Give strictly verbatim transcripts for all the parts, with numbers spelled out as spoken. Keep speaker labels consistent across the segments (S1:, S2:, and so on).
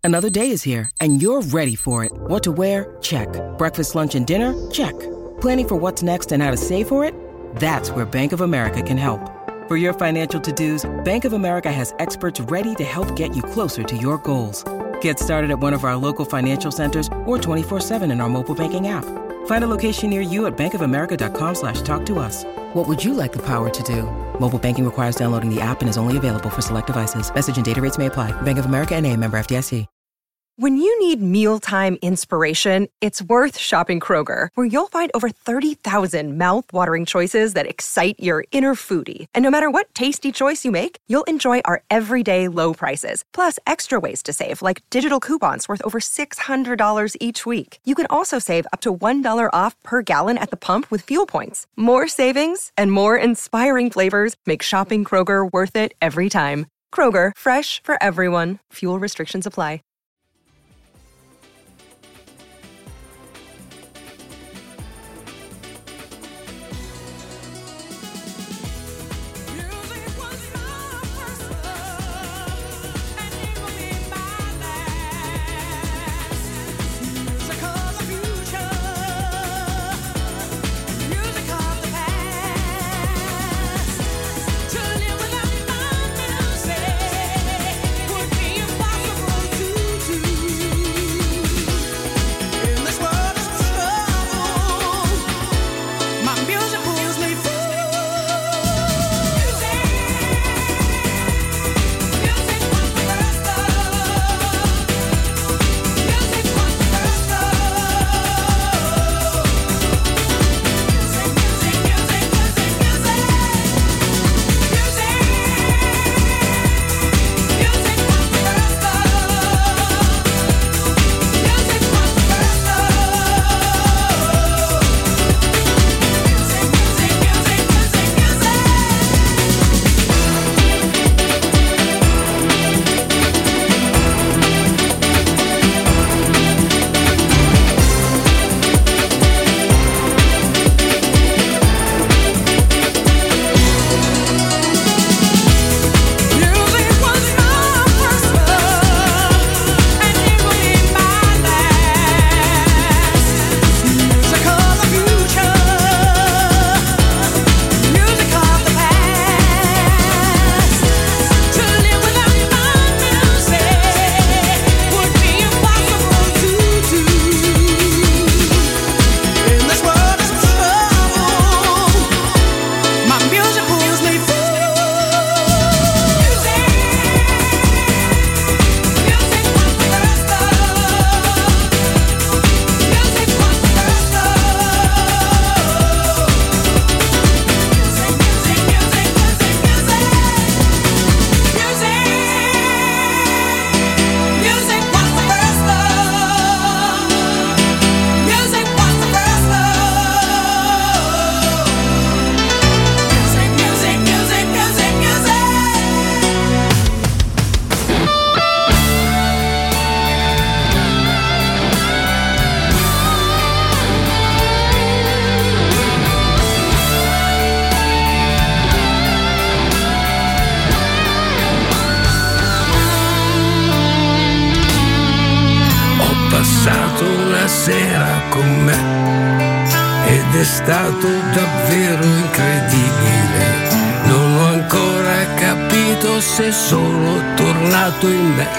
S1: Another day is here, and you're ready for it. What to wear? Check. Breakfast, lunch, and dinner? Check. Planning for what's next and how to save for it? That's where Bank of America can help. For your financial to-dos, Bank of America has experts ready to help get you closer to your goals. Get started at one of our local financial centers or twenty-four seven in our mobile banking app. Find a location near you at bankofamerica.com slash talk to us. What would you like the power to do? Mobile banking requires downloading the app and is only available for select devices. Message and data rates may apply. Bank of America N A, member F D I C.
S2: When you need mealtime inspiration, it's worth shopping Kroger, where you'll find over thirty thousand mouth-watering choices that excite your inner foodie. And no matter what tasty choice you make, you'll enjoy our everyday low prices, plus extra ways to save, like digital coupons worth over six hundred dollars each week. You can also save up to one dollar off per gallon at the pump with fuel points. More savings and more inspiring flavors make shopping Kroger worth it every time. Kroger, fresh for everyone. Fuel restrictions apply.
S3: Sera con me ed è stato davvero incredibile. Non ho ancora capito se sono tornato in me.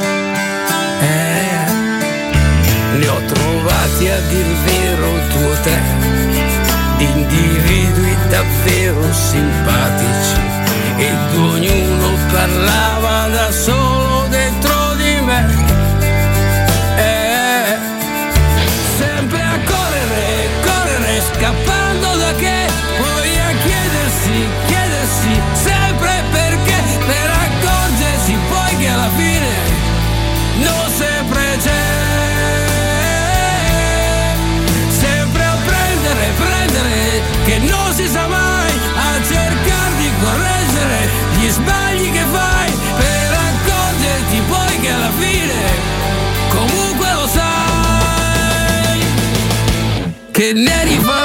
S3: Eh, ne ho trovati a dir vero due o tre individui davvero simpatici ed ognuno parlava da solo dentro di me. Scappando da che, poi a chiedersi, chiedersi sempre perché, per accorgersi poi che alla fine non sempre c'è. Sempre a prendere, prendere, che non si sa mai, a cercare di correggere gli sbagli che fai, per accorgerti poi che alla fine comunque lo sai che ne rifarai.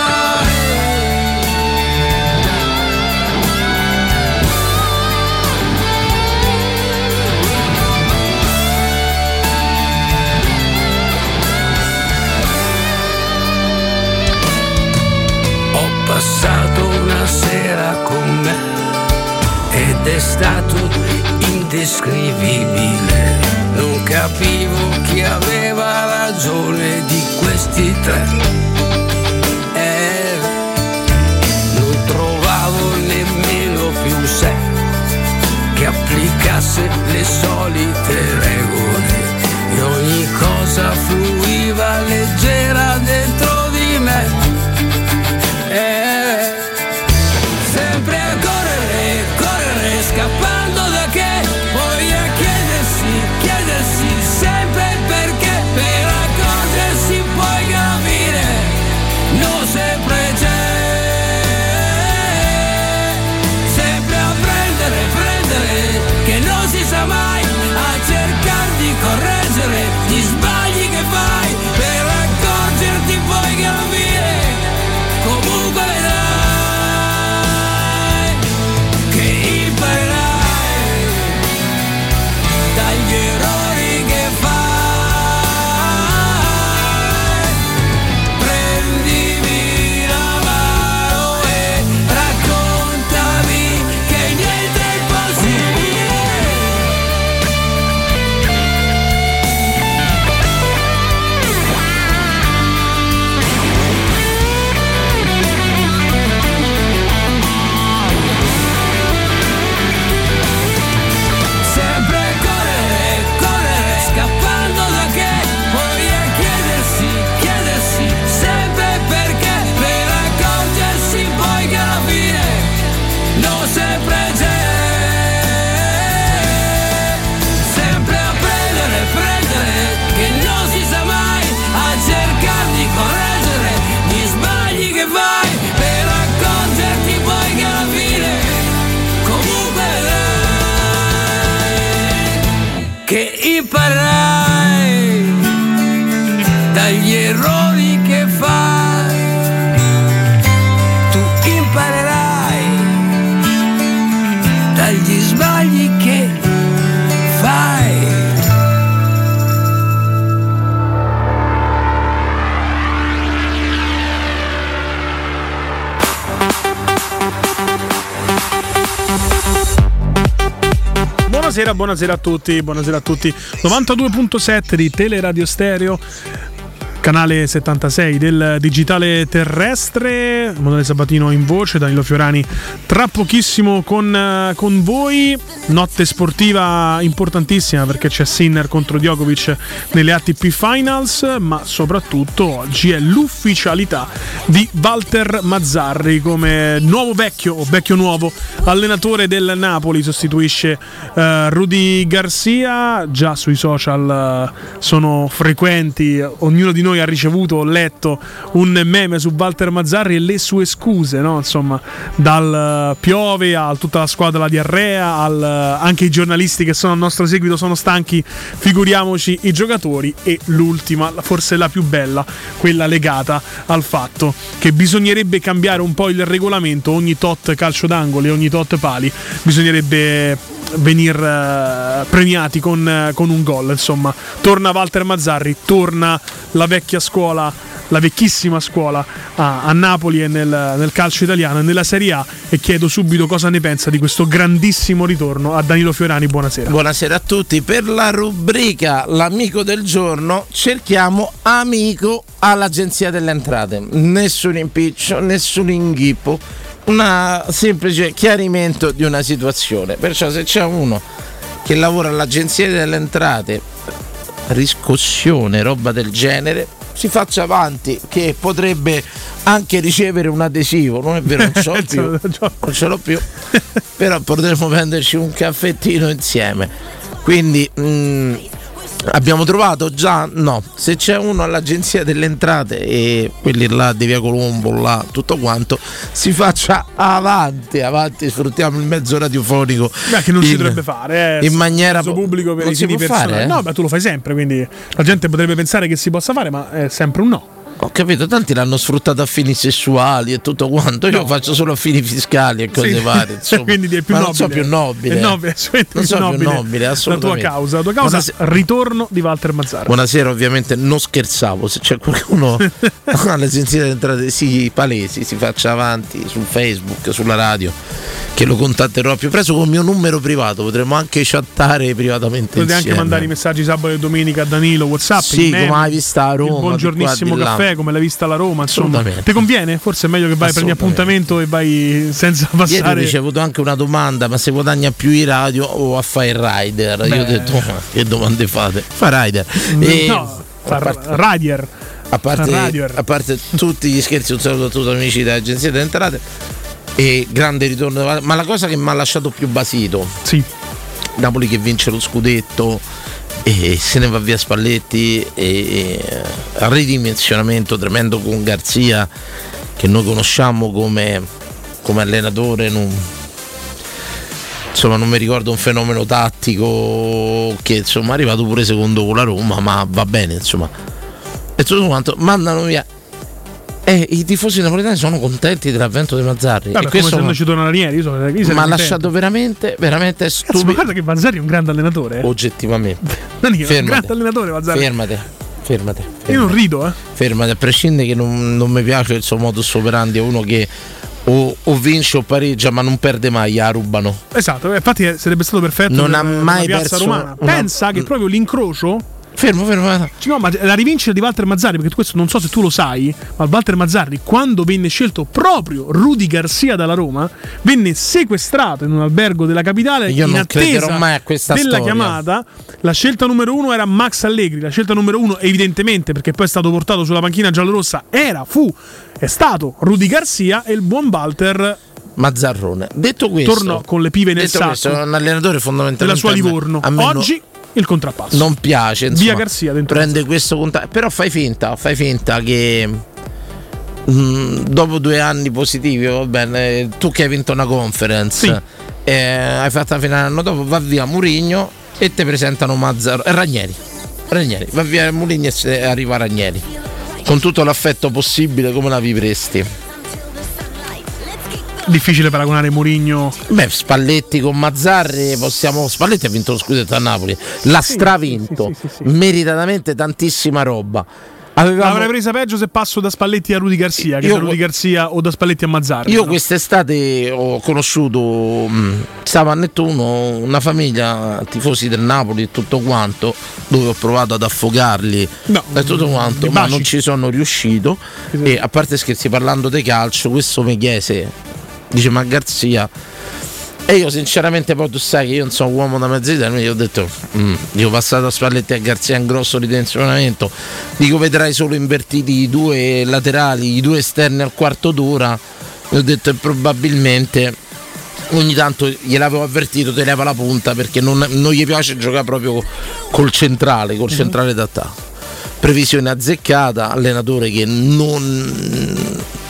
S3: indescrivibile. Non capivo chi aveva ragione di questi tre. Eh, non trovavo nemmeno più un sé che applicasse le solite regole. E ogni cosa fluiva leggera dentro di me. Eh, sempre a correre, correre, scappando da che? Poi a chiedersi, chiedersi sempre perché, per accorgersi poi capire, non sempre c'è. Sempre a prendere, prendere, che non si sa mai, a cercare di correggere gli sbagli che fai, per accorgerti poi capire, comunque vedrai che imparerai dagli errori che fai. Prendimi la mano e raccontami che niente è impossibile. Sempre correre, correre, scappando da che? Poi a chiedersi, chiedersi sempre perché, per accorgersi poi che alla fine non sempre c'è. Sempre a prendere, prendere, che non si sa mai, a cercare di correggere gli sbagli che fai, per accorgerti poi che alla fine comunque vedrai che imparerai dagli errori che fai. Tu imparerai dagli sbagli che fai.
S4: Buonasera, buonasera a tutti, buonasera a tutti. novantadue virgola sette di Teleradio Stereo, canale settantasei del digitale terrestre. Emanuele Sabatino in voce, Danilo Fiorani tra pochissimo con, con voi. Notte sportiva importantissima perché c'è Sinner contro Djokovic nelle A T P Finals, ma soprattutto oggi è l'ufficialità di Walter Mazzarri come nuovo vecchio o vecchio nuovo allenatore del Napoli. Sostituisce uh, Rudy Garcia. Già sui social uh, sono frequenti, ognuno di noi ha ricevuto o letto un meme su Walter Mazzarri e le sue scuse, no? Insomma, dal uh, piove a tutta la squadra la diarrea, al, uh, anche i giornalisti che sono al nostro seguito sono stanchi, figuriamoci i giocatori. E l'ultima, forse la più bella, quella legata al fatto che bisognerebbe cambiare un po' il regolamento. Ogni tot calcio d'angolo e ogni tot pali bisognerebbe venir uh, premiati con, uh, con un gol. Insomma, torna Walter Mazzarri, torna la vecchia scuola, la vecchissima scuola a, a Napoli e nel, nel calcio italiano e nella Serie A, e chiedo subito cosa ne pensa di questo grandissimo ritorno a Danilo Fiorani. Buonasera.
S5: Buonasera a tutti. Per la rubrica L'amico del giorno cerchiamo amico all'Agenzia delle Entrate. Nessun impiccio, nessun inghippo, un semplice chiarimento di una situazione. Perciò se c'è uno che lavora all'Agenzia delle Entrate, riscossione, roba del genere, si faccia avanti, che potrebbe anche ricevere un adesivo. Non è vero, non ce l'ho più, non ce l'ho più però potremmo prenderci un caffettino insieme. Quindi mh, abbiamo trovato già, no, se c'è uno all'Agenzia delle Entrate e quelli là di via Colombo, là tutto quanto, si faccia avanti, avanti, sfruttiamo il mezzo radiofonico.
S4: Beh, che non
S5: in,
S4: si dovrebbe fare eh,
S5: in maniera
S4: pubblico per
S5: non
S4: i
S5: si
S4: fini
S5: può
S4: personali.
S5: fare, eh?
S4: No, beh, tu lo fai sempre, quindi la gente potrebbe pensare che si possa fare, ma è sempre un no.
S5: Ok, capito, tanti l'hanno sfruttato a fini sessuali e tutto quanto, io
S4: No.
S5: faccio solo a fini fiscali e cose
S4: Sì.
S5: varie, insomma.
S4: Quindi è più
S5: ma
S4: nobile.
S5: non so più nobile.
S4: È nobile, assolutamente
S5: non so
S4: più
S5: più
S4: nobile
S5: nobile,
S4: la tua
S5: assolutamente.
S4: causa. La tua causa,
S5: Buonasera.
S4: ritorno di Walter Mazzarra.
S5: Buonasera, ovviamente non scherzavo, se c'è qualcuno alle sensibilità di entrate si palesi, si faccia avanti su Facebook, sulla radio, che lo contatterò più presto con il mio numero privato, potremmo anche chattare privatamente
S4: Potete
S5: insieme.
S4: anche mandare i messaggi sabato e domenica a Danilo, WhatsApp,
S5: Sì,
S4: i meme,
S5: come hai vista a Roma,
S4: il buongiornissimo
S5: di qua, di là.
S4: caffè, come l'hai vista la Roma, insomma.
S5: Assolutamente.
S4: Ti conviene? Forse è meglio che vai, prendi
S5: Assolutamente.
S4: appuntamento e vai senza
S5: Ieri ho
S4: passare.
S5: ricevuto anche una domanda, ma se guadagna più i radio o a fare il rider?
S4: Beh.
S5: Io ho detto, ma che domande fate? Fa rider. E
S4: No,
S5: a
S4: fa
S5: parte-
S4: Radier.
S5: A parte,
S4: Radio.
S5: a parte tutti gli scherzi, un saluto a tutti gli amici dell'agenzia delle entrate e grande ritorno, ma la cosa che mi ha lasciato più basito,
S4: Sì.
S5: Napoli che vince lo scudetto e se ne va via Spalletti e, e ridimensionamento tremendo con Garzia che noi conosciamo come, come allenatore, non, insomma non mi ricordo un fenomeno tattico che insomma è arrivato pure secondo con la Roma, ma va bene insomma. E tutto quanto mandano via. E i tifosi napoletani sono contenti dell'avvento di Mazzarri.
S4: Vabbè,
S5: e
S4: come
S5: questo
S4: se non ci torna Ranieri, io sono, io sarei
S5: mi ha
S4: contento.
S5: lasciato veramente, veramente
S4: Cazzo, ma
S5: stupido.
S4: guarda che Mazzarri è un grande allenatore. eh.
S5: Oggettivamente.
S4: Danilo, è un
S5: fermate.
S4: grande allenatore Mazzarri.
S5: Fermate, fermate. fermate.
S4: Io non rido, eh.
S5: Fermate, a prescindere che non, non mi piace il suo modus operandi, è uno che o, o vince o pareggia, ma non perde mai, la rubano.
S4: Esatto, eh, infatti eh, sarebbe stato perfetto
S5: Non
S4: per,
S5: ha
S4: per
S5: mai
S4: la piazza
S5: perso
S4: romana.
S5: una-
S4: Pensa che proprio l'incrocio.
S5: Fermo, fermo. fermo.
S4: No, ma la rivincita di Walter Mazzarri, perché questo non so se tu lo sai, ma Walter Mazzarri, quando venne scelto proprio Rudy Garcia dalla Roma, venne sequestrato in un albergo della capitale
S5: Io
S4: in
S5: non
S4: attesa
S5: crederò mai a questa
S4: della
S5: storia.
S4: chiamata. La scelta numero uno era Max Allegri, la scelta numero uno evidentemente, perché poi è stato portato sulla panchina giallorossa, era, fu, è stato Rudy Garcia e il buon Walter
S5: Mazzarrone. Detto questo,
S4: tornò con le pive nel
S5: detto questo,
S4: sacco
S5: è un allenatore fondamentalmente
S4: della sua
S5: a me-
S4: Livorno.
S5: a me non-
S4: Oggi il contrappasso.
S5: non piace, insomma,
S4: Via Garzia dentro
S5: prende questo contatto, però fai finta, fai finta che mm, dopo due anni positivi, va bene, tu che hai vinto una conference,
S4: Sì.
S5: eh, hai fatto la finale l'anno dopo, va via Mourinho e ti presentano Mazzaro e Ranieri. Ranieri, va via Mourinho e se- arriva Ranieri. Con tutto l'affetto possibile, come la vivresti?
S4: Difficile paragonare Mourinho.
S5: Beh, Spalletti con Mazzarri, possiamo. Spalletti ha vinto lo scudetto a Napoli, l'ha stravinto,
S4: sì, sì, sì, sì.
S5: meritatamente tantissima roba. Avevamo-
S4: L'avrei presa peggio se passo da Spalletti a Rudy Garcia che
S5: Io-
S4: da Rudy Garcia o da Spalletti a Mazzarri.
S5: Io
S4: no?
S5: quest'estate ho conosciuto, mh, stavo a Nettuno, una famiglia tifosi del Napoli e tutto quanto, dove ho provato ad affogarli
S4: No,
S5: e tutto quanto,
S4: di
S5: ma
S4: baci.
S5: non ci sono riuscito.
S4: Sì.
S5: E a parte scherzi, parlando di calcio, questo mi chiese, dice ma Garzia. E io sinceramente poi tu sai che io non sono uomo da mezz'età, io ho detto, mm, io ho passato a Spalletti e a Garzia in grosso ridimensionamento, dico vedrai solo invertiti i due laterali, i due esterni al quarto d'ora, e ho detto e probabilmente ogni tanto gliel'avevo avvertito, te leva la punta perché non, non gli piace giocare proprio col centrale, col centrale d'attacco. Previsione azzeccata, allenatore che non...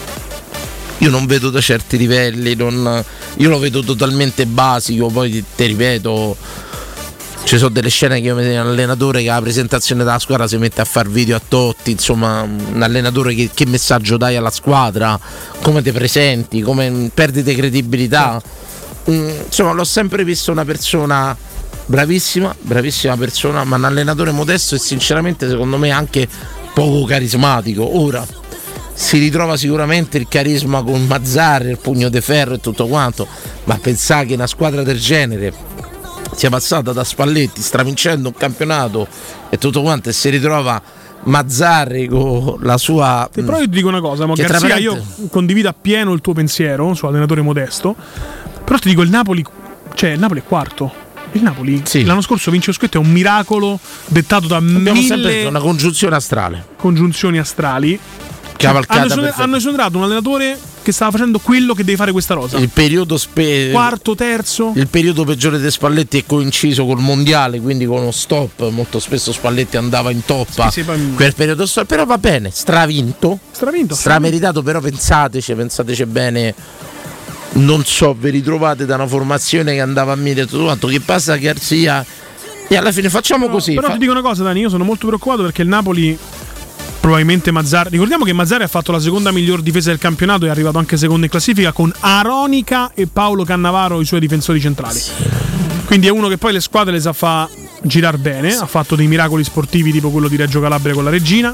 S5: Io non vedo da certi livelli, non, io lo vedo totalmente basico, poi ti, ti ripeto, ci sono delle scene che io mi vedo un allenatore che alla presentazione della squadra si mette a far video a Totti, insomma un allenatore che, che messaggio dai alla squadra, come ti presenti, come perdi di credibilità. Mm, insomma l'ho sempre visto una persona bravissima, bravissima persona, ma un allenatore modesto e sinceramente secondo me anche poco carismatico. Ora si ritrova sicuramente il carisma con Mazzarri, il pugno di ferro e tutto quanto, ma pensare che una squadra del genere sia passata da Spalletti stravincendo un campionato e tutto quanto e si ritrova Mazzarri con la sua...
S4: Sì, però io ti dico una cosa, ma
S5: Che tra
S4: Garzia, io
S5: parentesi-
S4: condivido appieno il tuo pensiero su allenatore modesto, però ti dico il Napoli, cioè il Napoli è quarto. Il Napoli
S5: Sì.
S4: l'anno scorso vince lo scudetto, è un miracolo dettato da
S5: Abbiamo sempre
S4: mille
S5: detto una congiunzione astrale,
S4: congiunzioni astrali.
S5: cavalcata
S4: Hanno, esonera-
S5: perfetta.
S4: hanno esonerato un allenatore che stava facendo quello che deve fare questa rosa.
S5: Il periodo spe-
S4: Quarto, terzo.
S5: Il periodo peggiore di Spalletti è coinciso col mondiale, quindi con uno stop. Molto spesso Spalletti andava in toppa.
S4: Sì, sì, poi-
S5: quel periodo stop, però va bene, stravinto,
S4: Stravinto.
S5: strameritato, però pensateci, pensateci bene. Non so, vi ritrovate da una formazione che andava a mille e tutto quanto, che passa a Garzia e alla fine facciamo
S4: No,
S5: così.
S4: Però
S5: fa-
S4: ti dico una cosa, Dani, io sono molto preoccupato perché il Napoli probabilmente Mazzarri. Ricordiamo che Mazzarri ha fatto la seconda miglior difesa del campionato e è arrivato anche secondo in classifica con Aronica e Paolo Cannavaro i suoi difensori centrali. Quindi è uno che poi le squadre le sa fa girare bene, ha fatto dei miracoli sportivi tipo quello di Reggio Calabria con la Regina.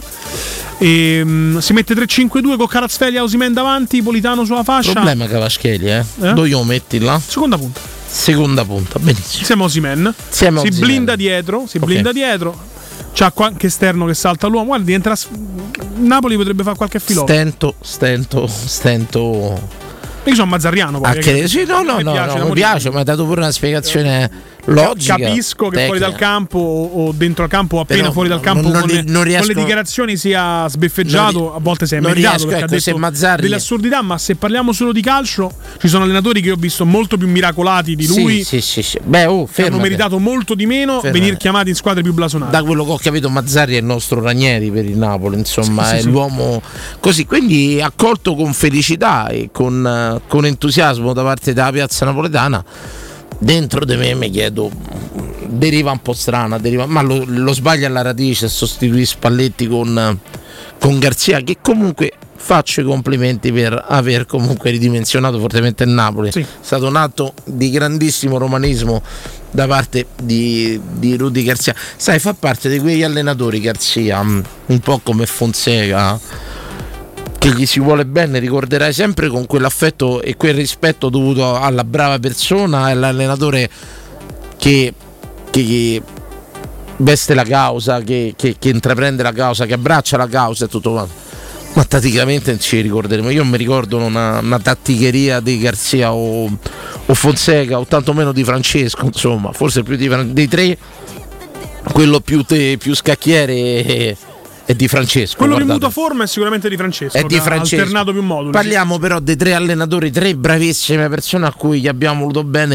S4: E, um, si mette tre cinque due con Kvaratskhelia e Osimhen davanti, Politano sulla fascia.
S5: Problema Kvaratskhelia, eh? eh? Dove lo metti là?
S4: Seconda punta.
S5: Seconda punta, benissimo.
S4: Siamo Osimhen.
S5: Siamo
S4: si
S5: Osimhen.
S4: blinda dietro, si
S5: okay.
S4: blinda dietro. C'ha qualche esterno che salta l'uomo. Guarda, diventerà. Napoli potrebbe fare qualche filotto.
S5: Stento, stento, stento.
S4: Io sono mazzarriano poi.
S5: Ah, che, sì, no, no,
S4: mi
S5: no,
S4: piace,
S5: no, mi piace, ma hai dato pure una spiegazione logica.
S4: Capisco che
S5: tecnica.
S4: fuori dal campo o dentro al campo o appena
S5: Però
S4: fuori dal campo
S5: non, non,
S4: con, le,
S5: non riesco,
S4: con le dichiarazioni sia sbeffeggiato,
S5: non,
S4: a volte si è
S5: non
S4: meritato
S5: riesco,
S4: perché
S5: ecco,
S4: ha detto
S5: Mazzarri...
S4: delle assurdità, ma se parliamo solo di calcio ci sono allenatori che ho visto molto più miracolati di lui,
S5: sì, sì, sì, sì. Beh, oh,
S4: che hanno meritato molto di meno
S5: fermate.
S4: venire chiamati in squadre più blasonate.
S5: Da quello che ho capito Mazzarri è il nostro Ranieri per il Napoli, insomma,
S4: sì,
S5: è
S4: sì,
S5: l'uomo così, quindi accolto con felicità e con, con entusiasmo da parte della piazza napoletana. Dentro di me mi chiedo, deriva un po' strana, deriva, ma lo, lo sbaglia alla radice, sostituire Spalletti con, con Garzia, che comunque faccio i complimenti per aver comunque ridimensionato fortemente il Napoli. Sì. È stato un atto di grandissimo romanismo da parte di, di Rudy Garzia. Sai, fa parte di quegli allenatori Garzia, un po' come Fonseca, che gli si vuole bene, ricorderai sempre con quell'affetto e quel rispetto dovuto alla brava persona e all'allenatore che, che veste la causa, che, che, che intraprende la causa, che abbraccia la causa e tutto quanto. Ma tatticamente ci ricorderemo. Io mi ricordo una, una tatticheria di Garzia o, o Fonseca o tantomeno di Francesco, insomma, forse più di, dei tre, quello più, te, più scacchiere e, è di Francesco.
S4: Quello
S5: guardate.
S4: che muta forma è sicuramente di Francesco.
S5: È di Francesco.
S4: Ha alternato più moduli.
S5: Parliamo però dei tre allenatori, tre bravissime persone a cui gli abbiamo voluto bene,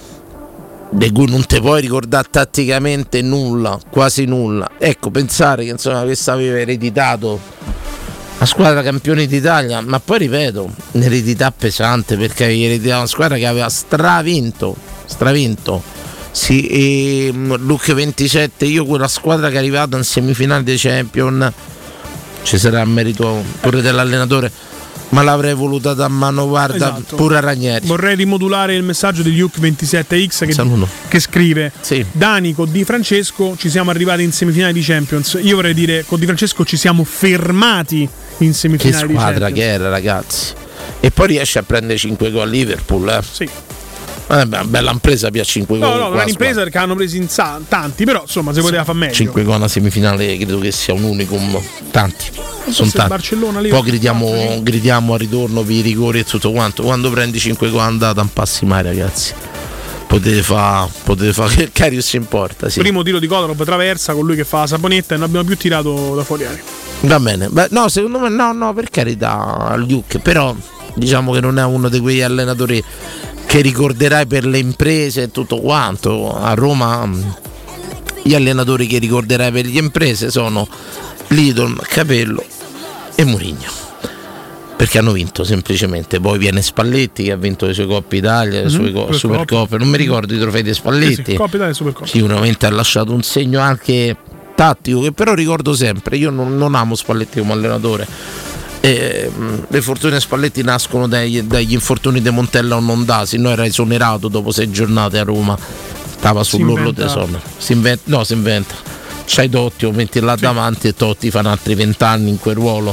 S5: di cui non ti puoi ricordare tatticamente nulla, quasi nulla. Ecco, pensare che insomma questa aveva ereditato la squadra campioni d'Italia, ma poi ripeto, un'eredità pesante, perché aveva ereditato una squadra che aveva stravinto, stravinto. Sì, e Luke ventisette, io quella squadra che è arrivata in semifinale dei Champions ci sarà merito pure dell'allenatore, ma l'avrei voluta da mano guarda, esatto. Pure a Ranieri.
S4: Vorrei rimodulare il messaggio di Luke ventisette X che, che scrive
S5: sì.
S4: Dani, con Di Francesco ci siamo arrivati in semifinale di Champions. Io vorrei dire con Di Francesco ci siamo fermati in semifinale di Champions.
S5: Che squadra che era, ragazzi. E poi riesce a prendere cinque gol a Liverpool, eh.
S4: Sì.
S5: Eh, beh, bella impresa per cinque
S4: no,
S5: gol.
S4: No, no, non è un'impresa perché hanno presi in sa- tanti, però insomma si poteva fare meglio.
S5: cinque gol a semifinale credo che sia un unicum. Tanti. Sono tanti.
S4: Barcellona,
S5: poi gridiamo, gridiamo a ritorno per i rigori e tutto quanto. Quando prendi cinque gol andata non passi mai, ragazzi. Potete fare potete fa che Karius importa, sì.
S4: Primo tiro di Kolarov traversa con lui che fa la saponetta e non abbiamo più tirato da fuori aria.
S5: Va bene. Beh, no, secondo me no, no, per carità, Luke, però diciamo che non è uno di quegli allenatori che ricorderai per le imprese e tutto quanto. A Roma gli allenatori che ricorderai per le imprese sono Lidl, Capello e Mourinho, perché hanno vinto semplicemente. Poi viene Spalletti che ha vinto le sue Coppe Italia, le sue mm-hmm, Supercoppe, non mi ricordo i trofei di Spalletti.
S4: Sì, sì, Coppa Italia e Supercoppe.
S5: Sicuramente ha lasciato un segno anche tattico che però ricordo sempre. Io non, non amo Spalletti come allenatore. Eh, le fortune Spalletti nascono dai, dagli infortuni di Montella o Nondasi. Noi era esonerato dopo sei giornate a Roma, stava sull'orlo del sonno. Si inventa, no, si inventa. C'hai Totti, lo metti là sì. davanti e Totti fanno altri vent'anni in quel ruolo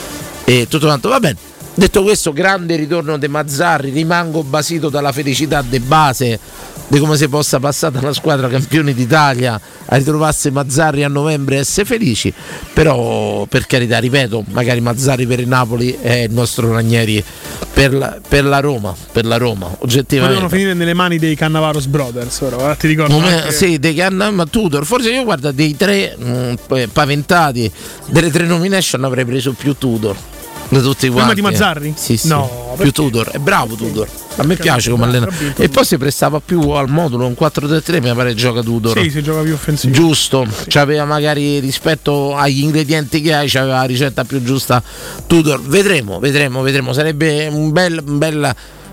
S5: e tutto quanto. Va bene. Detto questo, grande ritorno di Mazzarri. Rimango basito dalla felicità de base di come si possa passare da una squadra campioni d'Italia a ritrovarsi Mazzarri a novembre e essere felici. Però per carità, ripeto, magari Mazzarri per il Napoli è il nostro Ranieri per la, per la Roma, per la Roma oggettivamente.
S4: Potevano finire nelle mani dei Cannavaros Brothers, ora ti ricordo
S5: Come,
S4: anche...
S5: sì, dei Cannavaros Tudor. Forse io guarda dei tre mh, paventati, delle tre nomination avrei preso più Tudor da tutti quanti.
S4: Prima di Mazzarri?
S5: Sì, sì.
S4: No,
S5: più Tudor, è bravo Tudor. A me piace come allenatore. E poi si prestava più al modulo, un quattro tre tre mi pare gioca Tudor.
S4: Sì, si gioca più offensivo.
S5: Giusto, sì. C'aveva magari rispetto agli ingredienti che hai, c'aveva la ricetta più giusta Tudor. Vedremo, vedremo, vedremo. Sarebbe un bel, un bel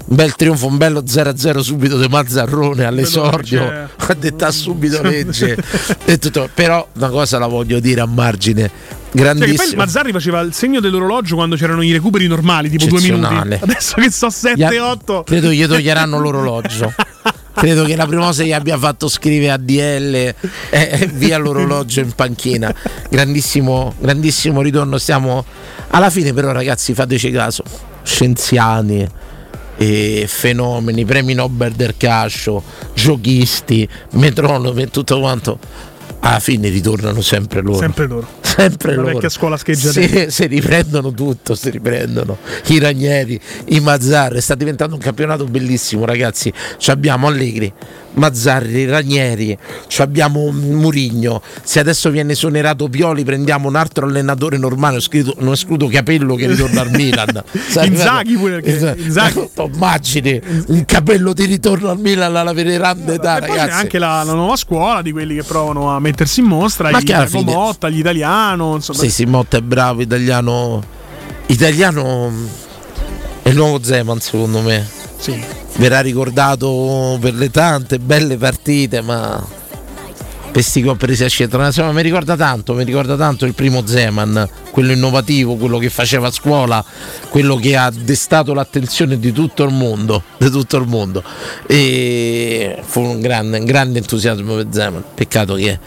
S5: un bel trionfo, un bello zero a zero subito di Mazzarrone all'esordio, ha detto subito legge e tutto. Però una cosa la voglio dire a margine, grandissimo.
S4: Cioè, poi il Mazzarri faceva il segno dell'orologio quando c'erano i recuperi normali, tipo due minuti. Adesso che so sette otto,
S5: credo gli toglieranno l'orologio. Credo che la prima cosa che abbia fatto scrivere a D L è, è via l'orologio in panchina. Grandissimo, grandissimo ritorno. Stiamo alla fine, però, ragazzi, fateci caso. Scienziati, e fenomeni, premi Nobel del calcio, giochisti, metronomi e tutto quanto. Alla fine ritornano sempre loro.
S4: Sempre loro.
S5: Sempre
S4: la
S5: loro.
S4: vecchia scuola scheggiata.
S5: Si, si riprendono tutto, si riprendono. I Ranieri, i Mazzarri. Sta diventando un campionato bellissimo, ragazzi. Ci abbiamo Allegri, Mazzarri, Ranieri, ci abbiamo Murigno. Se adesso viene esonerato Pioli, prendiamo un altro allenatore normale. Ho scritto, non escludo Capello che ritorna al Milan.
S4: Inzaghi pure. Inzaghi.
S5: Immagini un Capello di ritorno al Milan alla veneranda età,
S4: e poi
S5: ragazzi.
S4: c'è anche la, la nuova scuola di quelli che provano a mettersi in mostra.
S5: Ma
S4: gli
S5: che alla
S4: Iago
S5: fine...
S4: Motta, gli Italiano, insomma.
S5: Sì, sì, Motta è bravo, italiano. Italiano è il nuovo Zeman, secondo me.
S4: Sì.
S5: Verrà ricordato per le tante belle partite, ma per sti che ho presi a scelta. Mi ricorda tanto, mi ricorda tanto il primo Zeman, quello innovativo, quello che faceva a scuola, quello che ha destato l'attenzione di tutto il mondo, di tutto il mondo. E fu un grande, un grande entusiasmo per Zeman. Peccato che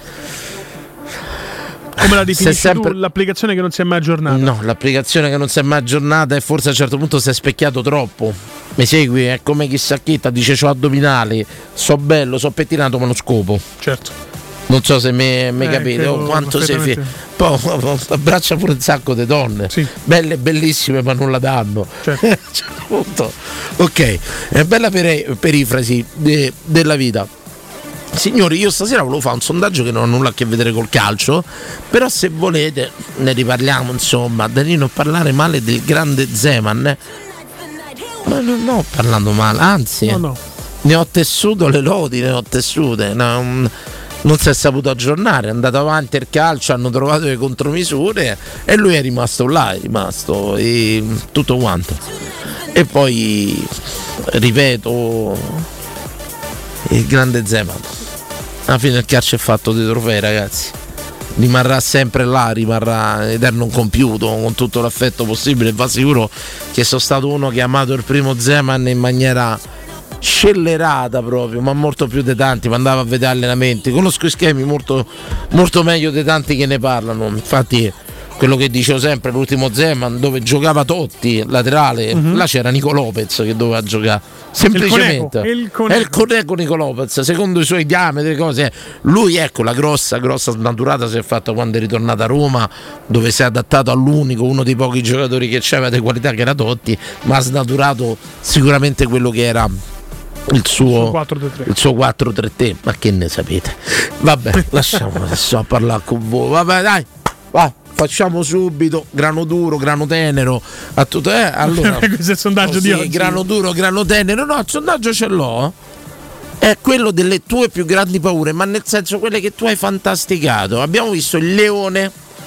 S4: come la definisci
S5: sempre...
S4: tu, l'applicazione che non si è mai aggiornata?
S5: No, l'applicazione che non si è mai aggiornata e forse a un certo punto si è specchiato troppo. Mi segui? È come chissà chi dice c'ho addominali, so bello, so pettinato ma non scopo.
S4: Certo.
S5: Non so se mi, mi
S4: eh,
S5: capite, oh, quanto sei fi- poi abbraccia pure un sacco di donne,
S4: sì.
S5: Belle e bellissime ma non la danno.
S4: Certo.
S5: Ok, è bella per- perifrasi de- della vita. Signori, io stasera volevo fare un sondaggio che non ha nulla a che vedere col calcio, però se volete ne riparliamo, insomma. Danilo, parlare male del grande Zeman, eh? Ma non ho parlando male, anzi,
S4: no, no.
S5: Ne ho tessuto le lodi, ne ho tessute, no, non si è saputo aggiornare, è andato avanti il calcio, hanno trovato le contromisure e lui è rimasto là, è rimasto e tutto quanto. E poi, ripeto, il grande Zeman. Alla fine il calcio è fatto di trofei, ragazzi. Rimarrà sempre là, rimarrà eterno compiuto, con tutto l'affetto possibile. Va sicuro che sono stato uno che ha amato il primo Zeman in maniera scellerata proprio, ma molto più di tanti. Ma andava a vedere allenamenti, conosco i schemi molto, molto meglio di tanti che ne parlano. Infatti quello che dicevo sempre, l'ultimo Zeman dove giocava Totti laterale, uh-huh. Là c'era Nico Lopez che doveva giocare semplicemente,
S4: il Coneco,
S5: è il Coneco Nico Lopez secondo i suoi diametri, cose. Lui, ecco, la grossa grossa snaturata si è fatta quando è ritornato a Roma, dove si è adattato all'unico, uno dei pochi giocatori che c'aveva di qualità, che era Totti, ma ha snaturato sicuramente quello che era il suo quattro tre tre. Ma che ne sapete? Vabbè, lasciamo adesso a parlare con voi. Vabbè, dai, vai. Facciamo subito grano duro, grano tenero a tutto, eh? Allora,
S4: questo è il sondaggio oh, di
S5: sì,
S4: oggi.
S5: Grano duro, grano tenero. No, il sondaggio ce l'ho. È quello delle tue più grandi paure, ma nel senso quelle che tu hai fantasticato. Abbiamo visto il leone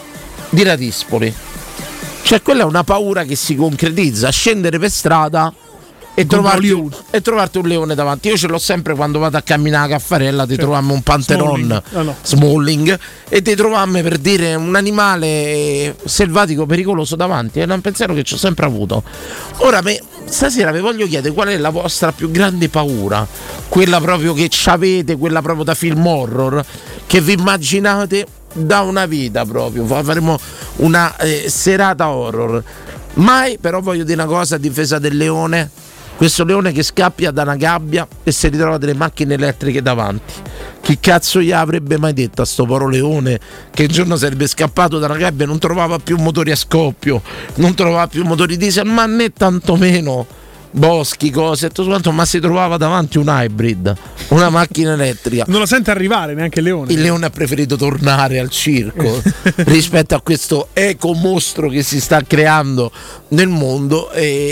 S5: di Radispoli. Cioè quella è una paura che si concretizza, scendere per strada e trovarti, e trovarti un leone davanti. Io ce l'ho sempre quando vado a camminare a Caffarella, ti cioè, trovammo un panteron Smalling, oh no. Smalling e ti trovammo, per dire, un animale selvatico pericoloso davanti. È un pensiero che ci ho sempre avuto. Ora me, stasera vi voglio chiedere qual è la vostra più grande paura, quella proprio che avete, quella proprio da film horror, che vi immaginate da una vita proprio. Faremo una eh, serata horror. Mai, però voglio dire una cosa a difesa del leone. Questo leone che scappia da una gabbia e si ritrova delle macchine elettriche davanti. Chi cazzo gli avrebbe mai detto a sto povero leone che un giorno sarebbe scappato da una gabbia e non trovava più motori a scoppio, non trovava più motori diesel, ma né tantomeno boschi, cose e tutto quanto, ma si trovava davanti un hybrid, una macchina elettrica.
S4: Non lo sente arrivare neanche il leone.
S5: Il leone ha preferito tornare al circo rispetto a questo eco mostro che si sta creando nel mondo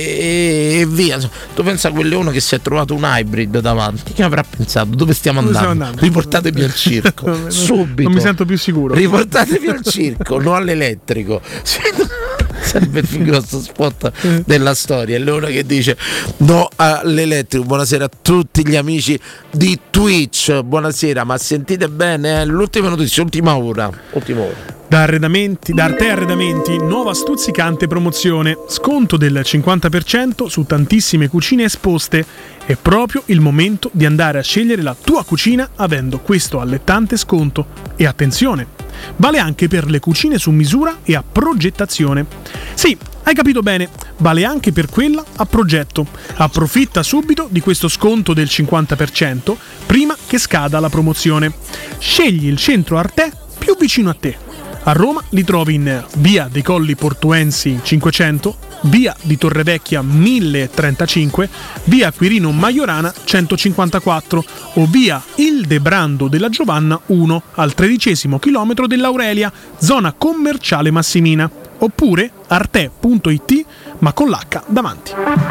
S5: e, e via. Tu pensa a quel leone che si è trovato un hybrid davanti, che avrà pensato? Dove stiamo
S4: Dove
S5: andando?
S4: andando?
S5: Riportatemi al circo subito.
S4: Non mi sento più sicuro.
S5: Riportatemi al circo, non all'elettrico. Sarebbe il più grosso spot della storia. È l'ora che dice no all'elettrico. Buonasera a tutti gli amici di Twitch. Buonasera, ma sentite bene, eh? L'ultima notizia, ultima ora. Ultima ora.
S4: Da Arredamenti, da Arte Arredamenti, nuova stuzzicante promozione. Sconto del cinquanta per cento su tantissime cucine esposte. È proprio il momento di andare a scegliere la tua cucina avendo questo allettante sconto. E attenzione, vale anche per le cucine su misura e a progettazione. Sì, hai capito bene, vale anche per quella a progetto. Approfitta subito di questo sconto del cinquanta per cento prima che scada la promozione. Scegli il centro Arte più vicino a te. A Roma li trovi in via dei Colli Portuensi cinquecento, via di Torrevecchia mille trentacinque, via Quirino Maiorana centocinquantaquattro o via Ildebrando della Giovanna uno al tredicesimo chilometro dell'Aurelia, zona commerciale Massimina, oppure arte punto it ma con l'H davanti.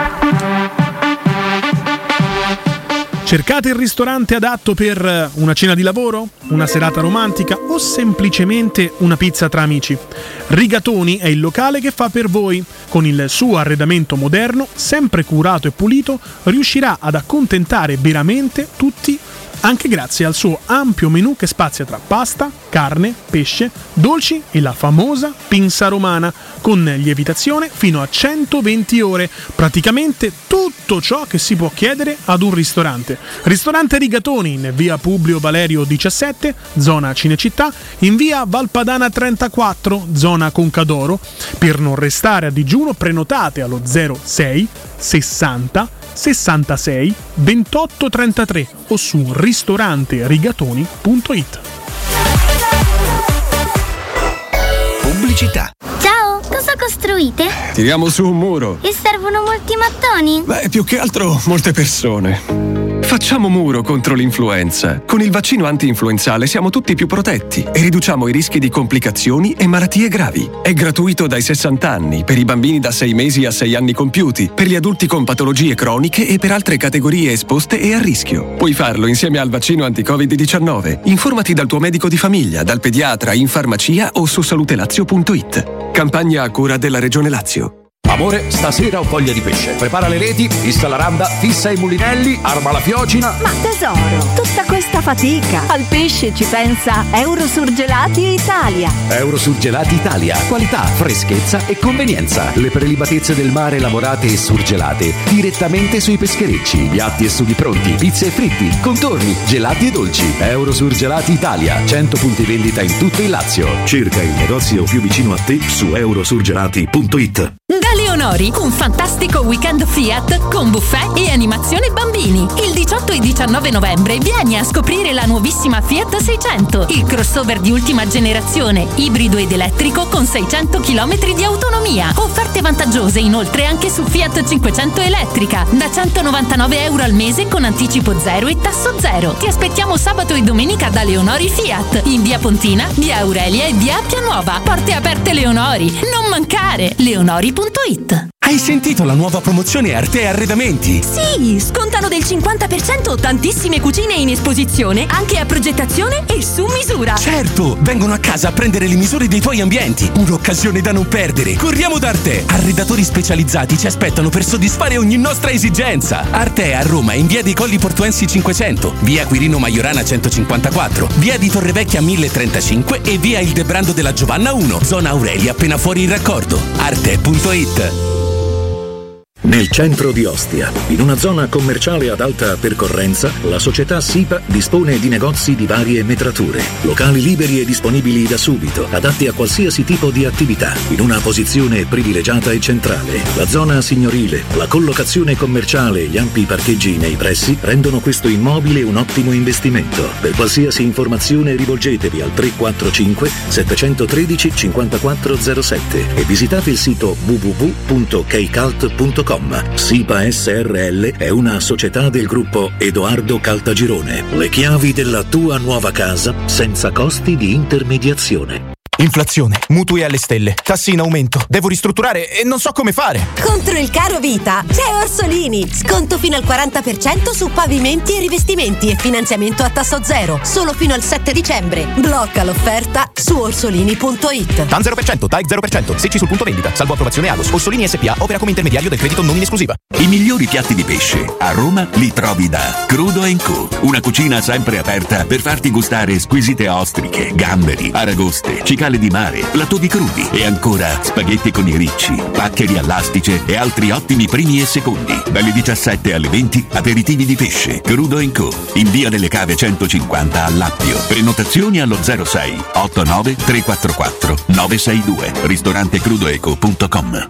S4: Cercate il ristorante adatto per una cena di lavoro, una serata romantica o semplicemente una pizza tra amici. Rigatoni è il locale che fa per voi. Con il suo arredamento moderno, sempre curato e pulito, riuscirà ad accontentare veramente tutti, anche grazie al suo ampio menù che spazia tra pasta, carne, pesce, dolci e la famosa pinza romana, con lievitazione fino a centoventi ore, praticamente tutto ciò che si può chiedere ad un ristorante. Ristorante Rigatoni in via Publio Valerio diciassette, zona Cinecittà, in via Valpadana trentaquattro, zona Concadoro. Per non restare a digiuno prenotate allo zero sei sessanta sessantasei ventotto trentatré o su ristorante rigatoni punto it.
S6: Pubblicità.
S7: Ciao, cosa costruite?
S6: Tiriamo su un muro.
S7: E servono molti mattoni?
S6: Beh, più che altro molte persone. Facciamo muro contro l'influenza. Con il vaccino anti-influenzale siamo tutti più protetti e riduciamo i rischi di complicazioni e malattie gravi. È gratuito dai sessanta anni, per i bambini da sei mesi a sei anni compiuti, per gli adulti con patologie croniche e per altre categorie esposte e a rischio. Puoi farlo insieme al vaccino anti-covid diciannove. Informati dal tuo medico di famiglia, dal pediatra, in farmacia o su salutelazio punto it. Campagna a cura della Regione Lazio.
S8: Amore, stasera ho voglia di pesce. Prepara le reti, fissa la randa, fissa i mulinelli, arma la fiocina.
S9: Ma tesoro, tutta questa fatica. Al pesce ci pensa Eurosurgelati Italia.
S8: Eurosurgelati Italia. Qualità, freschezza e convenienza. Le prelibatezze del mare lavorate e surgelate direttamente sui pescherecci. Piatti e sughi pronti, pizze e fritti, contorni, gelati e dolci. Eurosurgelati Italia. cento punti vendita in tutto il Lazio.
S10: Cerca il negozio più vicino a te su eurosurgelati punto it.
S11: Da Leonori, un fantastico weekend Fiat con buffet e animazione bambini. Il diciotto e diciannove novembre vieni a scoprire la nuovissima Fiat seicento, il crossover di ultima generazione, ibrido ed elettrico con seicento chilometri di autonomia. Offerte vantaggiose inoltre anche su Fiat cinquecento elettrica, da centonovantanove euro al mese con anticipo zero e tasso zero. Ti aspettiamo sabato e domenica da Leonori Fiat, in via Pontina, via Aurelia e via Appia Nuova. Porte aperte Leonori, non mancare, leonori punto it.
S12: Hai sentito la nuova promozione Arte Arredamenti?
S11: Sì, scontano del cinquanta per cento tantissime cucine in esposizione, anche a progettazione e su misura.
S12: Certo, vengono a casa a prendere le misure dei tuoi ambienti. Un'occasione da non perdere. Corriamo da Arte. Arredatori specializzati ci aspettano per soddisfare ogni nostra esigenza. Arte a Roma in via dei Colli Portuensi cinquecento, via Quirino Maiorana centocinquantaquattro, via di Torrevecchia mille trentacinque e via Ildebrando della Giovanna uno, zona Aurelia appena fuori il raccordo. arte punto it.
S10: Nel centro di Ostia, in una zona commerciale ad alta percorrenza, la società SIPA dispone di negozi di varie metrature, locali liberi e disponibili da subito, adatti a qualsiasi tipo di attività, in una posizione privilegiata e centrale. La zona signorile, la collocazione commerciale e gli ampi parcheggi nei pressi rendono questo immobile un ottimo investimento. Per qualsiasi informazione rivolgetevi al tre quattro cinque sette uno tre cinque zero sette e visitate il sito w w w punto keicalt punto com. SIPA S R L è una società del gruppo Edoardo Caltagirone. Le chiavi della tua nuova casa senza costi di intermediazione.
S13: Inflazione, mutui alle stelle, tassi in aumento, devo ristrutturare e non so come fare.
S14: Contro il caro vita c'è Orsolini. Sconto fino al quaranta per cento su pavimenti e rivestimenti e finanziamento a tasso zero. Solo fino al sette dicembre. Blocca l'offerta su orsolini punto it.
S13: TAN zero per cento, T A I zero per cento, secci sul punto vendita, salvo approvazione Agos. Orsolini S P A opera come intermediario del credito non in esclusiva.
S15: I migliori piatti di pesce a Roma li trovi da Crudo and Co. Una cucina sempre aperta per farti gustare squisite ostriche, gamberi, aragoste, cicale di mare, platò crudi e ancora spaghetti con i ricci, paccheri all'astice e altri ottimi primi e secondi. Dalle diciassette alle venti aperitivi di pesce. Crudo and Co. in via delle Cave centocinquanta a Lappio. Prenotazioni allo zero sei otto nove tre quattro quattro nove sei due. ristorante crudoeco punto com.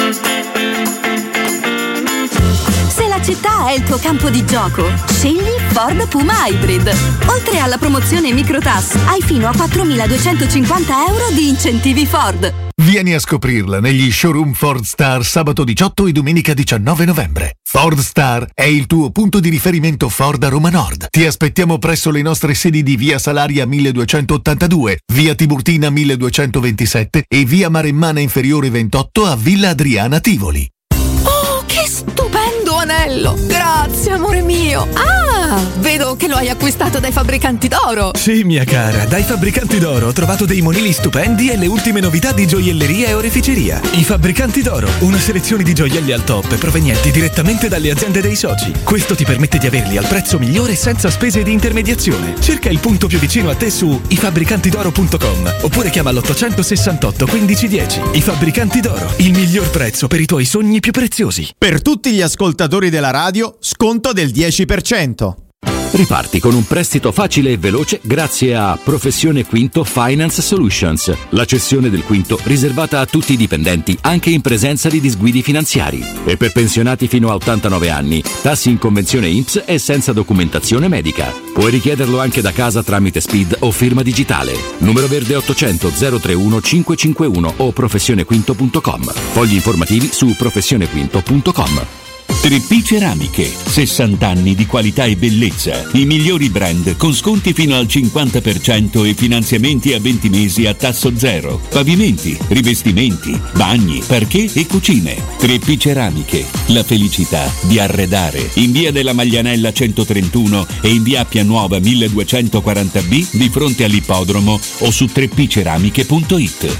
S9: Se la città è il tuo campo di gioco, scegli Ford Puma Hybrid. Oltre alla promozione Microtax, hai fino a quattromiladuecentocinquanta euro di incentivi Ford.
S16: Vieni a scoprirla negli showroom Ford Star sabato diciotto e domenica diciannove novembre. Ford Star è il tuo punto di riferimento Ford a Roma Nord. Ti aspettiamo presso le nostre sedi di via Salaria milleduecentottantadue, via Tiburtina milleduecentoventisette e via Maremmana Inferiore ventotto a Villa Adriana Tivoli.
S17: Oh, che stupendo anello! Grazie, amore mio! Ah, vedo che lo hai acquistato dai fabbricanti d'oro!
S18: Sì, mia cara, dai fabbricanti d'oro ho trovato dei monili stupendi e le ultime novità di gioielleria e oreficeria. I fabbricanti d'oro, una selezione di gioielli al top provenienti direttamente dalle aziende dei soci. Questo ti permette di averli al prezzo migliore senza spese di intermediazione. Cerca il punto più vicino a te su i fabbricanti d'oro punto com oppure chiama l'ottocentosessantotto quindici dieci. I Fabbricanti d'Oro, il miglior prezzo per i tuoi sogni più preziosi.
S19: Per tutti gli ascoltatori della radio, sconto del dieci per cento.
S8: Riparti con un prestito facile e veloce grazie a Professione Quinto Finance Solutions, la cessione del quinto riservata a tutti i dipendenti anche in presenza di disguidi finanziari. E per pensionati fino a ottantanove anni, tassi in convenzione I N P S e senza documentazione medica. Puoi richiederlo anche da casa tramite S P I D o firma digitale. Numero verde ottocento zero trentuno cinquecentocinquantuno o professione quinto punto com. Fogli informativi su professione quinto punto com.
S15: tre P Ceramiche, sessanta anni di qualità e bellezza. I migliori brand con sconti fino al cinquanta per cento e finanziamenti a venti mesi a tasso zero. Pavimenti, rivestimenti, bagni, parquet e cucine. tre P Ceramiche, la felicità di arredare. In via della Maglianella centotrentuno e in via Appia Nuova milleduecentoquaranta B di fronte all'ippodromo o su tre p ceramiche punto it.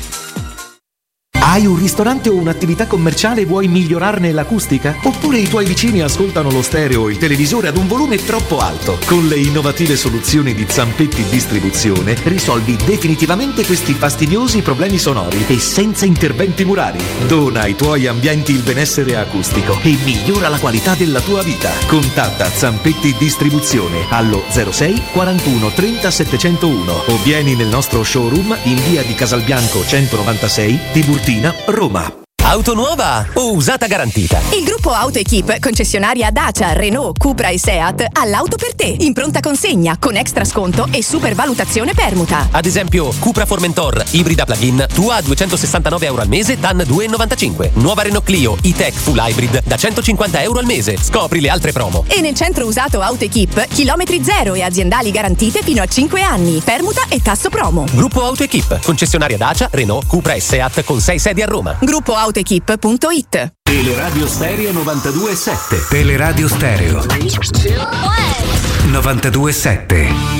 S20: Hai un ristorante o un'attività commerciale e vuoi migliorarne l'acustica? Oppure i tuoi vicini ascoltano lo stereo o il televisore ad un volume troppo alto? Con le innovative soluzioni di Zampetti Distribuzione risolvi definitivamente questi fastidiosi problemi sonori e senza interventi murari. Dona ai tuoi ambienti il benessere acustico e migliora la qualità della tua vita. Contatta Zampetti Distribuzione allo zero sei quarantuno trenta settecentouno o vieni nel nostro showroom in via di Casalbianco centonovantasei, Tiburtina, Roma.
S12: Auto nuova o usata garantita?
S17: Il gruppo AutoEquip, concessionaria Dacia, Renault, Cupra e Seat, ha l'auto per te, in pronta consegna, con extra sconto e supervalutazione permuta.
S12: Ad esempio, Cupra Formentor, ibrida plug-in, tua a duecentosessantanove euro al mese, T A N due virgola novantacinque. Nuova Renault Clio, E-Tech Full Hybrid, da centocinquanta euro al mese. Scopri le altre promo.
S17: E nel centro usato AutoEquip, chilometri zero e aziendali garantite fino a cinque anni, permuta e tasso promo.
S12: Gruppo AutoEquip, concessionaria Dacia, Renault, Cupra e Seat con sei sedi a Roma.
S17: Gruppo AutoEquip punto it.
S8: Teleradio Stereo novantadue virgola sette. Teleradio Stereo novantadue virgola sette.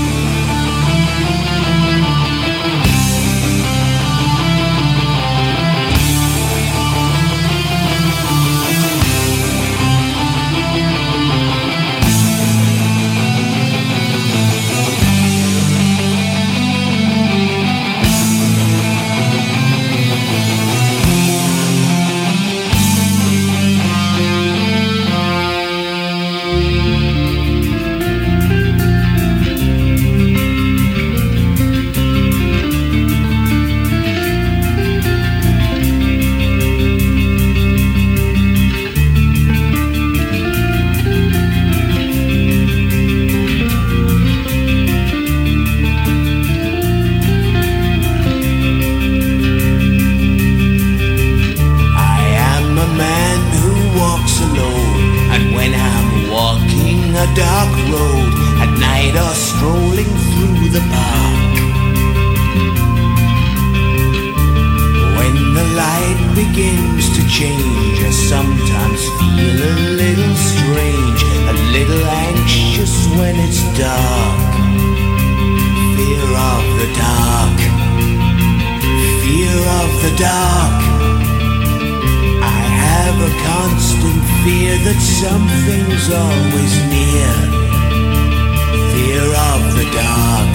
S3: change. I sometimes feel a little strange, a little anxious when it's dark. Fear of the dark, fear of the dark. I have a constant fear that something's always near. Fear of the dark,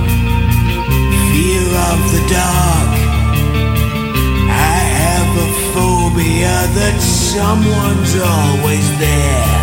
S3: fear of the dark. I have a phobia that someone's always there.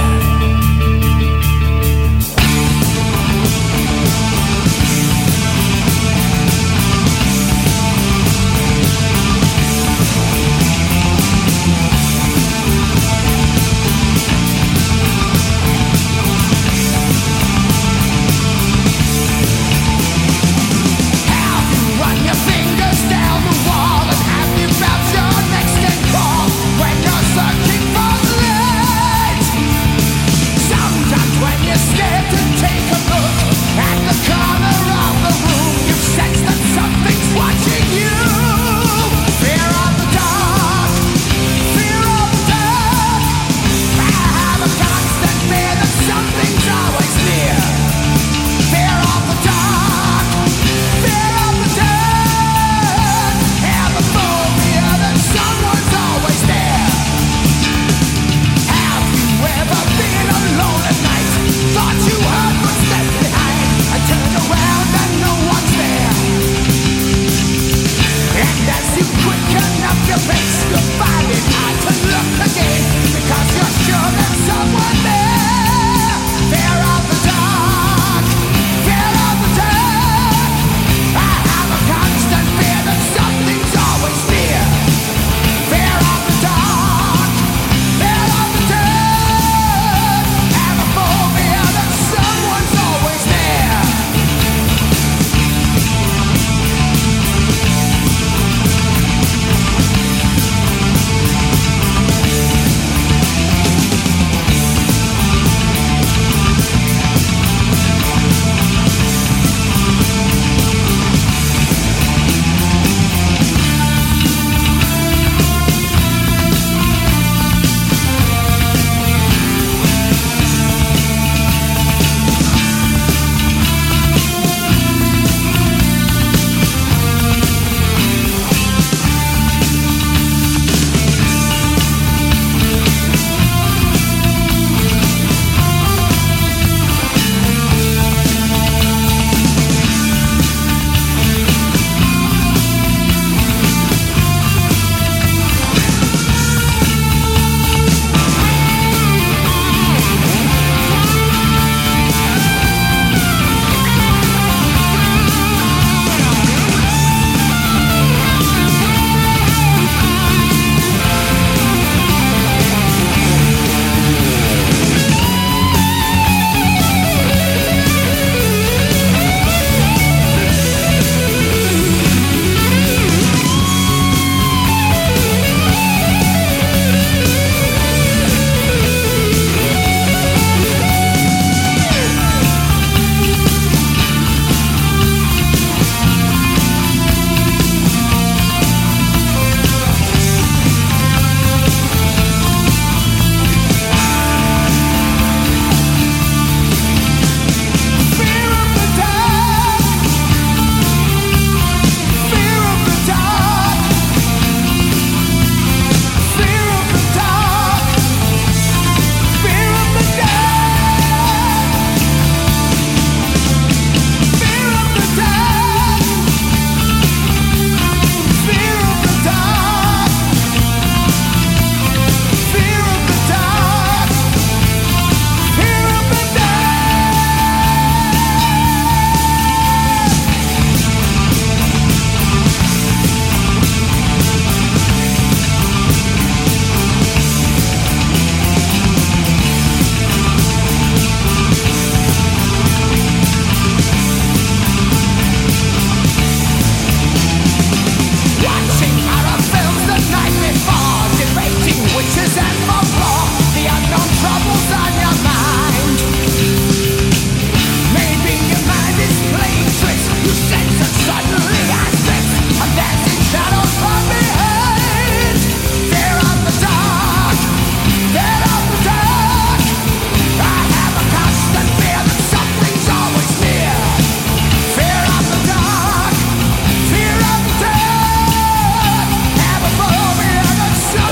S21: When you're searching for the light,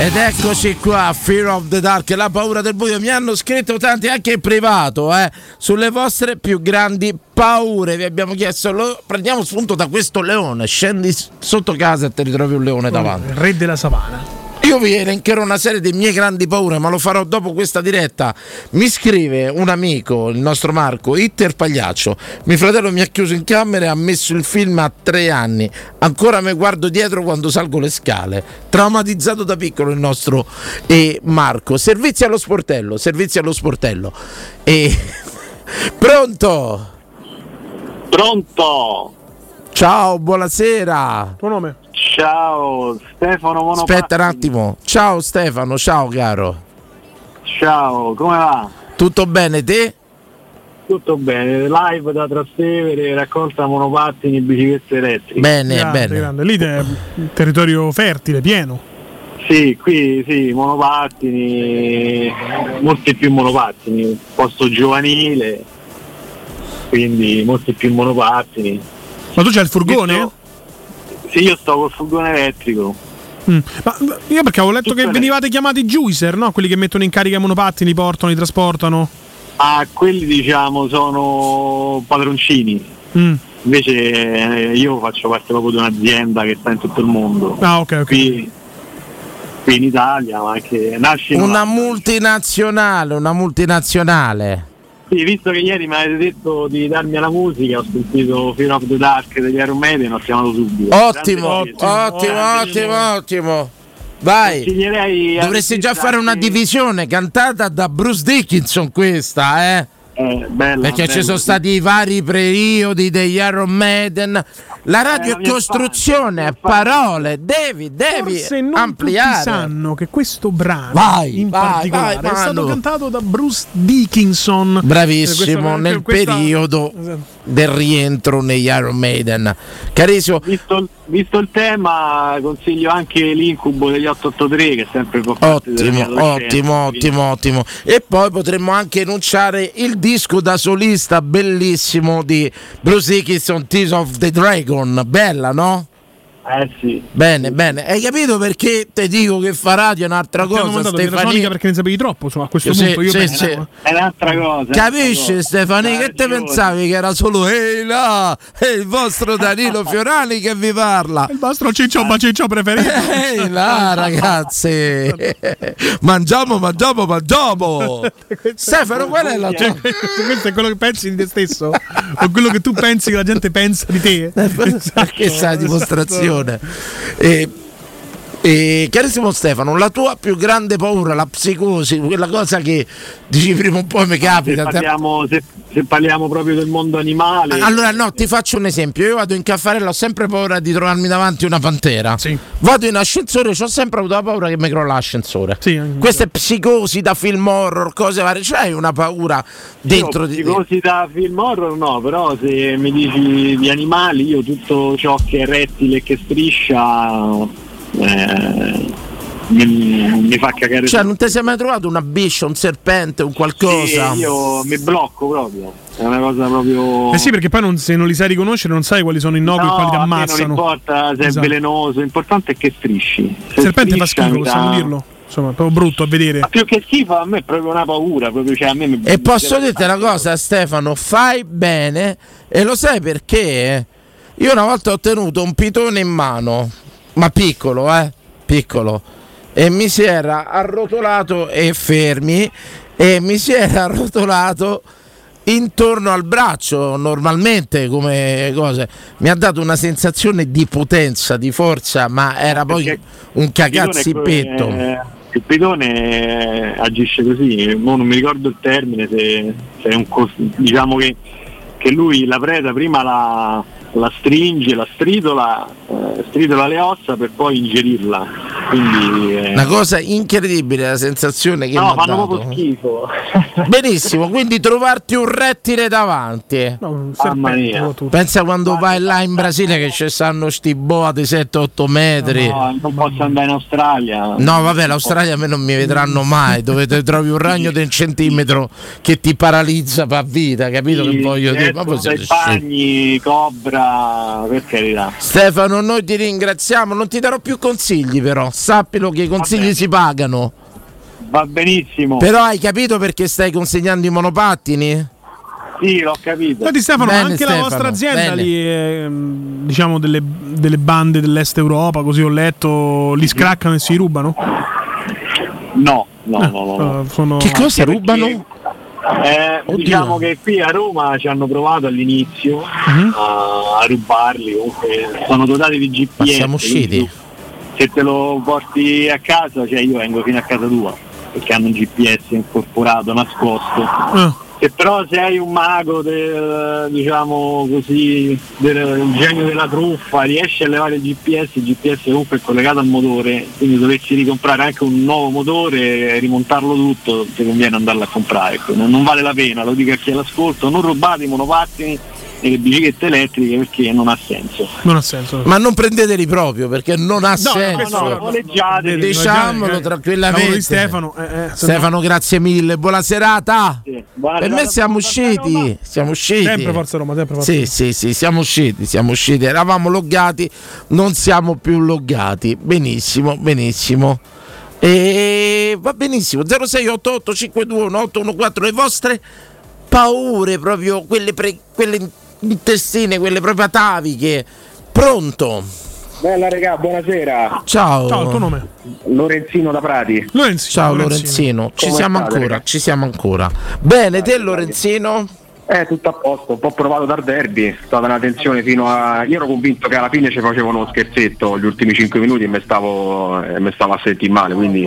S5: Ed eccoci qua, Fear of the Dark, la paura del buio. Mi hanno scritto tanti anche in privato eh, sulle vostre più grandi paure. Vi abbiamo chiesto, lo, prendiamo spunto da questo leone. Scendi sotto casa e ti ritrovi un leone davanti.
S4: Il re della savana.
S5: Io vi elencherò una serie di mie grandi paure, ma lo farò dopo questa diretta. Mi scrive un amico, il nostro Marco, Hitter Pagliaccio. Mio fratello mi ha chiuso in camera e ha messo il film a tre anni. Ancora mi guardo dietro quando salgo le scale. Traumatizzato da piccolo il nostro eh, Marco. Servizi allo sportello, servizi allo sportello. E... Pronto?
S21: Pronto?
S5: Ciao, buonasera.
S4: Tuo nome?
S21: Ciao, Stefano Monopattini.
S5: Aspetta un attimo. Ciao Stefano, ciao caro.
S21: Ciao, come va?
S5: Tutto bene, te?
S21: Tutto bene, live da Trastevere, raccolta monopattini, biciclette elettriche.
S5: Bene,
S4: grande,
S5: bene.
S4: Grande. Lì è un territorio fertile, pieno.
S21: Sì, qui sì, monopattini, molti più monopattini, posto giovanile, quindi molti più monopattini.
S4: Ma tu c'hai il furgone?
S21: Io sto, sì, io sto col furgone elettrico.
S4: Mm. Ma io perché avevo letto
S21: Tutto
S4: che venivate chiamati juicer, no? Quelli che mettono in carica i monopattini, li portano, li trasportano.
S21: Ah, quelli diciamo sono padroncini.
S4: Mm.
S21: Invece eh, io faccio parte proprio di un'azienda che sta in tutto il mondo.
S4: Ah, ok, ok.
S21: Qui, qui in Italia, ma anche nasce in
S5: Una
S21: Olanda.
S5: multinazionale, una multinazionale.
S21: Sì, visto che ieri mi avete detto di darmi alla musica, ho sentito Fear of the Dark degli Iron Maiden, ho chiamato subito.
S5: Ottimo,
S21: Grande
S5: ottimo, ottimo,
S21: grande
S5: ottimo, ottimo. Vai.
S21: Consiglierei a
S5: Dovresti già
S21: registrarsi-
S5: fare una divisione cantata da Bruce Dickinson questa, eh?
S21: Eh, bella,
S5: Perché
S21: bella,
S5: ci sono
S21: sì.
S5: stati i vari periodi degli Iron Maiden. La radio
S21: Eh, la
S5: è
S21: mia
S5: costruzione, è parole, devi, devi
S4: Forse non
S5: ampliare.
S4: tutti sanno che questo brano
S5: Vai,
S4: in
S5: vai,
S4: particolare
S5: vai,
S4: è stato
S5: Manu.
S4: cantato da Bruce Dickinson.
S5: Bravissimo,
S4: Eh, questa-
S5: nel
S4: questa-
S5: periodo del rientro negli Iron Maiden. Carissimo,
S21: Visto, visto il tema, consiglio anche l'Incubo degli otto otto tre, che è sempre fa parte della mia
S5: ottimo,
S21: adolescenza,
S5: ottimo,
S21: quindi-
S5: ottimo, ottimo. E poi potremmo anche enunciare il disco da solista bellissimo di Bruce Dickinson, Tears of the Dragon. Bella, no?
S21: Eh sì.
S5: Bene, bene. Hai capito perché te dico che fa radio è un'altra
S4: Ti hanno
S5: cosa,
S4: mandato Pietrosonica
S5: Stefania?
S4: perché ne sapevi troppo, insomma, a questo
S5: Sì,
S4: punto io
S5: sì,
S4: penso.
S5: sì.
S21: È un'altra cosa.
S5: Capisci Stefania? Che te
S21: ragione.
S5: pensavi che era solo ehi là, è il vostro Danilo Fiorani che vi parla?
S4: Il vostro ciccio baciccio preferito.
S5: Ehi là ragazzi, mangiamo, mangiamo, mangiamo. Stefano, qual è la tua?
S4: Questo è quello che pensi di te stesso? O quello che tu pensi che la gente pensa di te?
S5: Che sa dimostrazione. E, e carissimo Stefano, la tua più grande paura, la psicosi, quella cosa che dici prima un po' mi
S21: Se
S5: capita.
S21: parliamo, se, se parliamo proprio del mondo animale,
S5: Allora no, ti faccio un esempio. Io vado in caffarella, ho sempre paura di trovarmi davanti una pantera.
S4: Sì.
S5: Vado in ascensore, ho sempre avuto la paura che mi crolla l'ascensore.
S4: Sì, anche-
S5: Queste psicosi da film horror, cose varie. C'hai una paura dentro
S21: io,
S5: di te?
S21: psicosi da film horror no, però se mi dici di animali, io tutto ciò che è rettile e che striscia eh, mi, mi fa cagare.
S5: Cioè, non ti sei mai trovato una biscia, un serpente, un qualcosa?
S21: Sì, io mi blocco proprio. È una cosa proprio.
S4: Eh sì, perché poi non, se non li sai riconoscere non sai quali sono innocui
S21: No,
S4: e quali ti
S21: a me
S4: ammazzano.
S21: non importa se
S4: Esatto.
S21: è velenoso, l'importante è che strisci. Se
S4: Il serpente fa
S21: striscia
S4: schifo,
S21: mi
S4: possiamo
S21: dà-
S4: dirlo. Insomma, è proprio brutto a vedere.
S21: Ma più che schifo, a me è proprio una paura. Proprio, cioè, a me mi-
S5: E posso dirti una cosa, Stefano, fai bene, e lo sai perché? Io una volta ho tenuto un pitone in mano, ma piccolo, eh, piccolo, e mi si era arrotolato, e fermi, e mi si era arrotolato intorno al braccio, normalmente come cose. Mi ha dato una sensazione di potenza, di forza, ma era poi
S21: Perché
S5: un
S21: il pitone è
S5: cagazzipetto.
S21: come- eh, il pitone agisce così, mo non mi ricordo il termine, se, se è un cos- diciamo che, che lui la preda prima la, la stringe, la stridola, eh, stridola le ossa per poi ingerirla. Quindi eh,
S5: Una cosa incredibile la sensazione che mi
S21: no,
S5: ha
S21: fanno
S5: dato.
S21: proprio schifo.
S5: Benissimo, quindi trovarti un rettile davanti.
S4: No, un
S21: Mamma
S4: serpente,
S21: mia.
S4: proprio tu.
S5: Pensa quando vai là in Brasile che ci stanno sti boa di sette otto metri. No,
S21: No, non posso andare in Australia.
S5: vabbè, l'Australia a me non mi vedranno mai, dove te trovi un ragno del centimetro che ti paralizza per vita, capito che voglio dire? Ma poi
S21: dai
S5: siete scemi.
S21: bagni, cobra, per carità.
S5: Stefano, noi ti ringraziamo, non ti darò più consigli però. sappilo che i consigli si pagano.
S21: Va benissimo.
S5: Però hai capito perché stai consegnando i monopattini?
S21: Sì, l'ho capito.
S4: Di Stefano,
S5: Bene,
S4: anche
S5: Stefano,
S4: la vostra azienda
S5: bene.
S4: lì, eh, diciamo delle, delle bande dell'est Europa, così ho letto, li scraccano e si rubano?
S21: No, no,
S4: Eh,
S21: no, no, no.
S4: sono-
S5: Che cosa
S21: Perché-
S5: rubano?
S21: Eh,
S5: Oddio.
S21: diciamo che qui a Roma ci hanno provato all'inizio
S4: Mhm.
S21: a, a rubarli, comunque sono dotati di G P S.
S5: Ma siamo usciti?
S21: quindi tu, se te lo porti a casa, cioè io vengo fino a casa tua, perché hanno un G P S incorporato, nascosto.
S4: Ah.
S21: Se però sei un mago del, diciamo così, del genio della truffa, riesci a levare il G P S, il G P S comunque è collegato al motore, quindi dovessi ricomprare anche un nuovo motore e rimontarlo tutto, ti conviene andarlo a comprare, ecco. non, non vale la pena, lo dico a chi è all'ascolto, non rubate i monopattini e le biciclette elettriche perché non ha senso.
S4: Non ha senso.
S5: Ma non prendeteli proprio perché non ha senso.
S21: no, no, noleggiate,
S5: Diciamolo
S4: eh,
S5: tranquillamente.
S4: lavoro di Stefano, eh, eh, se
S5: Stefano, grazie mille, buona serata.
S21: Sì, buona
S5: Per me
S21: serata,
S5: siamo
S21: buona serata,
S5: usciti, siamo usciti.
S4: Sempre Forza Roma, sempre Forza
S5: Sì,
S4: Roma.
S5: sì, sì, siamo usciti, siamo usciti. Eravamo loggati, non siamo più loggati. Benissimo, benissimo. E va benissimo. zero sei otto otto cinque due uno otto uno quattro, le vostre paure, proprio quelle, pre- quelle intestine, quelle proprio ataviche. Pronto?
S1: Bella regà, buonasera.
S5: Ciao.
S4: Ciao, il tuo nome?
S1: Lorenzino da Prati.
S4: Lorenzino.
S5: Ciao Lorenzino, ci
S1: Come
S5: siamo
S1: state,
S5: ancora,
S1: raga?
S5: ci siamo ancora. Bene, te Lorenzino?
S1: Eh, tutto a posto, un po' provato dal derby, è stata una tensione fino a. Io ero convinto che alla fine ci facevano uno scherzetto gli ultimi cinque minuti e mi stavo, eh, mi stavo a sentire male, quindi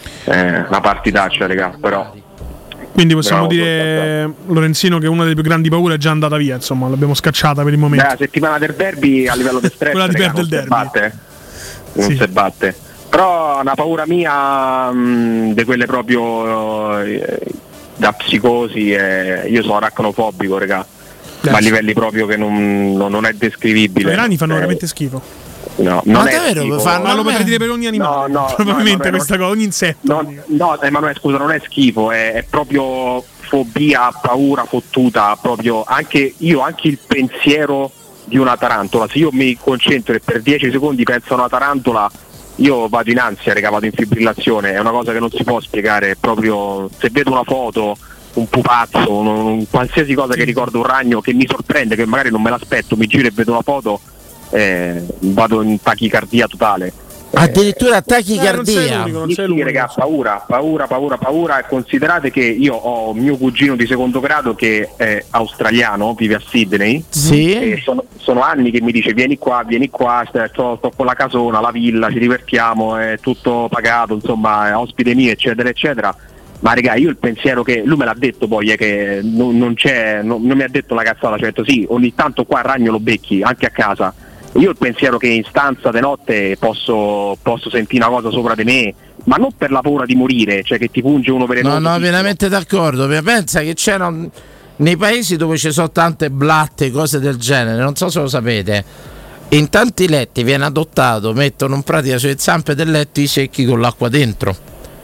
S1: eh, una partitaccia regà, però.
S4: Quindi possiamo
S1: Bravo,
S4: dire, Lorenzino, che una delle più grandi paure è già andata via, insomma, l'abbiamo scacciata per il momento.
S1: Beh, la settimana del derby a livello di stress
S4: Quella di
S1: regà,
S4: perdere il
S1: non
S4: derby.
S1: si batte, non
S4: Sì.
S1: si batte. Però una paura mia mh, di quelle proprio eh, da psicosi, eh, io sono aracnofobico regà, ma a livelli proprio che non, non- non è descrivibile.
S4: I rani fanno
S1: Eh,
S4: veramente schifo.
S1: No, non
S5: Ma
S1: è
S5: davvero
S1: schifo.
S5: fanno?
S4: Ma lo potrei dire per ogni animale.
S1: No, no,
S4: probabilmente
S1: no,
S4: questa cosa, ogni insetto.
S1: No, no, Emanuele, scusa, non è schifo, è, è proprio fobia, paura fottuta, proprio anche io, anche il pensiero di una tarantola. Se io mi concentro e per dieci secondi penso a una tarantola, io vado in ansia, raga, vado in fibrillazione, è una cosa che non si può spiegare, è proprio se vedo una foto, un pupazzo, un, un- qualsiasi cosa che ricorda un ragno che mi sorprende, che magari non me l'aspetto, mi giro e vedo una foto, eh, vado in tachicardia totale.
S5: Addirittura
S1: Eh,
S5: tachicardia.
S1: Sì, sì, raga, paura, paura, paura, paura. E considerate che io ho mio cugino di secondo grado che è australiano, vive a Sydney.
S5: Sì.
S1: E sono, sono anni che mi dice vieni qua, vieni qua, sto, sto con la casona, la villa, ci divertiamo, è tutto pagato, insomma, è ospite mio, eccetera, eccetera. Ma raga, io il pensiero che lui me l'ha detto poi è che non, non c'è, non, non mi ha detto una cazzata, cioè detto sì, ogni tanto qua il ragno lo becchi, anche a casa. Io ho il pensiero che in stanza di notte posso, posso sentire una cosa sopra di me, ma non per la paura di morire, cioè che ti punge uno per
S5: No, no, pienamente d'accordo. Pensa che c'erano nei paesi dove ci sono tante blatte, cose del genere, non so se lo sapete. In tanti letti viene adottato, mettono in pratica sulle zampe del letto i secchi con l'acqua dentro.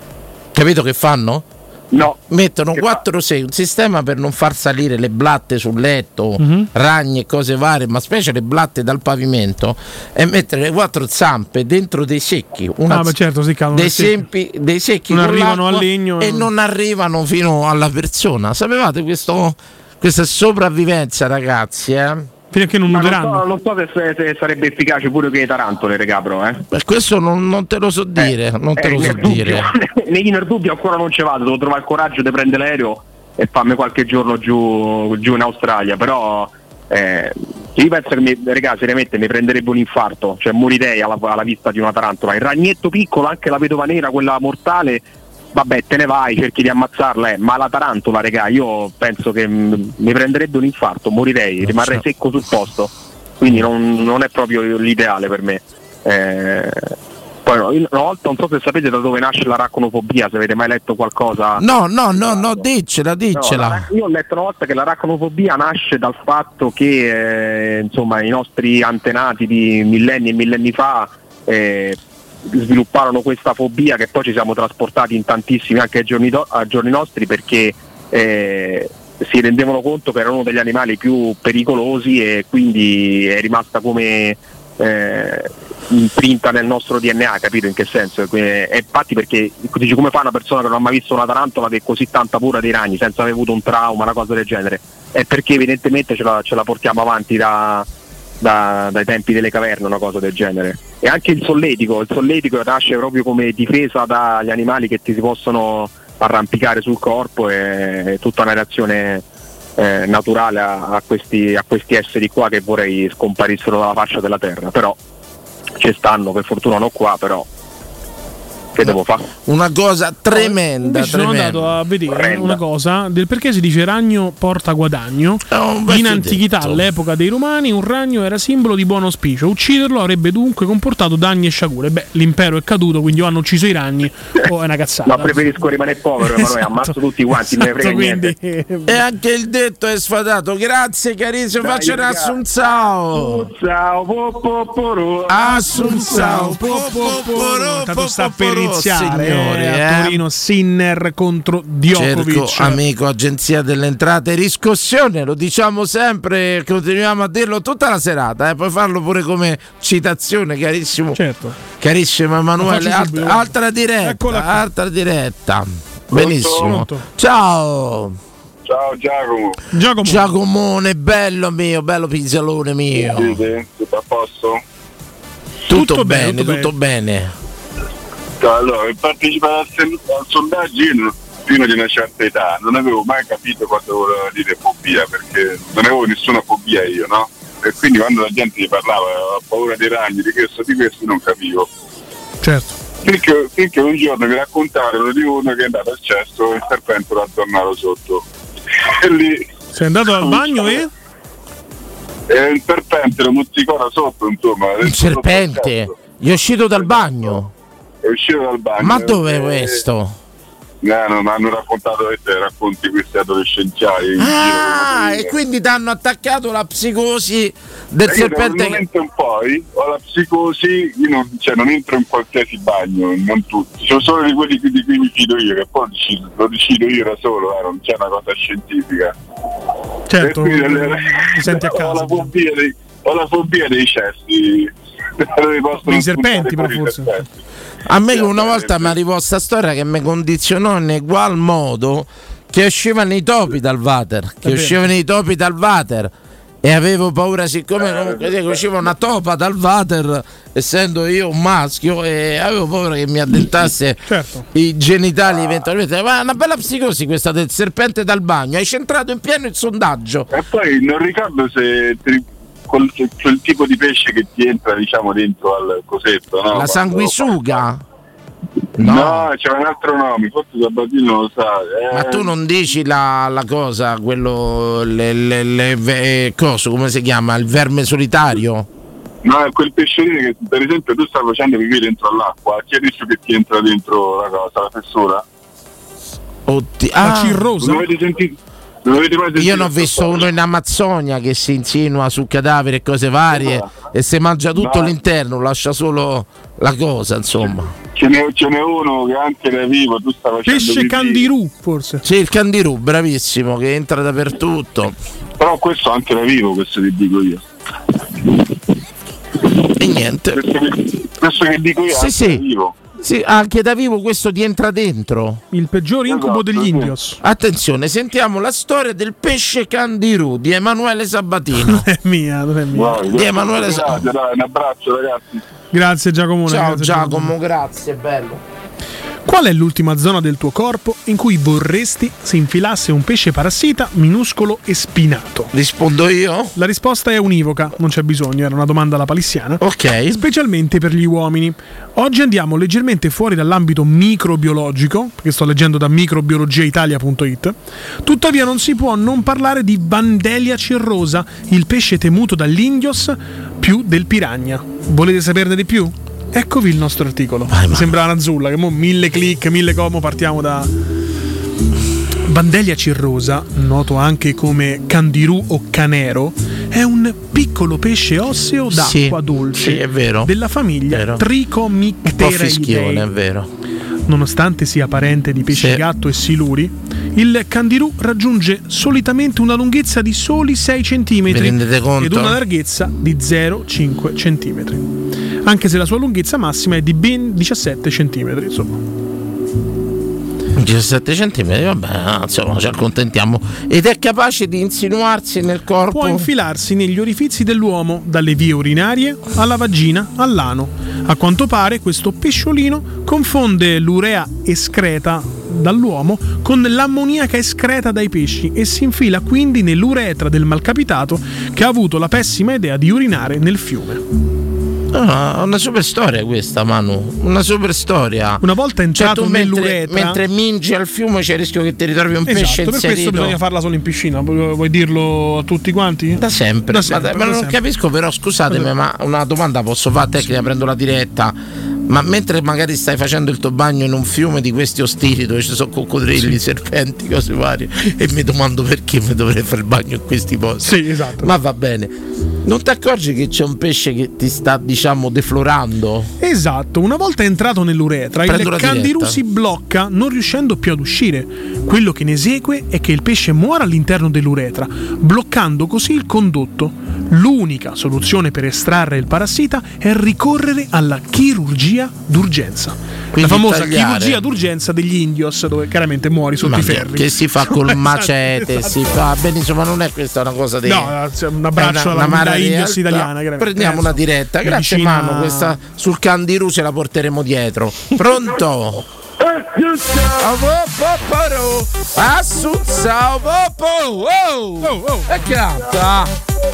S5: Capito che fanno?
S1: No.
S5: Mettono quattro sei, un sistema per non far salire le blatte sul letto,
S4: Mhm.
S5: ragni e cose varie, ma specie le blatte dal pavimento, e mettere le quattro zampe dentro dei secchi, una
S4: Ah, beh, certo, si cadono
S5: dei,
S4: i secchi.
S5: sempi- dei secchi
S4: Non
S5: con
S4: arrivano
S5: l'acqua
S4: al legno.
S5: e non arrivano fino alla persona. Sapevate questo, questa sopravvivenza, ragazzi? Eh?
S4: Fino a che non
S1: Ma non
S4: nuderanno.
S1: so, non so se, se- se sarebbe efficace pure che le tarantole, regà, però, eh.
S5: Per questo non, non te lo so dire, non te
S1: Eh,
S5: lo so
S1: nel dubbio-
S5: dire.
S1: Negli nel dubbio ancora non ci vado, devo trovare il coraggio di prendere l'aereo e farmi qualche giorno giù, giù in Australia, però eh, io penso che mi, regà, seriamente mi prenderebbe un infarto, cioè morirei alla, alla vista di una tarantola. Il ragnetto piccolo, anche la vedova nera, quella mortale, vabbè, te ne vai, cerchi di ammazzarla, eh, ma la tarantola, regà, io penso che mm, mi prenderebbe un infarto, morirei, rimarrei secco sul posto, quindi non, non è proprio l'ideale per me. Eh, poi no, io una volta non so se sapete da dove nasce l'arachnofobia, se avete mai letto qualcosa.
S5: No, no, no, no, diccela,
S1: No,
S5: diccela.
S1: la- io ho letto una volta che l'arachnofobia nasce dal fatto che eh, insomma i nostri antenati di millenni e millenni fa eh, svilupparono questa fobia che poi ci siamo trasportati in tantissimi anche ai giorni, do- ai giorni nostri, perché eh, si rendevano conto che erano uno degli animali più pericolosi e quindi è rimasta come eh, imprinta nel nostro D N A, capito in che senso? E infatti, perché dici, come fa una persona che non ha mai visto una tarantola che è così tanta paura dei ragni senza aver avuto un trauma, una cosa del genere? È perché evidentemente ce la, ce la portiamo avanti da, da, dai tempi delle caverne, una cosa del genere. E anche il solletico, il solletico nasce proprio come difesa dagli animali che ti si possono arrampicare sul corpo, e è tutta una reazione eh, naturale a, a, questi, a questi esseri qua che vorrei scomparissero dalla faccia della terra, però ci stanno, per fortuna non qua, però che devo fare?
S5: Una cosa tremenda.
S4: Invece sono andato a vedere Prenda. una cosa del perché si dice ragno porta guadagno. In antichità, detto. all'epoca dei Romani, un ragno era simbolo di buon auspicio. Ucciderlo avrebbe dunque comportato danni e sciagure. Beh, l'impero è caduto, quindi o hanno ucciso i ragni o è una cazzata.
S1: Ma preferisco rimanere povero, esatto. ma noi ammazzo tutti quanti, esatto, me ne frega
S5: quindi... niente. E anche il detto è sfatato. Grazie carissimo,
S1: Dai,
S5: faccio un assunzao.
S1: Assunzao,
S5: assunzao,
S4: stato sta per iniziare
S5: signori,
S4: eh,
S5: eh.
S4: a Torino Sinner contro Djokovic.
S5: Cerco, amico, agenzia delle entrate, riscossione, lo diciamo sempre, continuiamo a dirlo tutta la serata, eh. Puoi farlo pure come citazione, carissimo.
S4: Certo.
S5: Carissimo Emanuele, alt- altra diretta, altra diretta. Benissimo.
S2: Pronto?
S5: Ciao.
S2: Ciao Giacomo.
S4: Giacomo.
S5: Giacomone, bello mio, bello pizzalone mio.
S2: Sì, sì, tutto a posto?
S5: Tutto,
S2: Tutto
S5: bene,
S2: bene, tutto
S5: tutto bene.
S2: Allora, per partecipare al, sen- al sondaggio io fino ad una certa età non avevo mai capito cosa voleva dire fobia, perché non avevo nessuna fobia io, no? E quindi quando la gente mi parlava, ho paura dei ragni, di questo, di questo non capivo.
S4: Certo.
S2: Finché, finché un giorno mi raccontarono di uno che è andato al cesso e il serpente l'ha tornato sotto. E lì
S4: sei andato al bagno e?
S2: E il serpente lo mozzicò da sotto, insomma.
S5: Il serpente? Gli è uscito dal bagno?
S2: È uscito dal bagno.
S5: Ma dov'è
S2: e...
S5: questo?
S2: No, no, mi hanno raccontato questi racconti questi adolescenziali.
S5: Ah, e quindi ti hanno attaccato la psicosi del
S2: e
S5: serpente.
S2: Da un momento in poi ho la psicosi, io non, cioè, non entro in qualsiasi bagno, non tutti, sono solo di quelli di cui mi fido io, che poi lo decido, lo decido io da solo, eh, non c'è una cosa scientifica.
S4: Certo,
S2: quindi,
S4: ti senti a casa.
S2: Ho la fobia dei, ho la fobia dei cessi.
S4: Dei serpenti, però forse.
S5: A me una volta mi arrivò sta storia che mi condizionò in egual modo che uscivano i topi dal water, che uscivano i topi dal water e avevo paura, siccome comunque usciva una topa dal water, essendo io un maschio, e avevo paura che mi addentasse
S4: certo.
S5: i genitali eventualmente. Ma è una bella psicosi questa del serpente dal bagno, hai centrato in pieno il sondaggio.
S2: E poi non ricordo se ti... Quel, quel tipo di pesce che ti entra, diciamo, dentro al cosetto, no?
S5: La sanguisuga?
S2: No, no, c'è un altro nome, forse Sabatino lo sa. Eh.
S5: Ma tu non dici la, la cosa, quello, le, le, le, le coso, come si chiama? Il verme solitario?
S2: No, è quel pesciolino che per esempio tu stai facendo pipì dentro all'acqua, chi ha detto che ti entra dentro la cosa, la fessura?
S5: Oddio,
S4: ah, la cirrosa?
S2: Non avete sentito?
S5: Io ne ho visto uno in Amazzonia che si insinua su cadaveri e cose varie no. e si mangia tutto no. l'interno, lascia solo la cosa, insomma.
S2: Ce n'è, ce n'è uno che anche da vivo tu stai facendo
S4: pesce candirù, forse.
S5: Sì, il candirù, bravissimo, che entra dappertutto.
S2: Però questo anche da vivo, questo che dico io.
S5: E niente.
S2: Questo che, questo che dico io
S5: sì,
S2: anche
S5: sì.
S2: da vivo.
S5: Sì, anche da vivo questo ti entra dentro.
S4: Il peggior incubo esatto, degli indios.
S5: Attenzione, sentiamo la storia del pesce candirù di Emanuele Sabatino.
S4: Non è mia, non è mia.
S2: Wow,
S5: di Emanuele
S2: Sabatino. Un abbraccio ragazzi.
S4: Grazie Giacomo.
S5: Ciao
S4: grazie,
S5: Giacomo,
S4: Giacomo.
S5: grazie, bello.
S4: Qual è l'ultima zona del tuo corpo in cui vorresti si infilasse un pesce parassita minuscolo e spinato?
S5: Rispondo io?
S4: La risposta è univoca, non c'è bisogno, era una domanda alla palissiana.
S5: Ok.
S4: Specialmente per gli uomini. Oggi andiamo leggermente fuori dall'ambito microbiologico, perché sto leggendo da microbiologia italia punto it. Tuttavia non si può non parlare di Vandelia cirrosa, il pesce temuto dall'Indios più del piranha. Volete saperne di più? Eccovi il nostro articolo. Mi sembra una zulla, che mo mille click, mille como, partiamo da Vandelia cirrosa, noto anche come candirù o canero, è un piccolo pesce osseo d'acqua
S5: sì,
S4: dolce
S5: sì, è vero,
S4: della famiglia
S5: vero.
S4: Trichomicteridae.
S5: Un po' fischione, è vero.
S4: Nonostante sia parente di pesci
S5: sì.
S4: gatto e siluri, Il candirù raggiunge solitamente una lunghezza di soli sei centimetri ed una larghezza di zero virgola cinque centimetri, anche se la sua lunghezza massima è di ben diciassette centimetri, insomma.
S5: diciassette centimetri, vabbè, insomma, ci accontentiamo. Ed è capace di insinuarsi nel corpo.
S4: Può infilarsi negli orifizi dell'uomo, dalle vie urinarie alla vagina all'ano. A quanto pare questo pesciolino confonde l'urea escreta dall'uomo con l'ammoniaca escreta dai pesci e si infila quindi nell'uretra del malcapitato che ha avuto la pessima idea di urinare nel fiume.
S5: Ah, una super storia questa, Manu. Una super storia.
S4: Una volta entrato
S5: cioè, tu
S4: nell'uretra,
S5: mentre, mentre mingi al fiume c'è il rischio che ti ritrovi un
S4: esatto,
S5: pesce
S4: per
S5: inserito.
S4: questo bisogna farla solo in piscina. Vuoi dirlo a tutti quanti?
S5: Da sempre.
S4: Da sempre
S5: ma, ma
S4: da
S5: non
S4: sempre.
S5: capisco, però scusatemi, esatto. Ma una domanda posso fare tecnica, prendo la diretta. Ma mentre magari stai facendo il tuo bagno in un fiume di questi ostili dove ci sono coccodrilli, sì, serpenti, cose varie, e mi domando perché mi dovrei fare il bagno in questi posti.
S4: Sì, esatto.
S5: Ma va bene. Non ti accorgi che c'è un pesce che ti sta, diciamo, deflorando?
S4: Esatto, una volta entrato nell'uretra,
S5: Prendo
S4: il candirù si blocca, non riuscendo più ad uscire. Quello che ne esegue è che il pesce muore all'interno dell'uretra, bloccando così il condotto. L'unica soluzione per estrarre il parassita è ricorrere alla chirurgia d'urgenza.
S5: Quindi
S4: la famosa
S5: tagliare.
S4: chirurgia d'urgenza degli indios, dove chiaramente muori sotto
S5: Ma
S4: i ferri.
S5: Che si fa col macete,
S4: esatto.
S5: si fa benissimo, ma non è questa una cosa di.
S4: No, un abbraccio alla comunità indios italiana.
S5: Prendiamo
S4: eh,
S5: una diretta, grazie
S4: vicina...
S5: Manu, questa sul candirù ce la porteremo dietro. Pronto? Assuzza, e canta.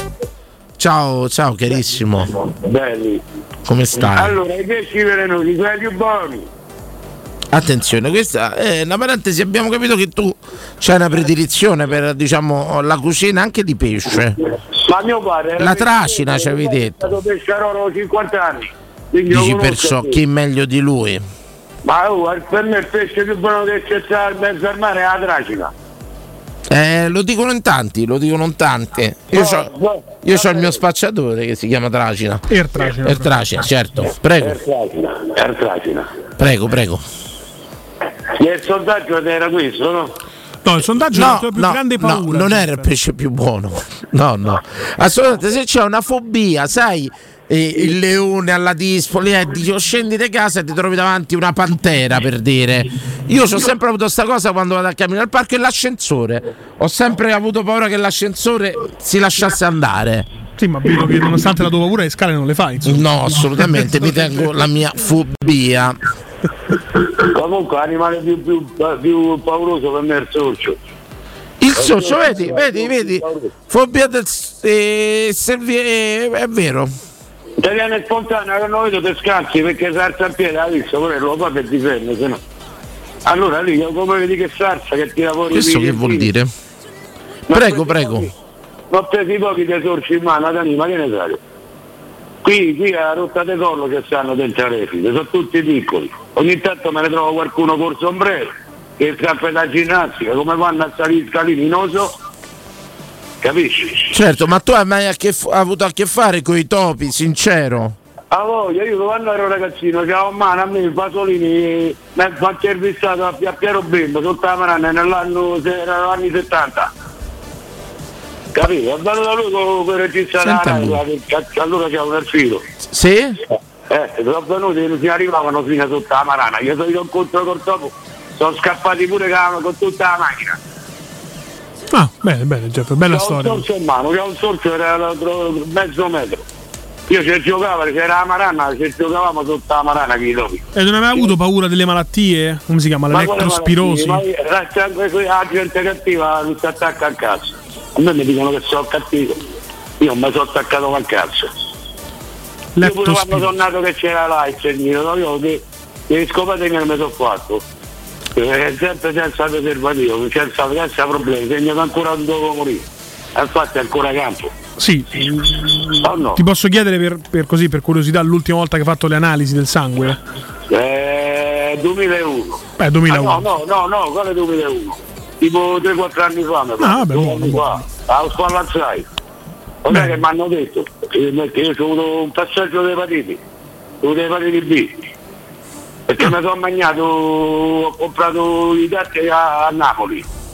S5: Ciao, ciao carissimo.
S7: Belli.
S5: Come stai?
S7: Allora, i pesci velenosi, quelli più buoni.
S5: Attenzione, questa è una parentesi, abbiamo capito che tu c'hai una predilizione per, diciamo, la cucina anche di pesce.
S7: Ma mio padre era
S5: la tracina ci avevi detto.
S7: È stato pescarolo cinquanta anni.
S5: Dici perciò chi meglio di lui?
S7: Ma oh, per me il pesce più buono che c'è in mezzo al mare è la tracina.
S5: Eh, lo dicono in tanti, lo dicono in tanti. Io c'ho, io c'ho il mio spacciatore che si chiama Tracina.
S4: Er Tracina.
S5: Er Tracina, certo. Prego.
S7: Er Tracina. Er Tracina.
S5: Prego, prego.
S7: E il sondaggio era questo, no?
S4: No, il sondaggio
S5: no,
S4: è la tua più
S5: no,
S4: grande paura.
S5: No, non era il pesce più buono. No, no. Assolutamente, se c'è una fobia, sai, eh, il leone alla dispoli, eh, dici, scendi di casa e ti trovi davanti una pantera, per dire. Io ho sempre avuto questa cosa quando vado a camminare al parco, e l'ascensore. Ho sempre avuto paura che l'ascensore si lasciasse andare.
S4: Sì, ma vedo che nonostante la tua paura le scale non le fai, insomma.
S5: No, assolutamente, mi tengo la mia fobia.
S7: Comunque l'animale più, più, più pauroso per me è il sorcio.
S5: Il sorcio, vedi, vedi, vedi. Fobia del eh, servi- eh, è vero.
S7: Te viene spontanea che non vedo te scazzi perché salza a piede, ha visto, pure lo fa per difendere, se no. Allora lì come vedi che salsa che tira fuori.
S5: Questo che vuol dire? Prego, prego.
S7: Non ho preso pochi dei sorci in mano, Dani, ma che ne sai? Qui, qui a rotta de collo che stanno dentro le file, sono tutti piccoli. Ogni tanto me ne trovo qualcuno col sombrero che scappa da ginnastica, come vanno a salire scalini, non lo so. Capisci?
S5: Certo, ma tu hai mai a che f- avuto a che fare con i topi, sincero?
S7: A voglia, io quando ero ragazzino c'avevo in mano a me i Pasolini, mi ha intervistato a, a Piero Bembo sotto la Marana nell'anno erano anni settanta. Capito? È venuto da lui con quel regista della Rai, allora c'era un filo.
S5: Sì?
S7: Eh, sono venuti che non si arrivavano fino a sotto la Marana, io sono incontro col topo, sono scappati pure con tutta la macchina.
S4: Ah, bene, bene, Jeff, bella
S7: c'è
S4: storia.
S7: C'è un sorso in mano, c'è un sorso che era mezzo metro. Io ci giocavo, c'era la Marana, ci giocavamo sotto la Marana con i topi.
S4: E non hai mai avuto paura delle malattie? Come si chiama? L'elettrospirosi?
S7: Ma la gente cattiva non si attacca al cazzo. A me mi dicono che sono cattivo, io non mi sono attaccato al cazzo. Io pure quando sono nato che c'era là il segnino, io che le scopate che non mi sono fatto. Eh, sempre senza preservativo, senza, senza problemi, segno che ancora non devo morire. Infatti è ancora campo.
S4: Sì.
S7: Oh, no.
S4: Ti posso chiedere per, per così, per curiosità, l'ultima volta che hai fatto le analisi del sangue?
S7: Eh, duemilauno.
S4: Beh, duemilauno.
S7: Ah, no, no, no, no, quale duemilauno? Tipo tre quattro anni fa, mi
S4: ah, vabbè, buono,
S7: anni
S4: buono.
S7: fa, allo Spallanzai. Lo sai che mi hanno detto? Perché io ho avuto un passaggio di epatiti, ho avuto epatiti B. Perché mi sono mangiato, ho comprato i gatti a, a Napoli.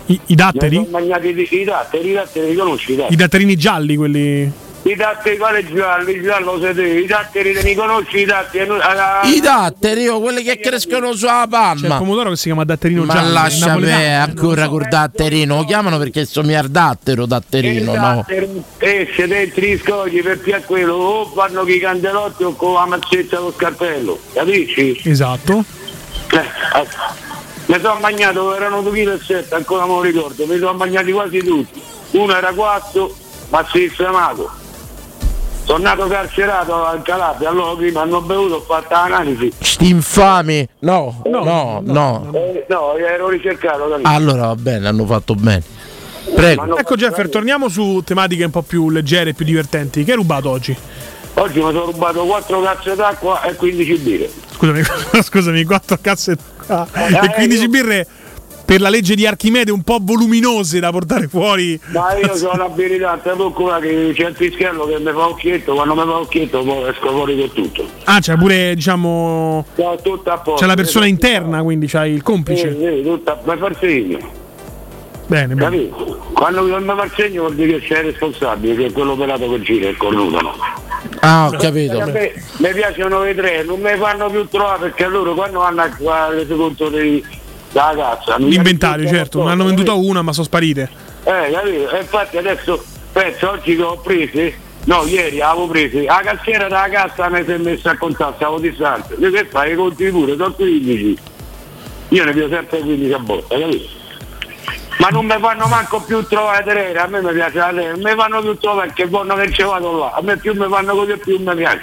S4: I, i datteri?
S7: Mi sono mangiati i, i datteri, i datteri li conosci? I datteri,
S4: I datterini gialli, quelli.
S7: I datteri quali gialli, giallo siete, i datteri te li conosci, i datteri? Ah,
S5: I datteri, io, quelli che crescono sulla palma.
S4: C'è il pomodoro che si chiama datterino
S5: Ma
S4: giallo.
S5: lascia me ancora col datterino, lo chiamano perché sommiar dattero, datterino, no?
S7: Esce dentro i scogli per più a quello, o fanno chi candelotti o con la mazzetta con scarpello, capisci?
S4: Esatto.
S7: Eh, mi sono mangiato, erano due virgola sette chili, ancora me lo ricordo, mi sono mangiati quasi tutti. Uno era quattro, ma si è sfamato. Sono nato carcerato a Calabria, allora prima hanno bevuto, ho fatto l'analisi.
S5: Sti infami! No, no, no. no.
S7: Eh, no, ero ricercato da lì.
S5: Allora va bene, hanno fatto bene. Prego.
S4: Ecco Jeffer, torniamo su tematiche un po' più leggere e più divertenti. Che hai rubato oggi?
S7: Oggi mi sono rubato quattro cazze d'acqua e quindici birre.
S4: Scusami, scusami, quattro cazze ah, e quindici birre per la legge di Archimede un po' voluminose da portare fuori.
S7: Ma io sono una abilitante piccola che c'è il fischiello che mi fa occhietto, quando mi fa occhietto poi esco fuori con tutto.
S4: Ah, c'è pure, diciamo.
S7: No, tutta a posto.
S4: C'è la persona interna, quindi c'hai il complice.
S7: Sì, sì, tutta, mi fa il segno.
S4: Bene, bene.
S7: Capito? Quando mi fa il segno vuol dire che c'è responsabile, che è quello operato che gira, il cornuto, no?
S5: Ah, ho capito.
S7: A me, mi piacciono i tre, non mi fanno più trovare perché loro quando vanno a fare conto dei, dalla cassa.
S4: L'inventario, certo, non hanno venduto una ma sono sparite.
S7: Eh, capito? E infatti adesso penso oggi che ho prese, no, ieri avevo prese, la cassiera della cassa mi si è messa a contare, stavo distante. Io che fai? I conti pure, sono quindici. Io ne pido sempre quindici a botta, capito? Ma non mi fanno manco più trovare tre, a me mi piace la tre, non mi fanno più trovare perché buono che ci vado là, a me più mi fanno così più mi piace.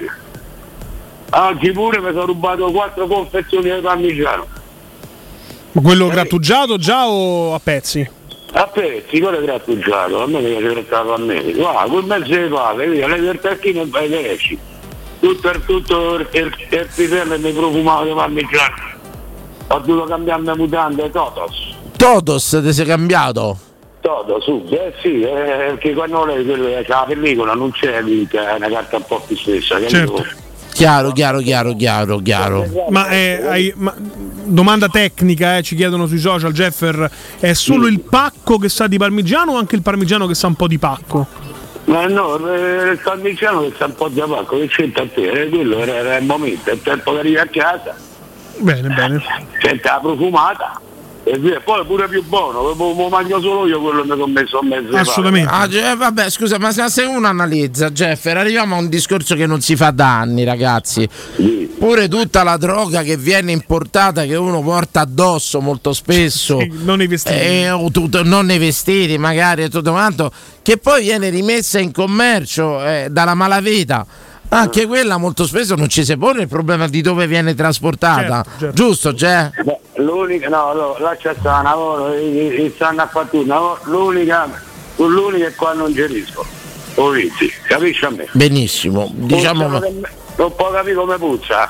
S7: Oggi pure mi sono rubato quattro confezioni di parmigiano.
S4: Ma quello grattugiato già o a pezzi?
S7: A pezzi, quello è grattugiato, a me mi piace grattato a me. Guarda, quel mezzo di pane, vedi, le vertacchine e vai le esci. Tutto il tutto il pisello e mi profumavo di parmigiano. Ho dovuto cambiarmi le mutande Totos.
S5: Totos ti sei cambiato?
S7: Toto, su, eh sì, eh, perché quando lei c'è la pellicola non c'è lì, è una carta un po' più stessa,
S4: certo.
S5: Chiaro, chiaro, chiaro, chiaro, chiaro.
S4: Ma, eh, hai, ma domanda tecnica, eh, ci chiedono sui social, Jeffer, è solo il pacco che sa di parmigiano o anche il parmigiano che sa un po' di pacco?
S7: Ma no, il parmigiano che sa un po' di pacco, che c'entra a te, eh, quello era, era il momento, è il tempo che arrivi a casa.
S4: Bene, bene.
S7: Senta la profumata. E via. Poi è pure più buono, lo mangio solo io quello che mi sono messo a mezzo.
S4: Assolutamente.
S5: Ah, eh, vabbè, scusa, ma se uno analizza, Jeffer, arriviamo a un discorso che non si fa da anni, ragazzi.
S7: Sì.
S5: Pure tutta la droga che viene importata, che uno porta addosso molto spesso,
S4: sì, non nei vestiti,
S5: eh, tutto, non nei vestiti, magari e tutto quanto, che poi viene rimessa in commercio eh, dalla malavita. Anche quella molto spesso non ci si pone il problema di dove viene trasportata,
S4: certo, certo.
S5: Giusto, Ge?
S7: Beh, l'unica, no, no, là c'è sta una lavoro, stanno a fare tutto, l'unica, l'unica è qua non gerisco, lo vedi, capisci a me?
S5: Benissimo, diciamo. Ma...
S7: non può capire come puzza.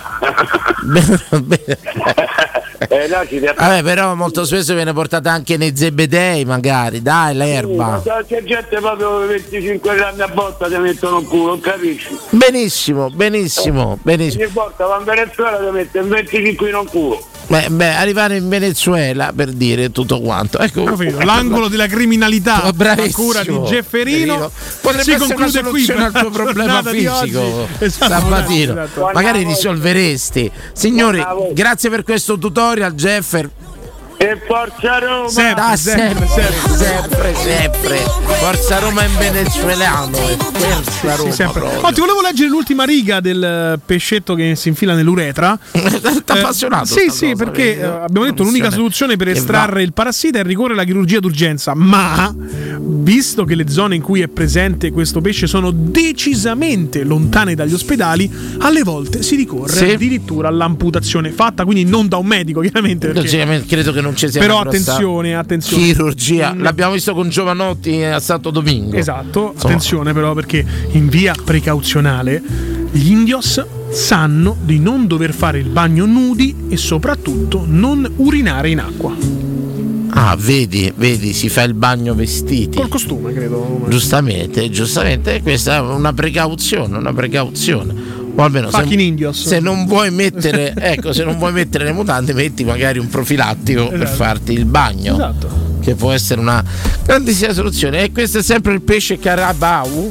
S5: eh, no, ci Vabbè, però molto spesso viene portata anche nei zebedei, magari, dai, l'erba.
S7: Sì, c'è gente proprio venticinque grammi a botta ti mettono un culo, non capisci?
S5: Benissimo, benissimo, benissimo.
S7: Ogni volta va in Venezuela ti mette in venticinque in un culo.
S5: Beh, beh, arrivare in Venezuela per dire tutto quanto. Ecco,
S4: capito, l'angolo della criminalità a cura di Gefferino
S5: potrebbe
S4: si
S5: essere una soluzione al tuo problema fisico, esatto, Sabatino. Esatto. Magari risolveresti. Signori, grazie per questo tutorial, Jeffer.
S7: E Forza Roma!
S5: Sempre, ah, sempre, sempre, sempre, sempre. Forza Roma in venezuelano. E Forza Roma.
S4: Sì, sempre. Oh, ti volevo leggere l'ultima riga del pescetto che si infila nell'uretra.
S5: T'è appassionato?
S4: Sì, sì, cosa, perché vedi? Abbiamo detto l'unica soluzione per estrarre il parassita è ricorrere alla chirurgia d'urgenza. Ma visto che le zone in cui è presente questo pesce sono decisamente lontane dagli ospedali, alle volte si ricorre sì. addirittura all'amputazione fatta, quindi non da un medico, chiaramente. Perché...
S5: credo che non ci sia
S4: però attenzione, attenzione.
S5: Chirurgia, mm. l'abbiamo visto con Giovanotti a Santo Domingo.
S4: Esatto, insomma. Attenzione però, perché in via precauzionale gli indios sanno di non dover fare il bagno nudi e soprattutto non urinare in acqua.
S5: Ah, vedi, vedi, si fa il bagno vestiti.
S4: Col costume, credo.
S5: Giustamente, giustamente, questa è una precauzione, una precauzione. O almeno se, se non vuoi mettere ecco se non vuoi mettere le mutande, metti magari un profilattico, esatto, per farti il bagno.
S4: Esatto.
S5: che può essere una grandissima soluzione. E questo è sempre il pesce Carabao.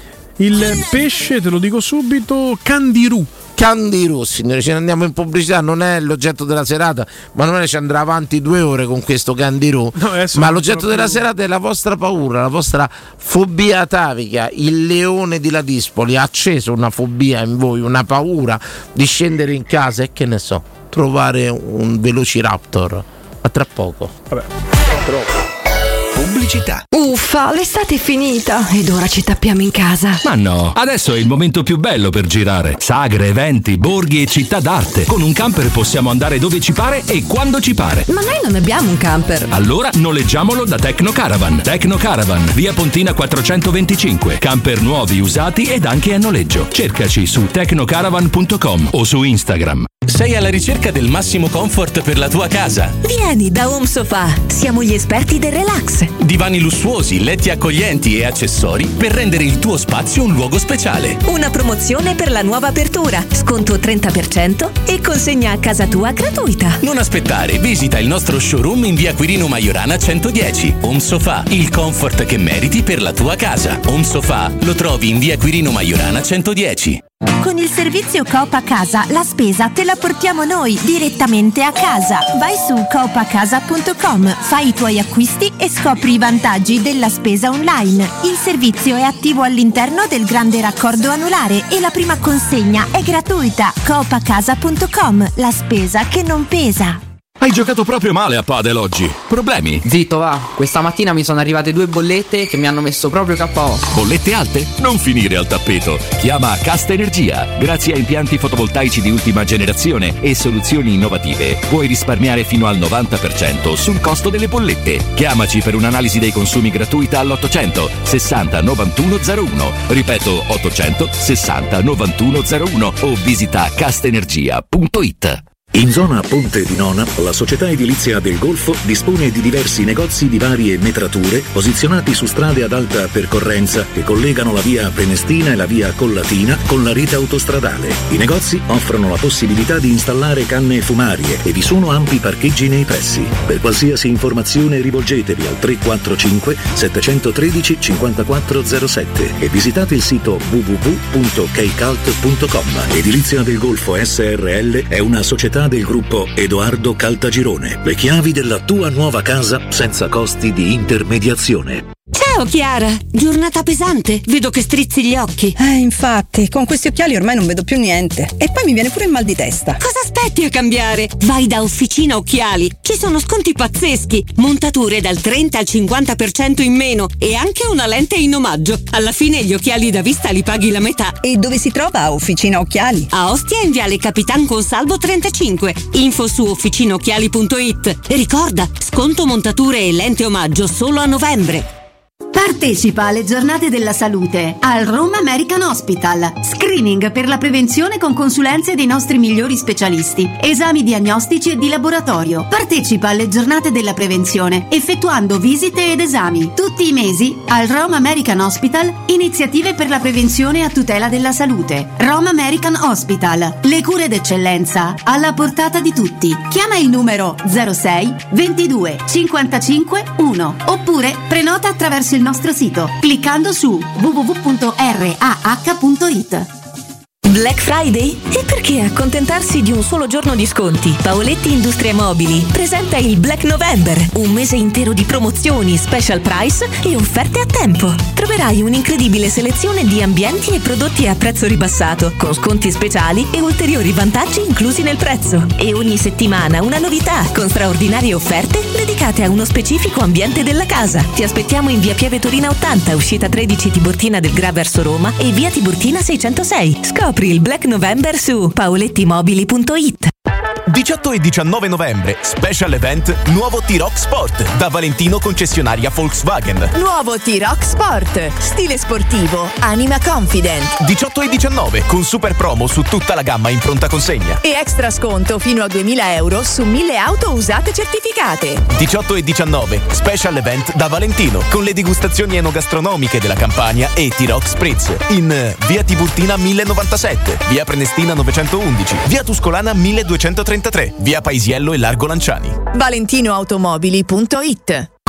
S4: Il pesce, te lo dico subito, Candirù.
S5: Candirù, signore, ce ne andiamo in pubblicità, non è l'oggetto della serata, ma non è ci andrà avanti due ore con questo Candirù, no, ma l'oggetto della serata è la vostra paura, la vostra fobia atavica. Il leone di Ladispoli ha acceso una fobia in voi, una paura di scendere in casa e che ne so, trovare un Velociraptor. A tra poco.
S4: Vabbè.
S5: Troppo.
S6: Pubblicità. Uffa, l'estate è finita ed ora ci tappiamo in casa.
S12: Ma no, adesso è il momento più bello per girare. Sagre, eventi, borghi e città d'arte. Con un camper possiamo andare dove ci pare e quando ci pare.
S6: Ma noi non abbiamo un camper.
S12: Allora noleggiamolo da Tecno Caravan. Tecno Caravan, via Pontina quattrocentoventicinque. Camper nuovi, usati ed anche a noleggio. Cercaci su tecnocaravan punto com o su Instagram.
S13: Sei alla ricerca del massimo comfort per la tua casa?
S17: Vieni da Home Sofa, siamo gli esperti del relax.
S13: Divani lussuosi, letti accoglienti e accessori per rendere il tuo spazio un luogo speciale.
S17: Una promozione per la nuova apertura, sconto trenta per cento e consegna a casa tua gratuita.
S13: Non aspettare, visita il nostro showroom in via Quirino Maiorana centodieci. Home Sofa, il comfort che meriti per la tua casa. Home Sofa lo trovi in via Quirino Maiorana centodieci.
S9: Con il servizio Coop a Casa la spesa te la portiamo noi direttamente a casa. Vai su coop a casa punto com, fai i tuoi acquisti e scopri i vantaggi della spesa online. Il servizio è attivo all'interno del grande raccordo anulare e la prima consegna è gratuita. coop a casa punto com, la spesa che non pesa.
S12: Hai giocato proprio male a padel oggi. Problemi?
S22: Zitto, va. Questa mattina mi sono arrivate due bollette che mi hanno messo proprio K O.
S12: Bollette alte? Non finire al tappeto. Chiama Casta Energia. Grazie a impianti fotovoltaici di ultima generazione e soluzioni innovative, puoi risparmiare fino al novanta per cento sul costo delle bollette. Chiamaci per un'analisi dei consumi gratuita all'ottocento sessanta novantuno zero uno. Ripeto, ottocento sessanta novantuno zero uno o visita castenergia punto it.
S10: In zona Ponte di Nona, la società edilizia del Golfo dispone di diversi negozi di varie metrature posizionati su strade ad alta percorrenza che collegano la via Prenestina e la via Collatina con la rete autostradale. I negozi offrono la possibilità di installare canne fumarie e vi sono ampi parcheggi nei pressi. Per qualsiasi informazione rivolgetevi al tre quattro cinque sette uno tre cinque zero sette e visitate il sito w w w punto keicalt punto com. Edilizia del Golfo S R L è una società del gruppo Edoardo Caltagirone. Le chiavi della tua nuova casa senza costi di intermediazione.
S14: Ciao Chiara, giornata pesante, vedo che strizzi gli occhi.
S23: Eh, infatti, con questi occhiali ormai non vedo più niente. E poi mi viene pure il mal di testa.
S14: Cosa aspetti a cambiare? Vai da Officina Occhiali, ci sono sconti pazzeschi, montature dal trenta al cinquanta per cento in meno e anche una lente in omaggio. Alla fine gli occhiali da vista li paghi la metà.
S23: E dove si trova Officina Occhiali?
S14: A Ostia in viale Capitan Consalvo trentacinque, info su officina occhiali punto it. E ricorda, sconto montature e lente omaggio solo a novembre.
S9: Partecipa alle giornate della salute al Roma American Hospital. Screening per la prevenzione con consulenze dei nostri migliori specialisti. Esami diagnostici e di laboratorio. Partecipa alle giornate della prevenzione effettuando visite ed esami. Tutti i mesi al Roma American Hospital iniziative per la prevenzione a tutela della salute. Roma American Hospital. Le cure d'eccellenza alla portata di tutti. Chiama il numero zero sei ventidue cinquantacinque uno oppure prenota attraverso il nostro sito cliccando su w w w punto r a h punto it.
S17: Black Friday? E perché accontentarsi di un solo giorno di sconti? Paoletti Industrie Mobili presenta il Black November, un mese intero di promozioni, special price e offerte a tempo. Troverai un'incredibile selezione di ambienti e prodotti a prezzo ribassato, con sconti speciali e ulteriori vantaggi inclusi nel prezzo. E ogni settimana una novità, con straordinarie offerte dedicate a uno specifico ambiente della casa. Ti aspettiamo in via Pieve Torina ottanta, uscita tredici Tiburtina del Gra verso Roma e via Tiburtina seicentosei. Scopri il Black November su paolettimobili punto it.
S13: diciotto e diciannove novembre, special event nuovo T-Roc Sport da Valentino concessionaria Volkswagen.
S17: Nuovo T-Roc Sport, stile sportivo, anima confident.
S13: diciotto e diciannove con super promo su tutta la gamma in pronta consegna.
S17: E extra sconto fino a duemila euro su mille auto usate certificate.
S13: diciotto e diciannove, special event da Valentino con le degustazioni enogastronomiche della Campania e T-Roc Spritz in via Tiburtina millenovantasette, via Prenestina novecentoundici, via Tuscolana milleduecentotrentatré, via Paisiello e Largo Lanciani.
S17: valentino automobili punto it.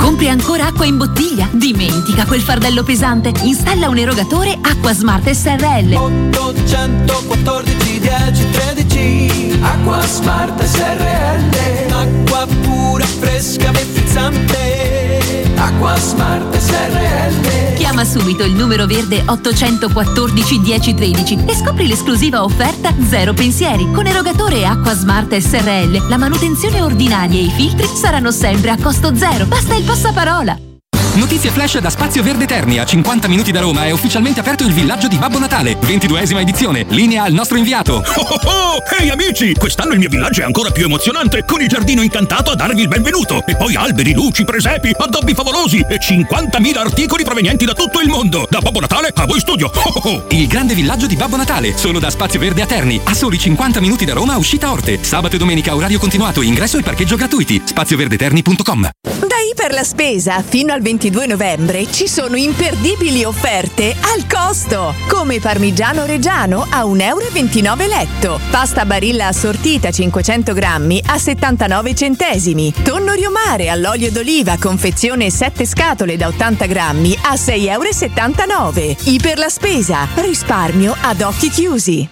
S17: Compri ancora acqua in bottiglia? Dimentica quel fardello pesante. Installa un erogatore Acqua Smart S R L.
S3: ottocentoquattordici dieci tredici Acqua Smart S R L. Acqua pura, fresca, frizzante. Acqua Smart S R L.
S17: Chiama subito il numero verde ottocentoquattordici dieci tredici e scopri l'esclusiva offerta Zero Pensieri. Con erogatore Acqua Smart S R L la manutenzione ordinaria e i filtri saranno sempre a costo zero. Basta il passaparola.
S12: Notizie flash da Spazio Verde Terni, a cinquanta minuti da Roma è ufficialmente aperto il villaggio di Babbo Natale, ventiduesima edizione. Linea al nostro inviato.
S10: Oh oh oh! Ehi amici, quest'anno il mio villaggio è ancora più emozionante, con il giardino incantato a darvi il benvenuto. E poi alberi, luci, presepi, addobbi favolosi e cinquantamila articoli provenienti da tutto il mondo. Da Babbo Natale a voi studio. Oh oh oh!
S12: Il grande villaggio di Babbo Natale, solo da Spazio Verde a Terni, a soli cinquanta minuti da Roma, uscita Orte. Sabato e domenica orario continuato, ingresso e parcheggio gratuiti. spazio verde terni punto com.
S11: Da Iper la Spesa fino al ventidue novembre ci sono imperdibili offerte al costo, come parmigiano reggiano a un euro e ventinove letto, pasta Barilla assortita cinquecento grammi a settantanove centesimi, tonno riomare all'olio d'oliva confezione sette scatole da ottanta grammi a sei euro e settantanove. Iper la Spesa, risparmio ad occhi chiusi.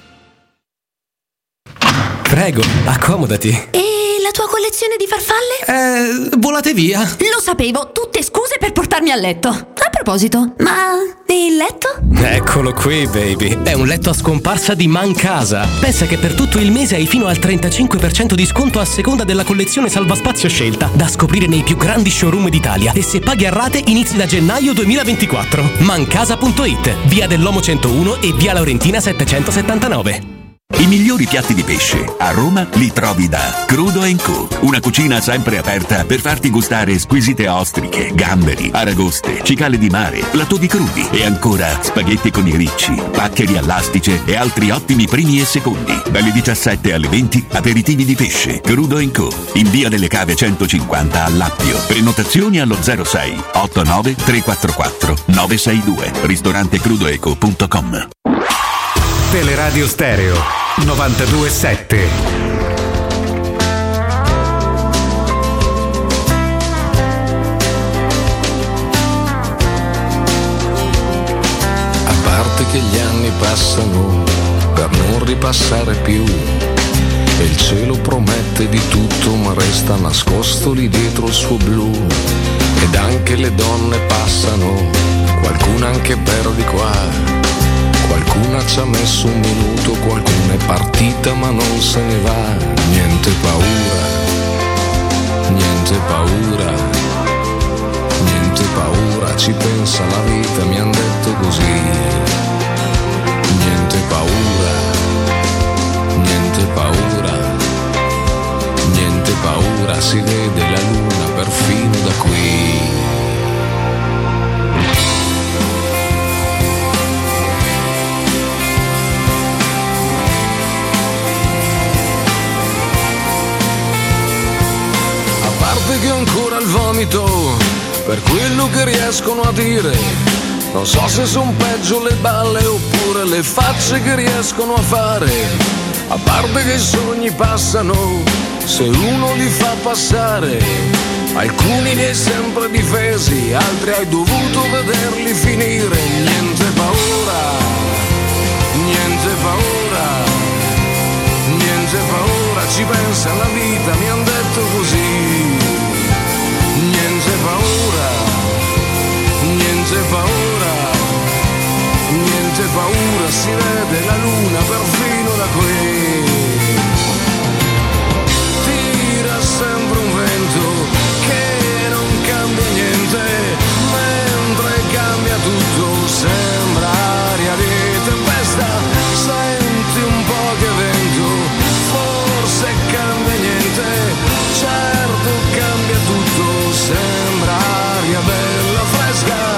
S16: Prego, accomodati.
S17: E la tua collezione di farfalle?
S16: Eh, volate via.
S17: Lo sapevo, tutte scuse per portarmi a letto. A proposito, ma il letto?
S16: Eccolo qui, baby. È un letto a scomparsa di Mancasa. Pensa che per tutto il mese hai fino al trentacinque per cento di sconto a seconda della collezione salvaspazio scelta, da scoprire nei più grandi showroom d'Italia. E se paghi a rate inizi da gennaio duemilaventiquattro. Mancasa punto it, via dell'Omo centouno e via Laurentina settecentosettantanove.
S15: I migliori piatti di pesce a Roma li trovi da Crudo and Co. Una cucina sempre aperta per farti gustare squisite ostriche, gamberi, aragoste, cicale di mare, lattoni crudi e ancora spaghetti con i ricci, paccheri all'astice e altri ottimi primi e secondi. Dalle diciassette alle venti aperitivi di pesce. Crudo and Co. in via delle Cave centocinquanta a Lappio. Prenotazioni allo zero sei ottantanove trequarantaquattro novecentosessantadue. ristorante crudo eco punto com.
S8: Teleradio Stereo novantadue sette.
S18: A parte che gli anni passano per non ripassare più, e il cielo promette di tutto ma resta nascosto lì dietro il suo blu, ed anche le donne passano, qualcuna anche per di qua. Qualcuna ci ha messo un minuto, qualcuna è partita ma non se ne va. Niente paura, niente paura, niente paura, ci pensa la vita, mi han detto così. Niente paura, niente paura, niente paura, si vede la luna perfino da qui. Che ho ancora il vomito per quello che riescono a dire. Non so se son peggio le balle oppure le facce che riescono a fare. A parte che i sogni passano se uno li fa passare. Alcuni li hai sempre difesi, altri hai dovuto vederli finire. Niente paura, niente paura, niente paura, ci pensa alla vita, mi han detto così. Niente paura, niente paura, niente paura, si vede la luna perfino da qui. Tira sempre un vento che non cambia niente, mentre cambia tutto, sembra aria di tempesta. Senti un po' che vento, forse cambia niente, certo cambia tutto, sembra aria bella fresca.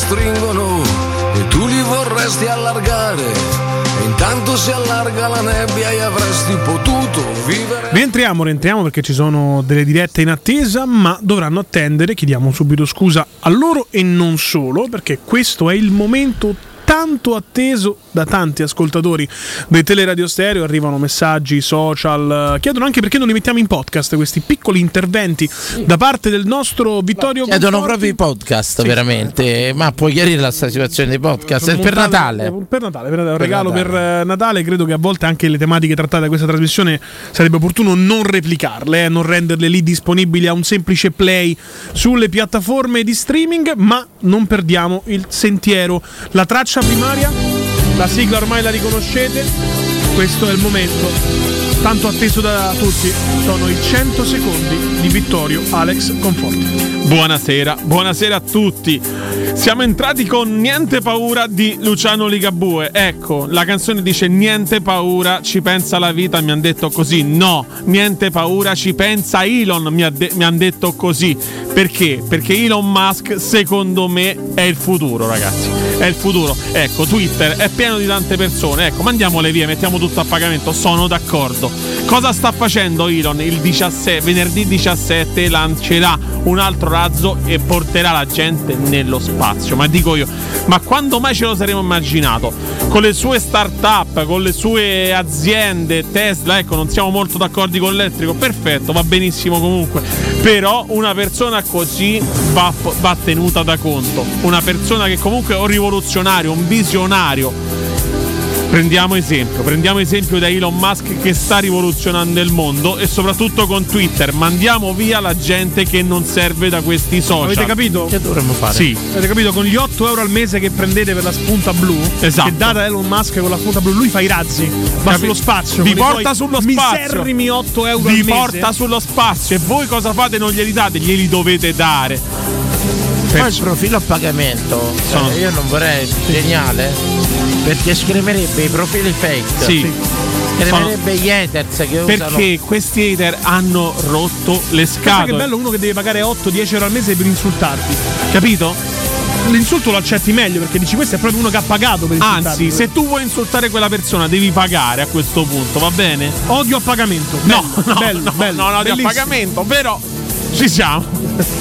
S18: restringono e tu li vorresti allargare. E intanto si allarga la nebbia e avresti potuto vivere.
S4: Rientriamo, rientriamo perché ci sono delle dirette in attesa, ma dovranno attendere. Chiediamo subito scusa a loro e non solo, perché questo è il momento tanto atteso da tanti ascoltatori dei Teleradio Stereo. Arrivano messaggi, social, chiedono anche perché non li mettiamo in podcast questi piccoli interventi da parte del nostro Vittorio Conforti.
S5: Chiedono proprio i podcast, sì, veramente. Ma puoi chiarire la situazione dei podcast?
S4: Sono
S5: per
S4: montate,
S5: Natale
S4: per Natale, per Natale, un
S5: per
S4: regalo
S5: Natale.
S4: per Natale. Credo che a volte anche le tematiche trattate da questa trasmissione sarebbe opportuno non replicarle, eh, non renderle lì disponibili a un semplice play sulle piattaforme di streaming, ma non perdiamo il sentiero. La traccia primaria, la sigla ormai la riconoscete, questo è il momento tanto atteso da tutti, sono i cento secondi di Vittorio Alex Conforti.
S19: Buonasera, buonasera a tutti. Siamo entrati con Niente paura di Luciano Ligabue. Ecco, la canzone dice niente paura, ci pensa la vita, mi hanno detto così. No, niente paura, ci pensa Elon, mi, ha de- mi hanno detto così. Perché? Perché Elon Musk secondo me è il futuro, ragazzi. È il futuro. Ecco, Twitter è pieno di tante persone. Ecco, mandiamole via, mettiamo tutto a pagamento. Sono d'accordo. Cosa sta facendo Elon? Il diciassette, venerdì diciassette lancerà un altro razzo e porterà la gente nello spazio. Ma dico io, ma quando mai ce lo saremmo immaginato? Con le sue start-up, con le sue aziende, Tesla, ecco, non siamo molto d'accordo con l'elettrico. Perfetto, va benissimo comunque. Però una persona così va, va tenuta da conto. Una persona che comunque è un rivoluzionario, un visionario. Prendiamo esempio, prendiamo esempio da Elon Musk che sta rivoluzionando il mondo e soprattutto con Twitter. Mandiamo via la gente che non serve da questi social.
S4: Avete capito?
S5: Che dovremmo fare?
S19: Sì.
S4: Avete capito? Con gli otto euro al mese che prendete per la spunta blu,
S19: esatto,
S4: che data Elon Musk con la spunta blu, lui fa i razzi, va
S19: Capi-
S4: sullo spazio.
S19: Vi porta sullo spazio.
S4: Miserrimi otto euro
S19: Vi
S4: al mese.
S19: porta sullo spazio e voi cosa fate? Non glieli date, glieli dovete dare.
S5: Poi il profilo a pagamento,
S19: Sono...
S5: eh, io non vorrei, geniale, perché scriverebbe i profili fake.
S19: Sì.
S5: Scriverebbe gli haters che
S19: perché
S5: usano.
S19: questi hater hanno rotto le
S4: Pensa
S19: scatole.
S4: che bello uno che deve pagare otto dieci euro al mese per insultarti.
S19: Capito?
S4: L'insulto lo accetti meglio perché dici questo è proprio uno che ha pagato per insultarti.
S19: Anzi, se tu vuoi insultare quella persona devi pagare a questo punto, va bene?
S4: Odio a pagamento.
S19: No,
S4: bello,
S19: no,
S4: bello,
S19: no,
S4: bello,
S19: no, no, odio a pagamento, però ci siamo.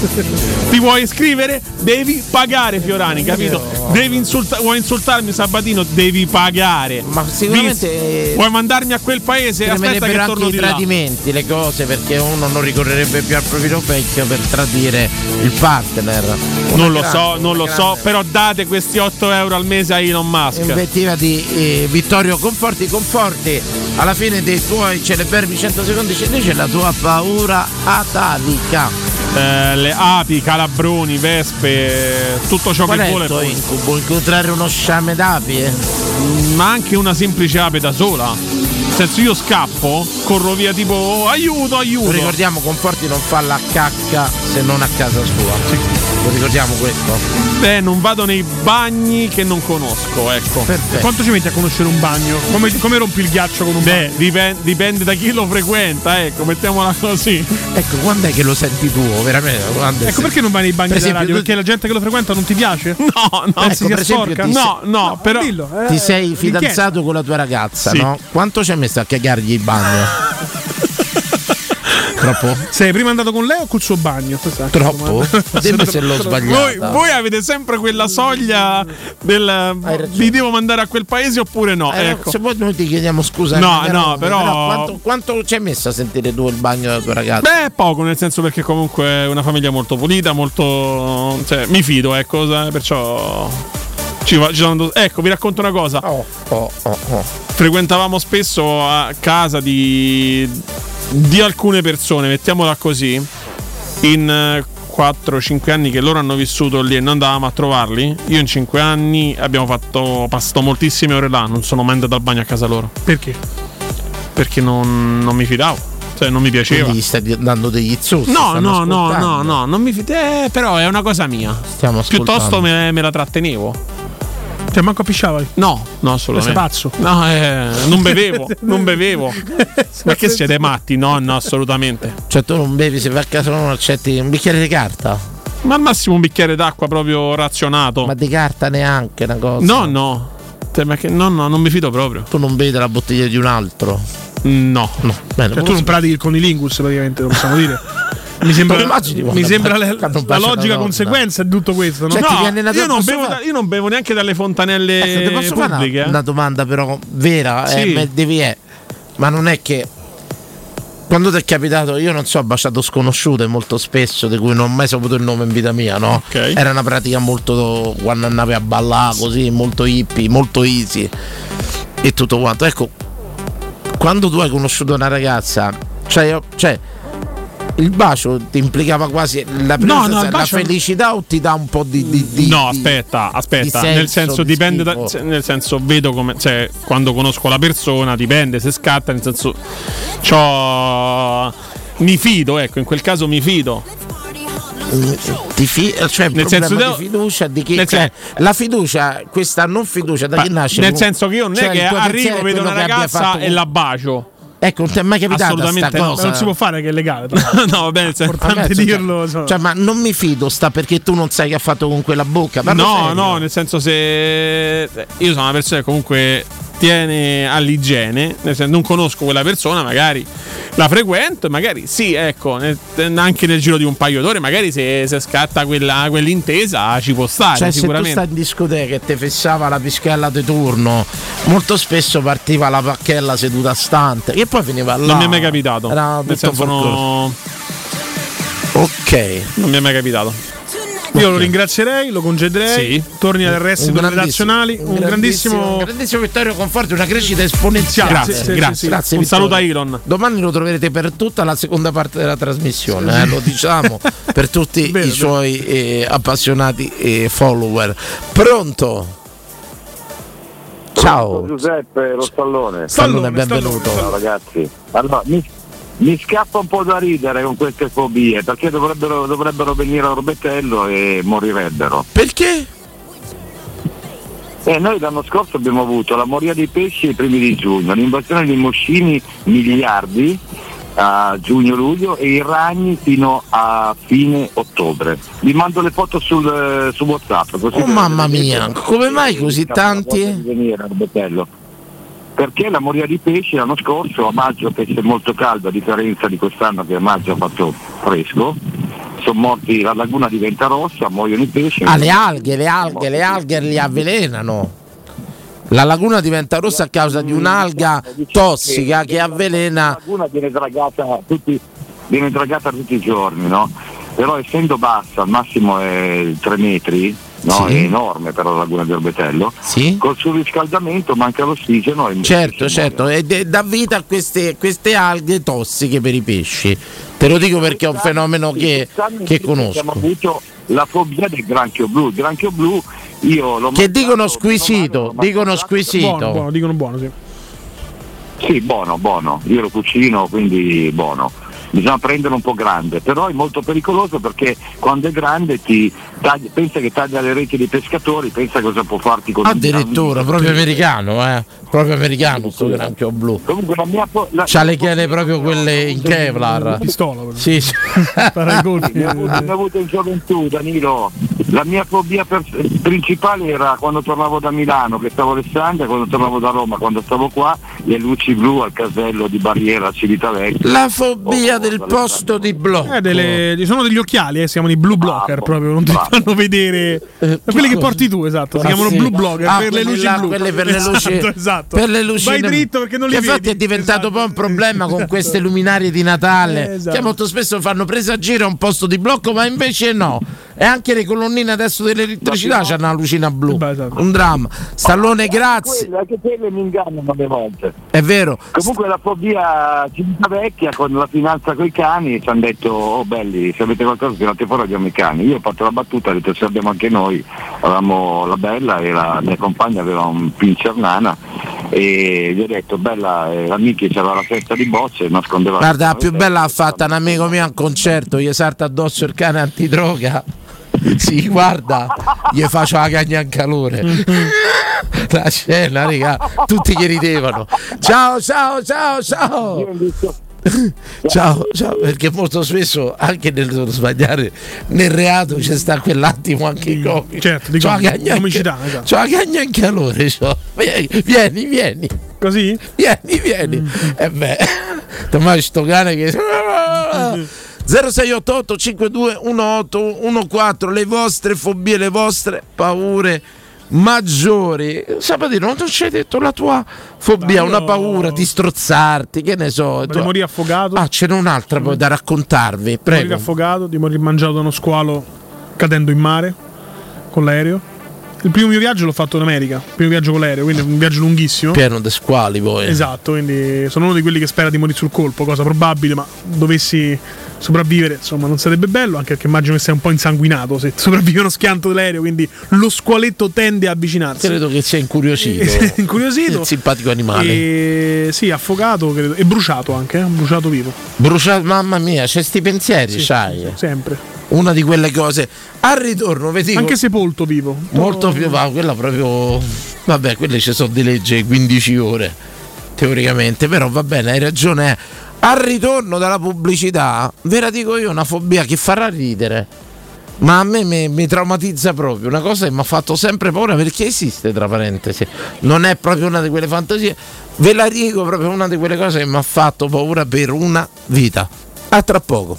S19: Ti vuoi iscrivere? Devi pagare, Fiorani, capito? Devi insultare, vuoi insultarmi Sabatino? Devi pagare.
S5: Ma sicuramente
S19: Vis- vuoi mandarmi a quel paese? Aspetta che torno
S5: anche
S19: di
S5: i
S19: là.
S5: tradimenti, le cose, perché uno non ricorrerebbe più al profilo fake per tradire il partner. Una
S19: Non lo
S5: grande,
S19: so, non lo
S5: grande
S19: so, però date questi otto euro al mese a Elon Musk.
S5: invettiva di eh, Vittorio Conforti. Conforti, alla fine dei tuoi celeberrimi cento secondi ci dice la tua paura atavica.
S19: Eh, le api, calabroni, vespe, tutto ciò
S5: Qual
S19: che
S5: è
S19: vuole.
S5: il tuo
S19: poi.
S5: incubo? Incontrare uno sciame d'api? Eh?
S19: Ma anche una semplice ape da sola. Nel senso, io scappo, corro via tipo oh, aiuto, aiuto.
S5: Ricordiamo, Conforti non fa la cacca se non a casa sua. Sì. Lo ricordiamo questo?
S19: Beh, non vado nei bagni che non conosco, ecco.
S5: Perfetto.
S4: Quanto ci metti a conoscere un bagno? Come, come rompi il ghiaccio con un
S19: Beh,
S4: bagno?
S19: dipende, dipende da chi lo frequenta, ecco, mettiamola così.
S5: Ecco, quando è che lo senti tu? Veramente? Quando
S4: Ecco perché non vai nei bagni
S5: Per
S4: della
S5: esempio,
S4: radio?
S5: tu-
S4: Perché la gente che lo frequenta non ti piace?
S19: No, no,
S4: Pensi
S5: ecco, per
S4: sia
S5: esempio,
S4: sporca?
S5: ti
S19: no, no, però
S4: Dillo, eh,
S5: Ti sei
S4: l'inchiesta.
S5: fidanzato con la tua ragazza,
S19: Sì.
S5: no? Quanto ci hai messo a cagargli il bagno? Troppo?
S4: Sei prima andato con lei o col suo bagno? Questa è anche
S5: Troppo?
S4: una domanda.
S5: Dimmi se l'ho
S19: voi,
S5: sbagliata.
S19: voi avete sempre quella soglia del
S5: ragione.
S19: vi devo mandare a quel paese oppure no?
S5: Eh,
S19: ecco.
S5: Se vuoi noi ti chiediamo scusa.
S19: No,
S5: magari-
S19: no, però-
S5: quanto, quanto ci hai messo a sentire tu il bagno della tua ragazza?
S19: Beh, poco, nel senso perché comunque è una famiglia molto pulita, molto. Cioè, mi fido, ecco, perciò. Ci, va- ci sono- ecco, vi racconto una cosa.
S5: Oh, oh, oh, oh.
S19: Frequentavamo spesso a casa di, di alcune persone, mettiamola così, in quattro cinque anni che loro hanno vissuto lì e noi andavamo a trovarli. Io in cinque anni abbiamo fatto passato moltissime ore là, non sono mai andato al bagno a casa loro.
S4: Perché?
S19: Perché non, non mi fidavo, cioè non mi piaceva.
S5: Quindi gli stai dando degli zozzi?
S19: No,
S5: stanno
S19: no, no,
S5: ascoltando.
S19: no, no, non mi fidavo, eh, però è una cosa mia.
S5: Stiamo ascoltando.
S19: Piuttosto me, me la trattenevo.
S4: Cioè, manco pisciavi?
S19: No, no, assolutamente.
S4: Sei pazzo?
S19: No, eh, non bevevo, non bevevo. Ma che siete matti? No, no, assolutamente.
S5: Cioè tu non bevi, se vai a casa non accetti un bicchiere di carta?
S19: Ma al massimo un bicchiere d'acqua proprio razionato.
S5: Ma di carta neanche una cosa?
S19: No, no. Te, ma che, no, no, non mi fido proprio.
S5: Tu non vedi la bottiglia di un altro?
S19: No.
S5: No. Bene,
S4: Cioè, tu non pratichi il conilingus praticamente, lo possiamo dire. Mi sembra, mi sembra la, la logica conseguenza di tutto questo, no?
S5: Cioè,
S19: No,
S5: viene una-
S19: io, non
S5: posso
S19: bevo
S5: fare-
S19: da- io non bevo neanche dalle fontanelle
S5: Ecco, ti posso fare
S19: pubbliche.
S5: una, una domanda però vera,
S19: Sì.
S5: eh, ma devi è, ma non è che quando ti è capitato, io non so, ho baciato sconosciute molto spesso, di cui non ho mai saputo il nome in vita mia, no?
S19: Ok.
S5: Era una pratica molto, quando andavi a ballare così, molto hippie, molto easy e tutto quanto. Ecco, quando tu hai conosciuto una ragazza, cioè, io- cioè il bacio ti implicava quasi la,
S19: No, no,
S5: la
S19: il bacio-
S5: felicità o ti dà un po' di, di, di
S19: No,
S5: di-
S19: aspetta, aspetta.
S5: di
S19: nel
S5: senso,
S19: senso
S5: di
S19: dipende da,
S5: schifo?
S19: cioè, nel senso vedo come, cioè quando conosco la persona dipende se scatta, nel senso c'ho mi fido, ecco, in quel caso mi fido.
S5: Ti fi- cioè il
S19: Nel
S5: problema
S19: senso
S5: di
S19: devo-
S5: fiducia di chi
S19: nel
S5: cioè,
S19: sen-
S5: la fiducia, questa non fiducia da chi
S19: Ma
S5: nasce
S19: nel
S5: con-
S19: senso che io non
S5: cioè,
S19: è
S5: il
S19: che
S5: tuo pensiero
S19: arrivo,
S5: è
S19: vedo
S5: quello
S19: una
S5: che abbia
S19: ragazza
S5: fatto
S19: e
S5: con-
S19: la bacio.
S5: Ecco, non ti è mai capitato
S19: Assolutamente
S5: sta
S19: no.
S5: cosa?
S4: Non si può fare che è legale.
S19: No, va bene, è importante
S5: Ragazzi,
S19: dirlo.
S5: cioè, cioè, ma non mi fido sta perché tu non sai che ha fatto con quella bocca. Parlo
S19: No,
S5: serio.
S19: no, nel senso se io sono una persona che comunque tiene all'igiene, nel senso non conosco quella persona, magari la frequento e magari sì, ecco, nel- anche nel giro di un paio d'ore, magari se, se scatta quella, quell'intesa ci può stare,
S5: Cioè, se tu
S19: sicuramente.
S5: stai in discoteca e te fissava la pischella di turno, molto spesso partiva la pacchella seduta stante, che poi finiva là.
S19: Non mi è mai capitato.
S5: Era
S19: Nel
S5: tutto
S19: senso no...
S5: Ok.
S19: Non mi è mai capitato.
S4: Io lo ringrazierei, lo congederei.
S19: Sì.
S4: Torni alle resti
S5: Un grandissimo-
S4: redazionali. Un grandissimo.
S5: un grandissimo Vittorio Conforti, una crescita esponenziale.
S19: Grazie,
S4: Sì, sì,
S19: grazie.
S4: sì, sì.
S5: Grazie,
S19: Un
S5: Vittorio.
S19: saluto a Elon.
S5: Domani lo troverete per tutta la seconda parte della trasmissione, eh, lo diciamo per tutti
S4: Bene,
S5: i suoi eh, appassionati e follower. Pronto? Ciao.
S7: Giuseppe, lo stallone.
S5: Stallone, benvenuto.
S7: Ciao ragazzi. Allora, mi, mi scappa un po' da ridere con queste fobie, perché dovrebbero, dovrebbero venire a Orbetello e morirebbero.
S5: Perché?
S7: Eh, noi l'anno scorso abbiamo avuto la moria dei pesci ai primi di giugno, l'invasione dei moscini miliardi a giugno-luglio e i ragni fino a fine ottobre. Vi mando le foto sul, su WhatsApp. Così
S5: Oh mamma mia, come mai così tanti?
S7: Di venire a Orbetello. Perché la moria di pesci l'anno scorso a maggio fece molto caldo, a differenza di quest'anno che a maggio ha fatto fresco, sono morti, la laguna diventa rossa, muoiono i pesci.
S5: Ah, le alghe, le alghe, le alghe li avvelenano. La laguna diventa rossa a causa di un'alga tossica che avvelena.
S7: La laguna viene dragata tutti, viene dragata tutti i giorni, no? Però essendo bassa, al massimo è tre metri, no?
S5: Sì.
S7: È enorme per la laguna di Orbetello.
S5: Sì.
S7: Col surriscaldamento manca l'ossigeno e
S5: Certo, certo, e de- dà vita a queste, queste alghe tossiche per i pesci. Te lo dico perché è un fenomeno che, che
S7: Abbiamo
S5: conosco.
S7: avuto la fobia del granchio blu. Il granchio blu io l'ho
S5: Che
S7: mangiato,
S5: dicono squisito, dicono squisito.
S4: Buono, buono, dicono buono, sì.
S7: Sì, buono, buono. Io lo cucino, quindi buono. Bisogna prenderlo un po' grande, però è molto pericoloso perché quando è grande ti taglia, pensa che taglia le reti dei pescatori, pensa cosa può farti con
S5: Addirittura, proprio americano, eh. Proprio americano sto granchio blu.
S7: Comunque la mia po- la-
S5: C'ha le chiene proprio quelle in Kevlar.
S4: Pistola.
S5: Sì, sì.
S4: Spara i colpi.
S7: ne ho avuto, ne ho avuto in gioventù, Danilo. La mia fobia per- principale era quando tornavo da Milano, che stavo a Alessandria, quando tornavo da Roma, quando stavo qua, le luci blu al casello di Barriera a Civitavecchia.
S5: La fobia del posto di blocco.
S4: Eh, delle, ci sono degli occhiali, eh, si chiamano i blue blocker proprio, non ti fanno vedere. quelli che porti tu, esatto, si
S5: Ah,
S4: chiamano
S5: sì.
S4: blue blocker
S5: Ah,
S4: per le
S5: quelli
S4: luci
S5: là,
S4: blu.
S5: quelle per le luci,
S4: Esatto, esatto.
S5: per le luci
S4: Vai dritto perché non li
S5: che
S4: vedi.
S5: infatti è diventato poi un problema con queste luminarie di Natale
S4: Eh, esatto.
S5: che molto spesso fanno presagire un posto di blocco, ma invece no. E anche le colonnine adesso dell'elettricità c'hanno una lucina blu. Un dramma. Stallone, grazie.
S7: Quelle, anche quelle mi ingannano alle volte.
S5: È vero.
S7: Comunque la fobia Civitavecchia con la finanza coi cani ci hanno detto oh belli, se avete qualcosa tirate fuori abbiamo i cani. Io ho fatto la battuta, ho detto se abbiamo anche noi, avevamo la Bella e la mia compagna aveva un pincher nana e gli ho detto Bella, eh, la Micchi c'aveva la festa di bocce e nascondeva.
S5: Guarda, la più bella l'ha fatta un amico mio a un concerto, gli salta addosso il cane antidroga. Sì, guarda, gli faccio la cagna in calore. La scena, raga, tutti che ridevano. Ciao, ciao, ciao, ciao. Ciao, ciao, perché molto spesso anche nel sbagliare nel reato c'è sta quell'attimo anche comico.
S4: Certo, di
S5: C'ho
S4: com-
S5: la cagna
S4: comicità,
S5: anche-
S4: esatto.
S5: c'ho la cagna anche a loro, c'ho. Vieni, vieni, vieni.
S4: Così?
S5: Vieni, vieni.
S4: Mm.
S5: E beh, ormai sto cane che zero sei otto otto cinque due uno otto uno quattro, le vostre fobie, le vostre paure maggiori. Sapete, non ci hai detto la tua fobia,
S4: Ma io-
S5: una paura di strozzarti, che ne so.
S4: di morire affogato.
S5: Ah, ce n'è un'altra poi da raccontarvi,
S4: Di morire
S5: prego.
S4: affogato, di morire mangiato da uno squalo cadendo in mare con l'aereo. Il primo mio viaggio l'ho fatto in America, il primo viaggio con l'aereo, quindi un viaggio lunghissimo.
S5: Pieno di squali poi.
S4: Esatto, quindi sono uno di quelli che spera di morire sul colpo, cosa probabile, ma dovessi sopravvivere, insomma, non sarebbe bello, anche perché immagino che sei un po' insanguinato se sopravvive uno schianto dell'aereo, quindi lo squaletto tende a avvicinarsi.
S5: Credo che sia incuriosito.
S4: incuriosito.
S5: Il simpatico animale.
S4: E sì, affogato, credo, e bruciato anche, eh? bruciato vivo.
S5: Bruciato, mamma mia, c'è sti pensieri,
S4: Sì,
S5: c'hai.
S4: sempre.
S5: Una di quelle cose. Al ritorno, vedi.
S4: Anche sepolto vivo.
S5: Molto più va, quella proprio. Vabbè, quelle ci sono di legge quindici ore. Teoricamente, però va bene, hai ragione. Al ritorno dalla pubblicità, ve la dico io, una fobia che farà ridere. Ma a me mi, mi traumatizza proprio. Una cosa che mi ha fatto sempre paura, perché esiste, tra parentesi. Non è proprio una di quelle fantasie. Ve la dico, proprio una di quelle cose che mi ha fatto paura per una vita. A tra poco.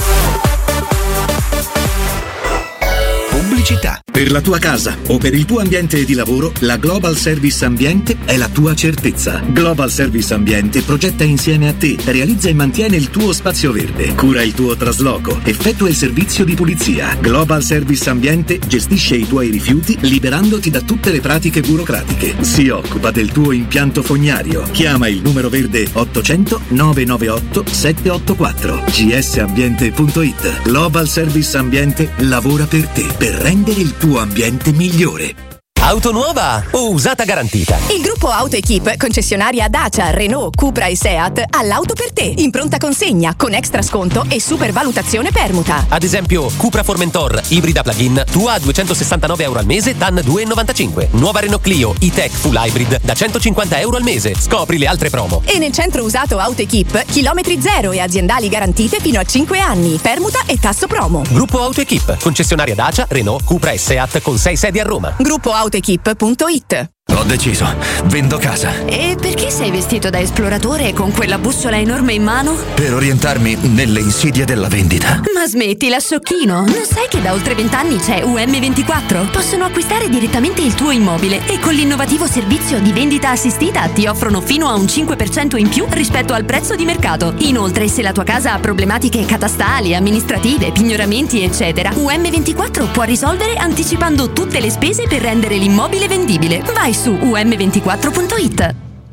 S10: Pubblicità. Per la tua casa o per il tuo ambiente di lavoro, la Global Service Ambiente è la tua certezza. Global Service Ambiente progetta insieme a te, realizza e mantiene il tuo spazio verde, cura il tuo trasloco, effettua il servizio di pulizia. Global Service Ambiente gestisce i tuoi rifiuti liberandoti da tutte le pratiche burocratiche. Si occupa del tuo impianto fognario. Chiama il numero verde ottocento nove nove otto sette otto quattro g s ambiente punto i t. Global Service Ambiente lavora per te, per rendere il tuo ambiente migliore.
S1: Auto nuova o usata garantita?
S11: Il gruppo AutoEquip, concessionaria Dacia, Renault, Cupra e Seat, ha l'auto per te, in pronta consegna, con extra sconto e supervalutazione permuta.
S1: Ad esempio, Cupra Formentor, ibrida plug-in, tua a duecentosessantanove euro al mese, D A N due virgola novantacinque. Nuova Renault Clio, e-Tech Full Hybrid, da centocinquanta euro al mese. Scopri le altre promo.
S11: E nel centro usato AutoEquip, chilometri zero e aziendali garantite fino a cinque anni, permuta e tasso promo.
S1: Gruppo AutoEquip, concessionaria Dacia, Renault, Cupra e Seat con sei sedi a Roma.
S11: Gruppo AutoEquip punto it.
S10: Ho deciso, vendo casa.
S17: E perché sei vestito da esploratore con quella bussola enorme in mano?
S10: Per orientarmi nelle insidie della vendita.
S17: Ma smettila, sciocchino! Non sai che da oltre vent'anni c'è U M ventiquattro? Possono acquistare direttamente il tuo immobile e con l'innovativo servizio di vendita assistita ti offrono fino a un cinque per cento in più rispetto al prezzo di mercato. Inoltre, se la tua casa ha problematiche catastali, amministrative, pignoramenti, eccetera, U M ventiquattro può risolvere anticipando tutte le spese per rendere l'immobile vendibile. Vai su u m ventiquattro punto it.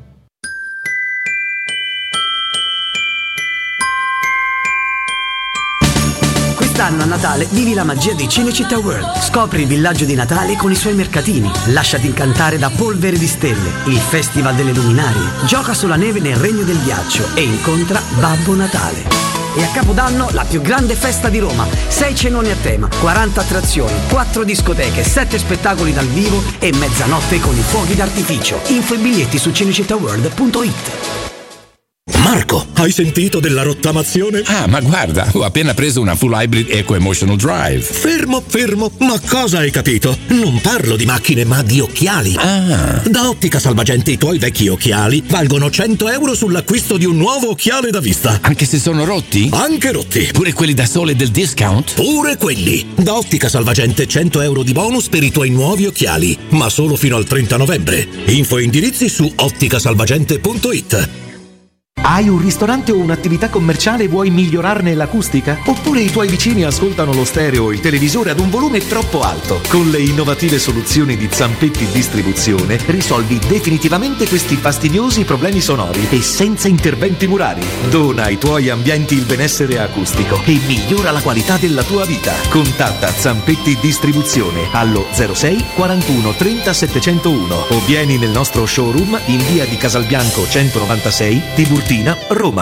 S20: Quest'anno a Natale vivi la magia di Cinecittà World. Scopri il villaggio di Natale con i suoi mercatini. Lasciati incantare da Polvere di Stelle, il festival delle luminarie. Gioca sulla neve nel regno del ghiaccio e incontra Babbo Natale. E a Capodanno la più grande festa di Roma. sei cenoni a tema, quaranta attrazioni, quattro discoteche, sette spettacoli dal vivo e mezzanotte con i fuochi d'artificio. Info e biglietti su cinecittà world punto it.
S10: Marco, hai sentito della rottamazione?
S21: Ah, ma guarda, ho appena preso una Full Hybrid Eco Emotional Drive.
S10: Fermo, fermo, ma cosa hai capito? Non parlo di macchine, ma di occhiali.
S21: Ah.
S10: Da Ottica Salvagente i tuoi vecchi occhiali valgono cento euro sull'acquisto di un nuovo occhiale da vista.
S21: Anche se sono rotti?
S10: Anche rotti.
S21: Pure quelli da sole del discount?
S10: Pure quelli. Da Ottica Salvagente cento euro di bonus per i tuoi nuovi occhiali, ma solo fino al trenta novembre. Info e indirizzi su ottica salvagente punto it.
S8: Hai un ristorante o un'attività commerciale e vuoi migliorarne l'acustica? Oppure i tuoi vicini ascoltano lo stereo o il televisore ad un volume troppo alto? Con le innovative soluzioni di Zampetti Distribuzione risolvi definitivamente questi fastidiosi problemi sonori e senza interventi murari. Dona ai tuoi ambienti il benessere acustico e migliora la qualità della tua vita. Contatta Zampetti Distribuzione allo zero sei quarantuno trenta settecentouno o vieni nel nostro showroom in via di Casalbianco centonovantasei, Tiburtina, Roma.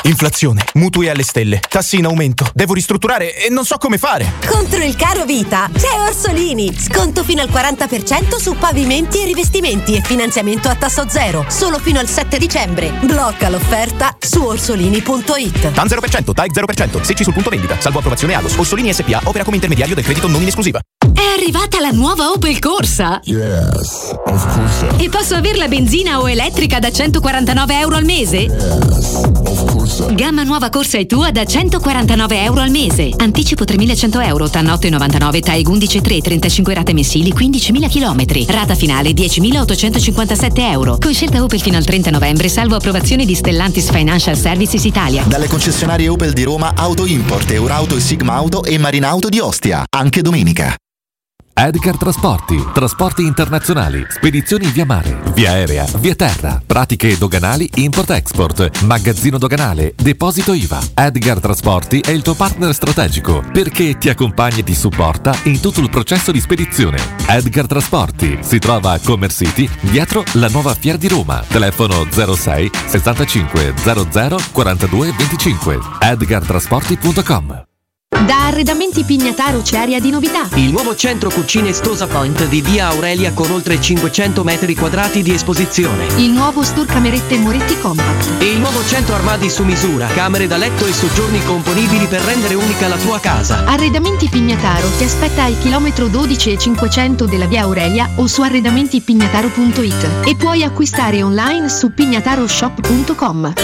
S13: Inflazione, mutui alle stelle, tassi in aumento, devo ristrutturare e non so come fare.
S14: Contro il caro vita c'è Orsolini. Sconto fino al quaranta per cento su pavimenti e rivestimenti e finanziamento a tasso zero. Solo fino al sette dicembre. Blocca l'offerta su orsolini punto it.
S13: TAN zero per cento, T A E C zero per cento, secci sul punto vendita, salvo approvazione Agos. Orsolini S P A opera come intermediario del credito non in esclusiva.
S2: È arrivata la nuova Opel Corsa.
S6: Yes, of course.
S2: E posso averla benzina o elettrica da centoquarantanove euro al mese?
S6: Yes, of course.
S2: Gamma nuova Corsa e tua da centoquarantanove euro al mese. Anticipo tremilacento euro, TAN otto virgola novantanove, T A E G undici virgola tre, trentacinque rate mensili, quindicimila chilometri. Rata finale diecimilaottocentocinquantasette euro. Con scelta Opel fino al trenta novembre, salvo approvazione di Stellantis Financial Services Italia.
S22: Dalle concessionarie Opel di Roma, Auto Import, Eurauto e Sigma Auto e Marinauto di Ostia. Anche domenica.
S24: Edgar Trasporti, trasporti internazionali, spedizioni via mare, via aerea, via terra, pratiche doganali import-export, magazzino doganale, deposito I V A. Edgar Trasporti è il tuo partner strategico perché ti accompagna e ti supporta in tutto il processo di spedizione. Edgar Trasporti si trova a Commerce City, dietro la nuova Fiera di Roma. Telefono zero sei sessantacinque zero zero quarantadue venticinque. edgar trasporti punto com.
S2: Da Arredamenti Pignataro c'è aria di novità.
S25: Il nuovo centro cucine Stosa Point di via Aurelia con oltre cinquecento metri quadrati di esposizione.
S2: Il nuovo store camerette Moretti Compact.
S25: E il nuovo centro armadi su misura, camere da letto e soggiorni componibili per rendere unica la tua casa.
S2: Arredamenti Pignataro ti aspetta al chilometro dodici e cinquecento della via Aurelia o su arredamentipignataro punto it e puoi acquistare online su pignataroshop punto com.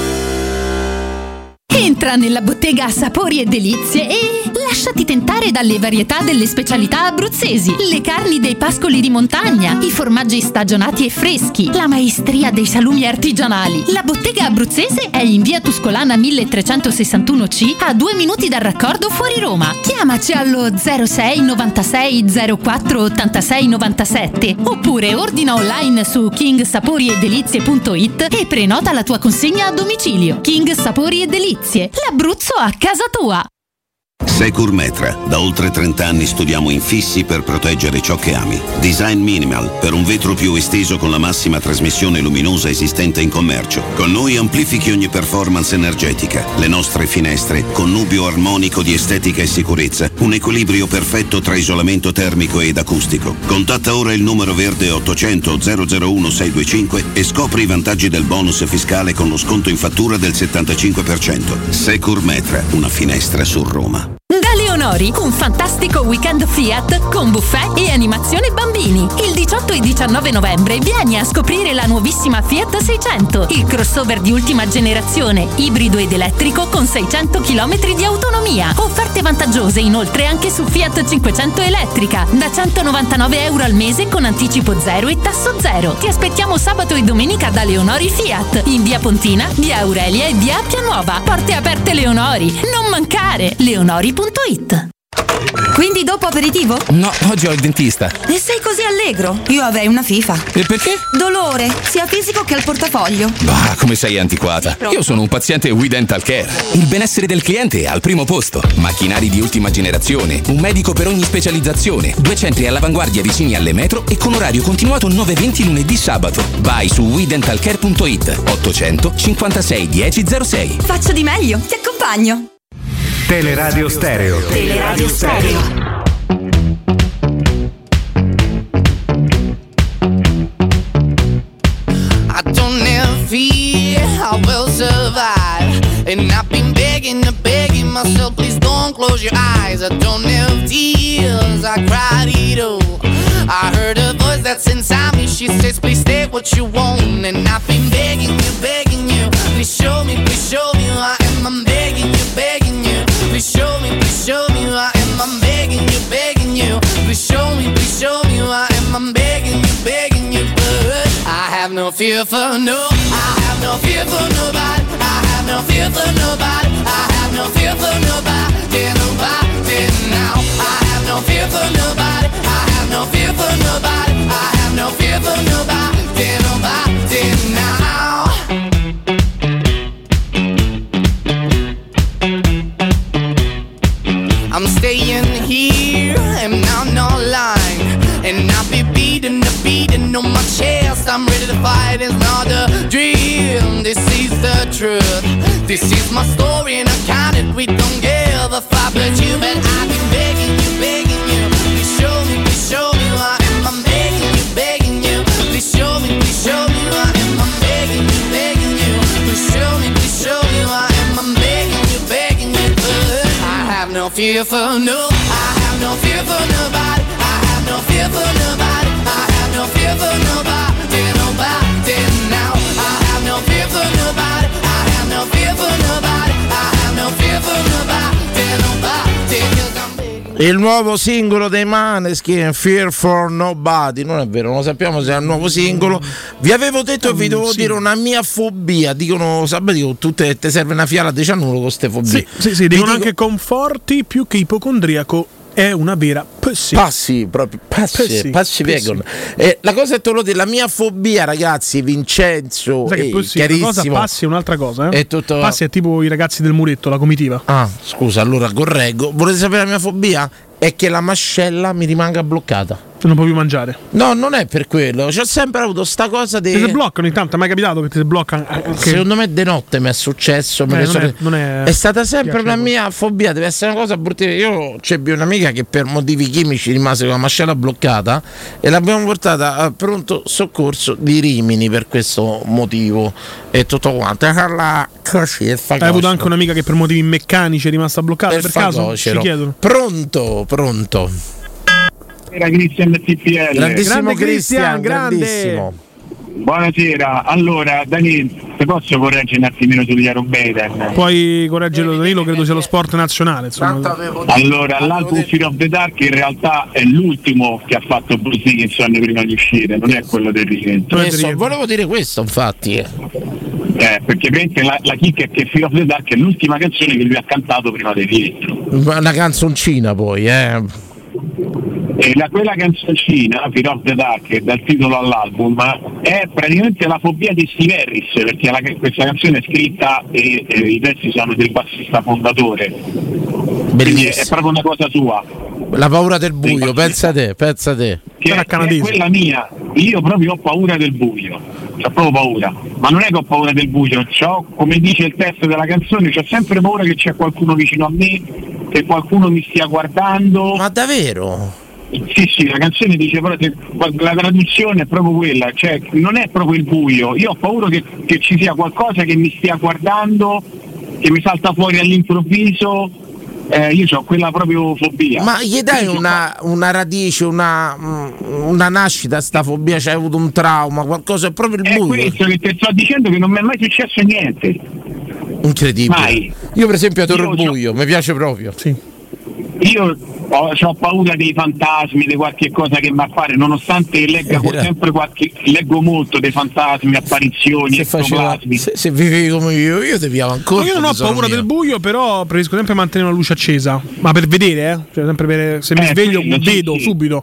S26: Entra nella bottega Sapori e Delizie e lasciati tentare dalle varietà delle specialità abruzzesi, le carni dei pascoli di montagna, i formaggi stagionati e freschi, la maestria dei salumi artigianali. La bottega abruzzese è in via Tuscolana milletrecentosessantuno C, a due minuti dal raccordo fuori Roma. Chiamaci allo zero sei novantasei zero quattro ottantasei novantasette oppure ordina online su king sapori e delizie punto it e prenota la tua consegna a domicilio. King Sapori e Delizie, l'Abruzzo a casa tua.
S27: Securmetra. Da oltre trenta anni studiamo infissi per proteggere ciò che ami. Design minimal, per un vetro più esteso con la massima trasmissione luminosa esistente in commercio. Con noi amplifichi ogni performance energetica. Le nostre finestre, connubio armonico di estetica e sicurezza. Un equilibrio perfetto tra isolamento termico ed acustico. Contatta ora il numero verde ottocento zero zero uno sei due cinque e scopri i vantaggi del bonus fiscale con lo sconto in fattura del settantacinque per cento. Securmetra, una finestra su Roma.
S2: Da Leonori, un fantastico weekend Fiat con buffet e animazione bambini. Il diciotto e diciannove novembre vieni a scoprire la nuovissima Fiat seicento, il crossover di ultima generazione, ibrido ed elettrico con seicento chilometri di autonomia. Offerte vantaggiose inoltre anche su Fiat cinquecento elettrica, da centonovantanove euro al mese con anticipo zero e tasso zero. Ti aspettiamo sabato e domenica da Leonori Fiat, in via Pontina, via Aurelia e via Appia Nuova. Porte aperte Leonori, non mancare! Leonori punto it.
S23: Quindi dopo aperitivo?
S21: No, oggi ho il dentista.
S23: E sei così allegro? Io avrei una FIFA.
S21: E perché?
S23: Dolore, sia fisico che al portafoglio.
S21: Bah, come sei antiquata. Io sono un paziente We Dental Care. Il benessere del cliente è al primo posto. Macchinari di ultima generazione, un medico per ogni specializzazione, due centri all'avanguardia vicini alle metro e con orario continuato nove venti lunedì sabato. Vai su we dental care punto it ottocento cinquantasei dieci zero sei.
S23: Faccio di meglio, ti accompagno.
S8: Teleradio Stereo.
S23: Teleradio Stereo.
S3: I don't ever fear I will survive. And I've been begging and begging myself, please don't close your eyes. I don't have tears, I cried it all. I heard a voice that's inside me, she says, please stay what you want. And I've been begging you, begging you, please show me, please show me who I am. I'm begging you, begging you, please show me, please show me who I am. I'm begging you, begging you, please show me, please show me who I am. I'm begging you, begging you, but I have no fear for no, I have no fear for nobody. I have no fear for nobody. I have no fear for nobody, nobody now. I have no fear for nobody. I have no fear for nobody. I have no fear for nobody, nobody now. I'm staying here and I'm not lying. And I'll be beating the beating on my chest. I'm ready to fight, it's not a dream. This is the truth. This is my story and I count it, we don't give a fuck. But you bet I've been begging you, begging you. Please show me, please show me why am I begging you, begging you. Please show me, please show me why am I begging you, begging you. Please show me, please show me why am I begging you, begging you. But I have no fear for no, I have no fear for nobody. I have no fear for nobody. I have no fear for nobody, nobody now. I have no fear for nobody. I have no fear for nobody. I have no fear for nobody, nobody. 'Cause I'm big.
S5: Il nuovo singolo dei Maneskin, Fear for Nobody. Non è vero, non lo sappiamo se è un nuovo singolo. Vi avevo detto e vi devo dire una mia fobia. Dicono, sapete, dico, tutte te serve una fiala di cianuro con queste fobie.
S4: Sì, sì, sì, dicono anche Conforti più che ipocondriaco. È una vera passi.
S5: Passi, proprio passi, passi, passi vegan. Eh, la cosa è tolo della mia fobia, ragazzi, Vincenzo.
S4: Sai che
S5: eh,
S4: passi,
S5: chiarissimo.
S4: Una cosa, passi è un'altra cosa, eh?
S5: È tutto...
S4: Passi è tipo i ragazzi del muretto, la comitiva.
S5: Ah, scusa, allora correggo. Volete sapere la mia fobia? È che la mascella mi rimanga bloccata.
S4: Non puoi più mangiare.
S5: No, non è per quello. C'ho sempre avuto sta cosa di.
S4: Ti si bloccano intanto, è mai capitato che ti si bloccano? Anche...
S5: Secondo me de notte mi è successo. Me
S4: eh,
S5: non,
S4: so...
S5: è,
S4: non è...
S5: è stata sempre
S4: piacevole.
S5: una mia fobia, deve essere una cosa brutta. Io c'ebbi un'amica che per motivi chimici rimase con la mascella bloccata e l'abbiamo portata a pronto soccorso di Rimini per questo motivo e tutto quanto. Così,
S4: hai avuto anche un'amica che per motivi meccanici è rimasta bloccata per, per caso? Si chiedono.
S5: Pronto, pronto.
S7: Era Cristian T P L.
S5: Grandissimo Cristian, grandissimo.
S7: Buonasera, allora Danilo, ti posso correggere un attimino sugli Iron Maiden?
S4: Puoi correggerlo Danilo, credo sia lo sport nazionale, insomma.
S7: Allora, l'album Fear of the Dark in realtà è l'ultimo che ha fatto Bruce Dickinson prima di uscire, non è quello del rientro.
S5: Questo, volevo dire questo, infatti.
S7: Eh, perché la, la chicca è che Fear of the Dark è l'ultima canzone che lui ha cantato prima del rientro.
S5: Una canzoncina poi, eh.
S7: E la, quella canzoncina, Fear of the Dark, che dà il titolo all'album, è praticamente la fobia di Steve Harris, perché la, questa canzone è scritta e, e i testi sono del bassista fondatore. Quindi è, è proprio una cosa sua.
S5: La paura del buio, pensa te, pensa te.
S7: Che è, è quella mia, io proprio ho paura del buio, ho proprio paura, ma non è che ho paura del buio, c'ho, come dice il testo della canzone, c'ho sempre paura che c'è qualcuno vicino a me, che qualcuno mi stia guardando.
S5: Ma davvero?
S7: Sì, sì, la canzone dice proprio, la traduzione è proprio quella, cioè non è proprio il buio, io ho paura che, che ci sia qualcosa che mi stia guardando, che mi salta fuori all'improvviso, eh, io ho quella proprio fobia.
S5: Ma gli dai una, una radice, una, una nascita a sta fobia, c'hai avuto un trauma, qualcosa, è proprio il buio.
S7: È questo che ti sto dicendo, che non mi è mai successo niente.
S5: Incredibile.
S7: Mai.
S5: Io per esempio adoro
S7: io
S5: il buio, mi piace proprio.
S4: Sì.
S7: Io ho, ho paura dei fantasmi, di qualche cosa che mi appare, nonostante legga sempre qualche, leggo molto dei fantasmi, apparizioni,
S5: se, faceva, se, se vivevi come io, io ti piavo ancora.
S4: No, io non ho paura mio. del buio, però preferisco sempre mantenere la luce accesa. Ma per vedere, eh? Cioè, sempre per, se mi eh, sveglio, quello, vedo sì, subito.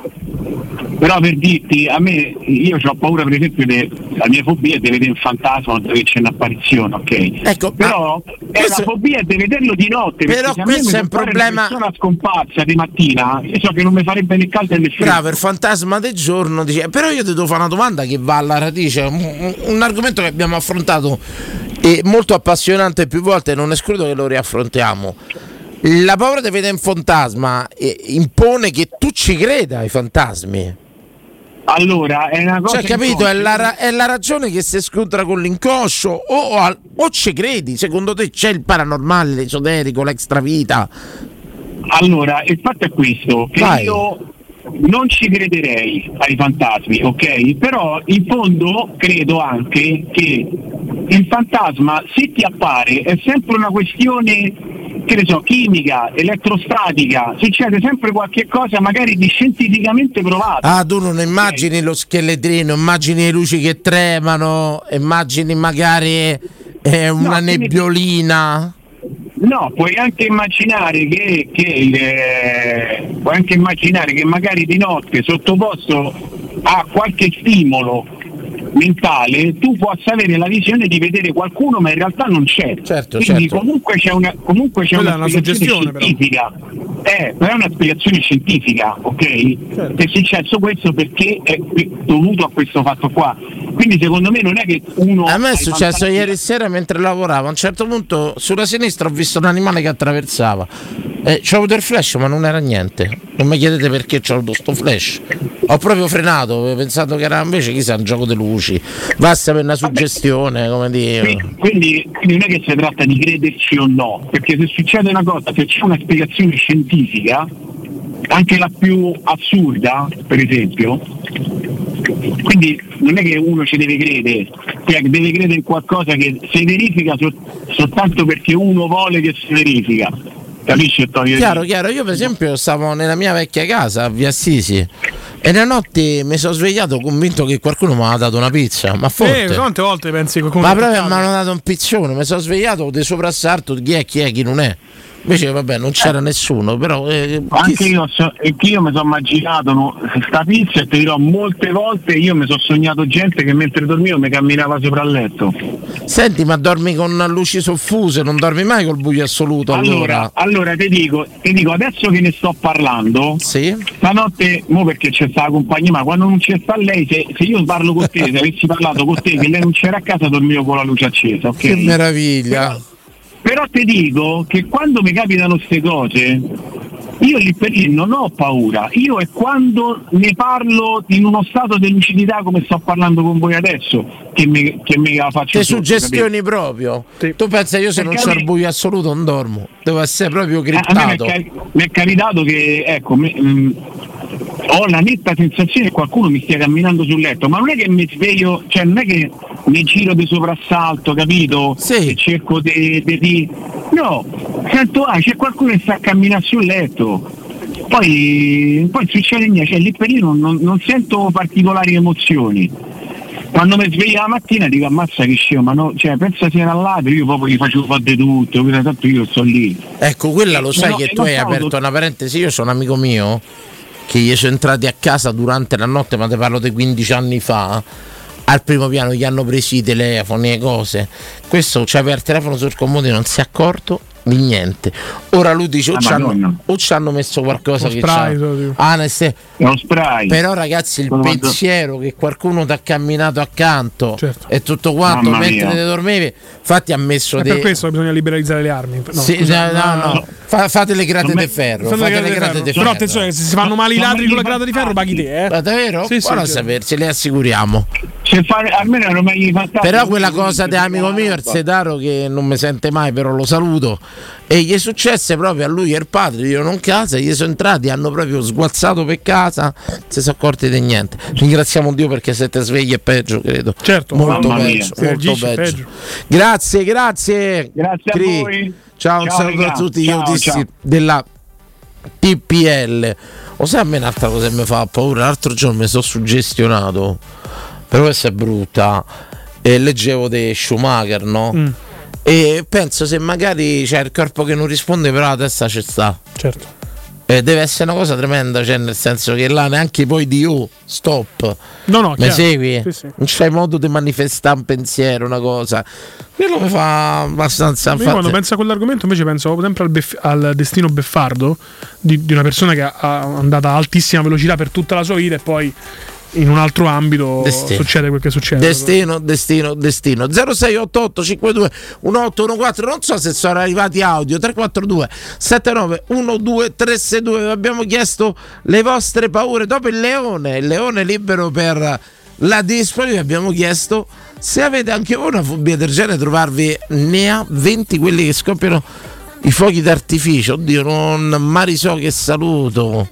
S7: Però per dirti, a me, io ho paura per esempio, de, la mia fobia è di vedere un fantasma dove c'è un'apparizione, ok?
S5: Ecco,
S7: però è la fobia di vederlo di notte.
S5: Però questo è un problema.
S7: Se una persona scomparsa di mattina, io so che non mi farebbe né caldo né freddo.
S5: Bravo, il fantasma del giorno dice, però io ti devo fare una domanda che va alla radice, un, un argomento che abbiamo affrontato e molto appassionante più volte, non escludo che lo riaffrontiamo. La paura di vedere un fantasma eh, impone che tu ci creda ai fantasmi.
S7: Allora, è una cosa.
S5: Cioè, capito? È la, è la ragione che si scontra con l'inconscio. O, o, o ci credi? Secondo te c'è il paranormale, l'esoterico, l'extravita?
S7: Allora, il fatto è questo: che Vai. io non ci crederei ai fantasmi, ok? Però in fondo credo anche che il fantasma, se ti appare, è sempre una questione, che ne so, chimica, elettrostatica, succede sempre qualche cosa magari di scientificamente provato.
S5: Ah, tu non immagini okay. lo scheletrino, immagini le luci che tremano, immagini magari eh, una no, nebbiolina.
S7: No, puoi anche immaginare che, che eh, puoi anche immaginare che magari di notte, sottoposto a qualche stimolo mentale, tu possa avere la visione di vedere qualcuno, ma in realtà non c'è.
S5: Certo,
S7: quindi
S5: certo.
S7: comunque c'è una comunque c'è una,
S4: una suggestione
S7: scientifica.
S4: Però.
S7: Eh, però è una spiegazione scientifica, ok? Certo. È successo questo perché è dovuto a questo fatto qua. Quindi secondo me non è che uno...
S5: A me è successo fantasi... ieri sera mentre lavoravo. A un certo punto sulla sinistra ho visto un animale che attraversava. Eh, c'ho avuto il flash, ma non era niente. Non mi chiedete perché c'ho avuto sto flash. Ho proprio frenato, avevo pensato che era invece chissà un gioco di luci. Basta per una suggestione, come dire.
S7: Quindi, quindi non è che si tratta di crederci o no, perché se succede una cosa, se c'è una spiegazione scientifica, anche la più assurda, per esempio, quindi non è che uno ci deve credere, cioè deve credere in qualcosa che si verifica sol- soltanto perché uno vuole che si verifica. Capisci?
S5: Chiaro, chiaro. Io per esempio stavo nella mia vecchia casa a Via Assisi e la notte mi sono svegliato convinto che qualcuno mi aveva dato una pizza. Ma forte.
S4: Eh, quante volte pensi che
S5: Ma proprio mi hanno dato un piccione, mi sono svegliato di soprassalto, chi è, chi è, chi non è. Invece vabbè non c'era eh. nessuno, però eh,
S7: anche io, so, che io mi sono immaginato no, sta pizza e ti dirò molte volte io mi sono sognato gente che mentre dormivo mi camminava sopra il letto.
S5: Senti, ma dormi con luci soffuse, non dormi mai col buio assoluto?
S7: Allora, allora, allora ti dico, ti dico adesso che ne sto parlando,
S5: sì?
S7: Stanotte, mo perché c'è sta la compagnia, ma quando non c'è sta lei, se, se io parlo con te, se avessi parlato con te che lei non c'era a casa, dormivo con la luce accesa, ok?
S5: Che meraviglia!
S7: Però, Però ti dico che quando mi capitano queste cose, io lì per lì non ho paura. Io è quando ne parlo in uno stato di lucidità come sto parlando con voi adesso che mi, che mi la faccio.
S5: Te suggestioni capito? Proprio. Sì. Tu pensi io se per non c'ho il buio assoluto non dormo? Devo essere proprio criptato.
S7: A me mi è capitato che ecco mi, mh, ho la netta sensazione che qualcuno mi stia camminando sul letto, ma non è che mi sveglio, cioè non è che mi giro di soprassalto, capito?
S5: Sì.
S7: E cerco di, di, di... no, sento ah c'è qualcuno che sta a camminare sul letto, poi, poi succede niente, cioè lì per lì non, non, non sento particolari emozioni. Quando mi sveglio la mattina dico ammazza che scemo, ma no, cioè pensa sia al lato, io proprio gli facevo fare di tutto, quindi tanto io sto lì.
S5: Ecco, quella lo sai
S7: no,
S5: che tu hai aperto tutto. Una parentesi, io sono un amico mio che gli sono entrati a casa durante la notte, ma te parlo di quindici anni fa. Al primo piano gli hanno preso i telefoni e cose. Questo c'aveva il telefono sul comodino, non si è accorto di niente. Ora lui dice o, ah, ci, hanno, o ci hanno messo qualcosa lo che spray, c'ha ah, ne se...
S7: lo spray.
S5: Però ragazzi il Come pensiero quando... che qualcuno ti ha camminato accanto, certo. E tutto quanto Mamma mentre te dormivi, infatti ha messo
S4: de... per questo bisogna liberalizzare le armi. No,
S5: sì,
S4: scusa,
S5: no, no, no. no. Fa, fate le grate di ferro, fate le grate di ferro.
S4: Però attenzione, se si fanno male i ladri con la grata di ferro paghi te, eh.
S5: Ma davvero? Sì, buono sì, a sapersi, le assicuriamo.
S7: Fare, almeno non mai fatto.
S5: Però quella cosa di amico mio il Sedaro che non mi sente mai, però lo saluto, e gli è successo proprio a lui e il padre, io non casa, gli sono entrati, hanno proprio sguazzato per casa, non si sono accorti di niente. Ringraziamo Dio perché siete svegli è peggio, credo.
S4: Certo,
S5: molto peggio, molto peggio. peggio. Grazie, grazie.
S7: Grazie a
S5: Cri.
S7: voi.
S5: Ciao, un saluto a tutti gli autisti della T P L. O sai a me un'altra cosa che mi fa paura, l'altro giorno mi sono suggestionato. Però questa è brutta, eh, leggevo di Schumacher, no? Mm. E penso se magari c'è il corpo che non risponde, però la testa ci sta.
S4: Certo.
S5: Eh, deve essere una cosa tremenda, cioè nel senso che là neanche poi di oh, stop.
S4: No, no,
S5: mi segui?
S4: Sì, sì.
S5: Non c'hai modo di manifestare un pensiero, una cosa. Quello mi fa abbastanza.
S4: Io quando penso a quell'argomento invece penso sempre al, beff- al destino beffardo di, di una persona che è andata a altissima velocità per tutta la sua vita e poi in un altro ambito destino. Succede quel che succede.
S5: Destino, destino, destino. zero sei otto otto cinque due uno otto uno quattro. Non so se sono arrivati audio. tre quattro due sette nove uno due tre sei due. Abbiamo chiesto le vostre paure. Dopo il leone, il leone libero per la Dispoli, abbiamo chiesto se avete anche voi una fobia del genere. Trovarvi ne ha venti quelli che scoppiano i fuochi d'artificio. Oddio, non Marisò che saluto.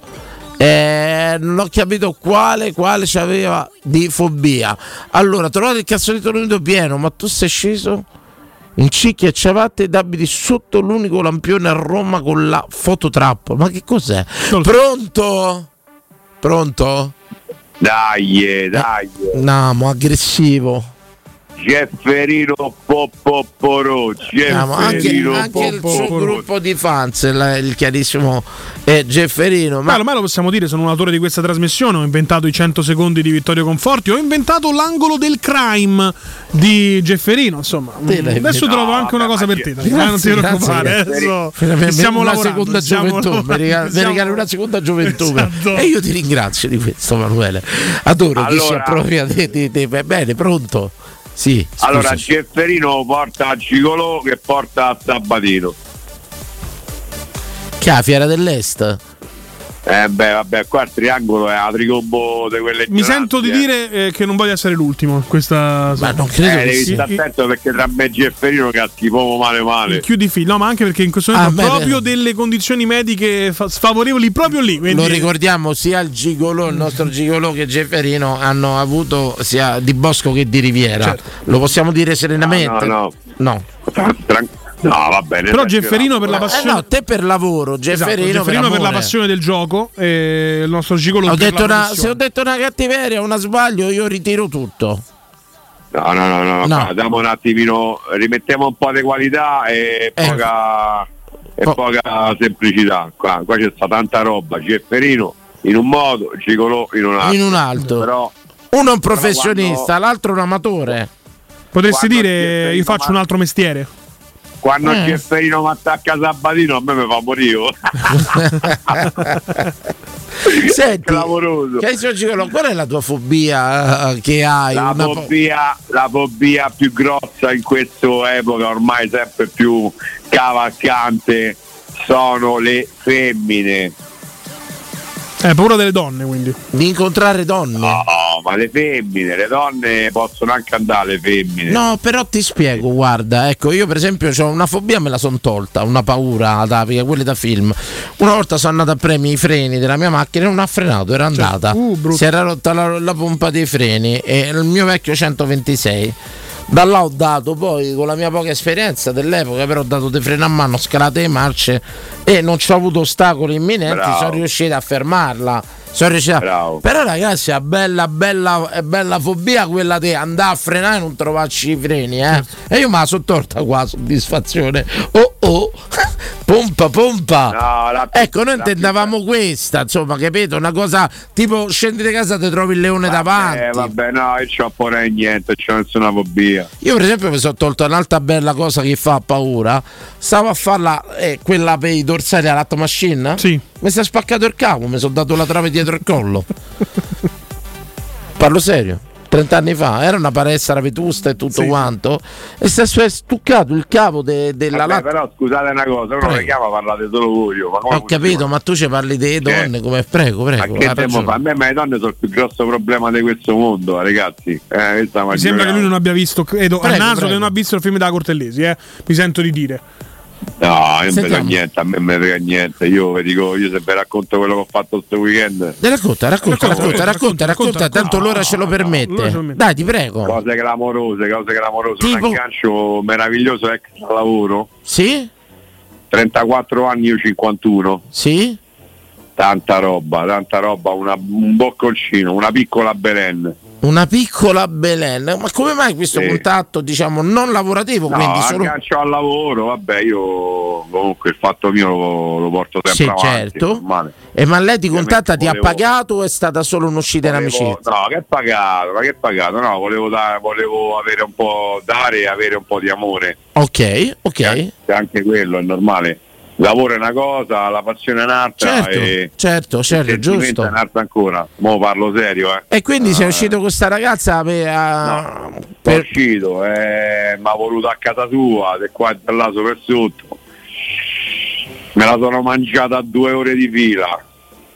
S5: Eh, non ho capito quale quale c'aveva di fobia. Allora, trovate il cazzolito nudo pieno, ma tu sei sceso in cicchia e ciabatte ed abiti sotto l'unico lampione a Roma con la fototrappola. Ma che cos'è? Pronto? Pronto?
S1: Dai, dai.
S5: Eh, no, ma aggressivo.
S1: Gefferino Popoporo,
S5: Siamo anche,
S1: Gefferino
S5: anche il suo
S1: Popoporo.
S5: gruppo di fans, il, il chiarissimo eh, Gefferino. Ma
S4: Ma ormai lo possiamo dire, sono un autore di questa trasmissione, ho inventato i cento secondi di Vittorio Conforti, ho inventato l'angolo del crime di Gefferino, insomma. Adesso trovo anche una cosa per te, dai, non ti preoccupare. Adesso stiamo
S5: una
S4: lavorando,
S5: seconda
S4: stiamo
S5: gioventù, mi regali, mi
S4: stiamo-
S5: regali una seconda gioventù.
S4: Esatto.
S5: E io ti ringrazio di questo, Manuele. Adoro chi si
S1: Allora-
S5: appropria di, di, di- bene, pronto? Sì, scusa.
S1: Allora Gefferino porta a Gigolò che porta a Sabatino.
S5: Che ha Fiera dell'Est?
S1: Eh beh, vabbè, qua il triangolo è la tricombo di quelle
S4: Mi
S1: ignoranze,
S4: sento di
S1: eh.
S4: dire eh, che non voglio essere l'ultimo in questa.
S5: Ma non
S1: Eh,
S5: credo che
S1: devi
S5: sia.
S1: stare attento perché tra me e Gefferino caschi poco male male.
S4: Il chiudi filo, no, ma anche perché in questo
S5: Ah,
S4: momento
S5: beh,
S4: ho proprio
S5: beh.
S4: delle condizioni mediche fa- sfavorevoli proprio lì. Quindi...
S5: Lo ricordiamo, sia il Gigolò, il nostro Gigolò che Gefferino hanno avuto sia di Bosco che di Riviera.
S4: Certo.
S5: Lo possiamo dire serenamente?
S1: No, no,
S5: No.
S1: Tra- tran- no, va bene.
S4: Però
S1: esagerato.
S4: Gefferino per la
S5: Eh
S4: passione.
S5: no, te per lavoro,
S4: Esatto,
S5: Gefferino,
S4: Gefferino per, la
S5: amore.
S4: passione del gioco e il nostro gigolo
S5: Ho
S4: per
S5: detto
S4: la
S5: una, se ho
S4: professione.
S5: detto una cattiveria, una sbaglio, io ritiro tutto.
S1: No, no, no, no,
S5: No.
S1: no. Diamo un attimino, rimettiamo un po' di qualità e
S5: Ecco.
S1: poca, e
S5: Po-
S1: poca semplicità. Qua, qua c'è sta tanta roba. Gefferino in un modo, Gigolò in un altro.
S5: In un altro.
S1: Però
S5: Uno è un professionista,
S1: quando-
S5: l'altro un amatore.
S4: Potresti
S1: Quando
S4: dire
S1: Gefferino
S4: io faccio
S1: ma-
S4: un altro mestiere.
S1: quando
S5: Eh.
S1: Gefferino mi attacca Sabatino a me mi fa morire.
S5: Senti,
S1: Clamoroso.
S5: che signor Gigolò, qual è la tua fobia eh, che hai?
S1: La
S5: Una po-
S1: fobia, la fobia più grossa in questa epoca, ormai sempre più cavalcante, sono le femmine.
S4: Eh, paura delle donne, quindi.
S5: Di incontrare donne?
S1: No, ma le femmine, le donne possono anche andare, le femmine.
S5: No, però ti spiego, guarda, ecco, io per esempio ho una fobia, me la son tolta, una paura atavica, quelle da film. Una volta sono andato a premere i freni della mia macchina e non ha frenato, era andata.
S4: Uh, brutto.
S5: Si era rotta la, la pompa dei freni e il mio vecchio centoventisei. Da là ho dato poi con la mia poca esperienza dell'epoca, però ho dato dei freni a mano, scalate le marce e non ci ho avuto ostacoli imminenti,
S1: Bravo.
S5: sono riuscito a fermarla. Sono riuscito a...
S1: Bravo.
S5: Però ragazzi è bella bella è bella fobia quella di andare a frenare e non trovarci i freni, eh. E io me la sono torta qua, soddisfazione. Oh oh, pompa pompa.
S1: No, la più-
S5: Ecco, noi
S1: la più-
S5: intendavamo questa, insomma, capito? Una cosa tipo scendi di casa e ti trovi il leone davanti.
S1: Eh, vabbè, no, io c'ho pure niente, c'ho nessuna fobia.
S5: Io per esempio mi sono tolto un'altra bella cosa che fa paura. Stavo a farla eh, quella per i dorsali alla latte machine.
S4: Sì.
S5: Mi si è spaccato il cavo, mi sono dato la trave dietro il collo. Parlo serio. trent'anni fa era una palestra vetusta e tutto
S4: Sì.
S5: quanto. E si è stuccato il cavo de- della
S1: Vabbè,
S5: latte.
S1: però scusate una cosa, uno
S5: Prego.
S1: le chiama, parlate solo voi. Ma come
S5: Ho
S1: funziona?
S5: capito, ma tu ci parli delle donne come prego,
S1: Ma
S5: prego.
S1: che
S5: ha
S1: tempo
S5: ragione.
S1: fa? A me ma le donne sono il più grosso problema di questo mondo, ragazzi. Eh, questa
S4: Mi sembra che lui non abbia visto, credo,
S5: Prego,
S4: a naso
S5: prego.
S4: che non ha visto il film della Cortellesi, eh. Mi sento di dire.
S1: No, io non
S5: Sentiamo.
S1: frega niente, a me non me frega niente. Io vi dico, io se vi racconto quello che ho fatto questo weekend,
S5: Dai, Racconta, racconta,
S4: Racconta,
S5: racconta, racconta,
S4: racconta,
S5: racconta, tanto
S4: racconta.
S5: l'ora ce lo
S4: L'ora ce
S5: permette.
S4: lo permette.
S5: Dai, ti prego.
S1: cose clamorose, cose clamorose,
S5: Tipo?
S1: un aggancio meraviglioso extra lavoro.
S5: Sì?
S1: trentaquattro anni, io cinquantuno.
S5: Sì?
S1: Tanta roba, tanta roba, una- un bocconcino, una piccola Belen.
S5: Una piccola Belen, ma come mai questo
S1: Sì.
S5: contatto, diciamo, non lavorativo?
S1: No,
S5: quindi solo...
S1: aggancio al lavoro, vabbè, io comunque il fatto mio lo, lo porto sempre
S5: Sì,
S1: avanti.
S5: certo.
S1: normale.
S5: E ma lei ti contatta, ti ha
S1: volevo-
S5: pagato o è stata solo un'uscita in
S1: Volevo-
S5: amicizia?
S1: No, che pagato, ma che pagato? No, volevo, dare, volevo avere un po', dare e avere un po' di amore.
S5: Ok, ok.
S1: Eh, anche quello è normale. Lavoro è una cosa, la passione è un'altra.
S5: Certo,
S1: e
S5: certo,
S1: il
S5: certo,
S1: sentimento
S5: giusto.
S1: è un'altra ancora. Mo parlo serio, eh.
S5: E quindi sei
S1: Ah,
S5: uscito con sta ragazza per... a-
S1: Sono
S5: per-
S1: uscito, eh, mi ha voluto a casa sua, di qua e di là sopra e sotto. Me la sono mangiata a due ore di fila.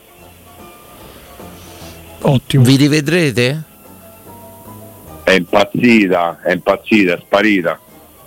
S4: Ottimo.
S5: Vi rivedrete?
S1: È impazzita, è impazzita, è sparita.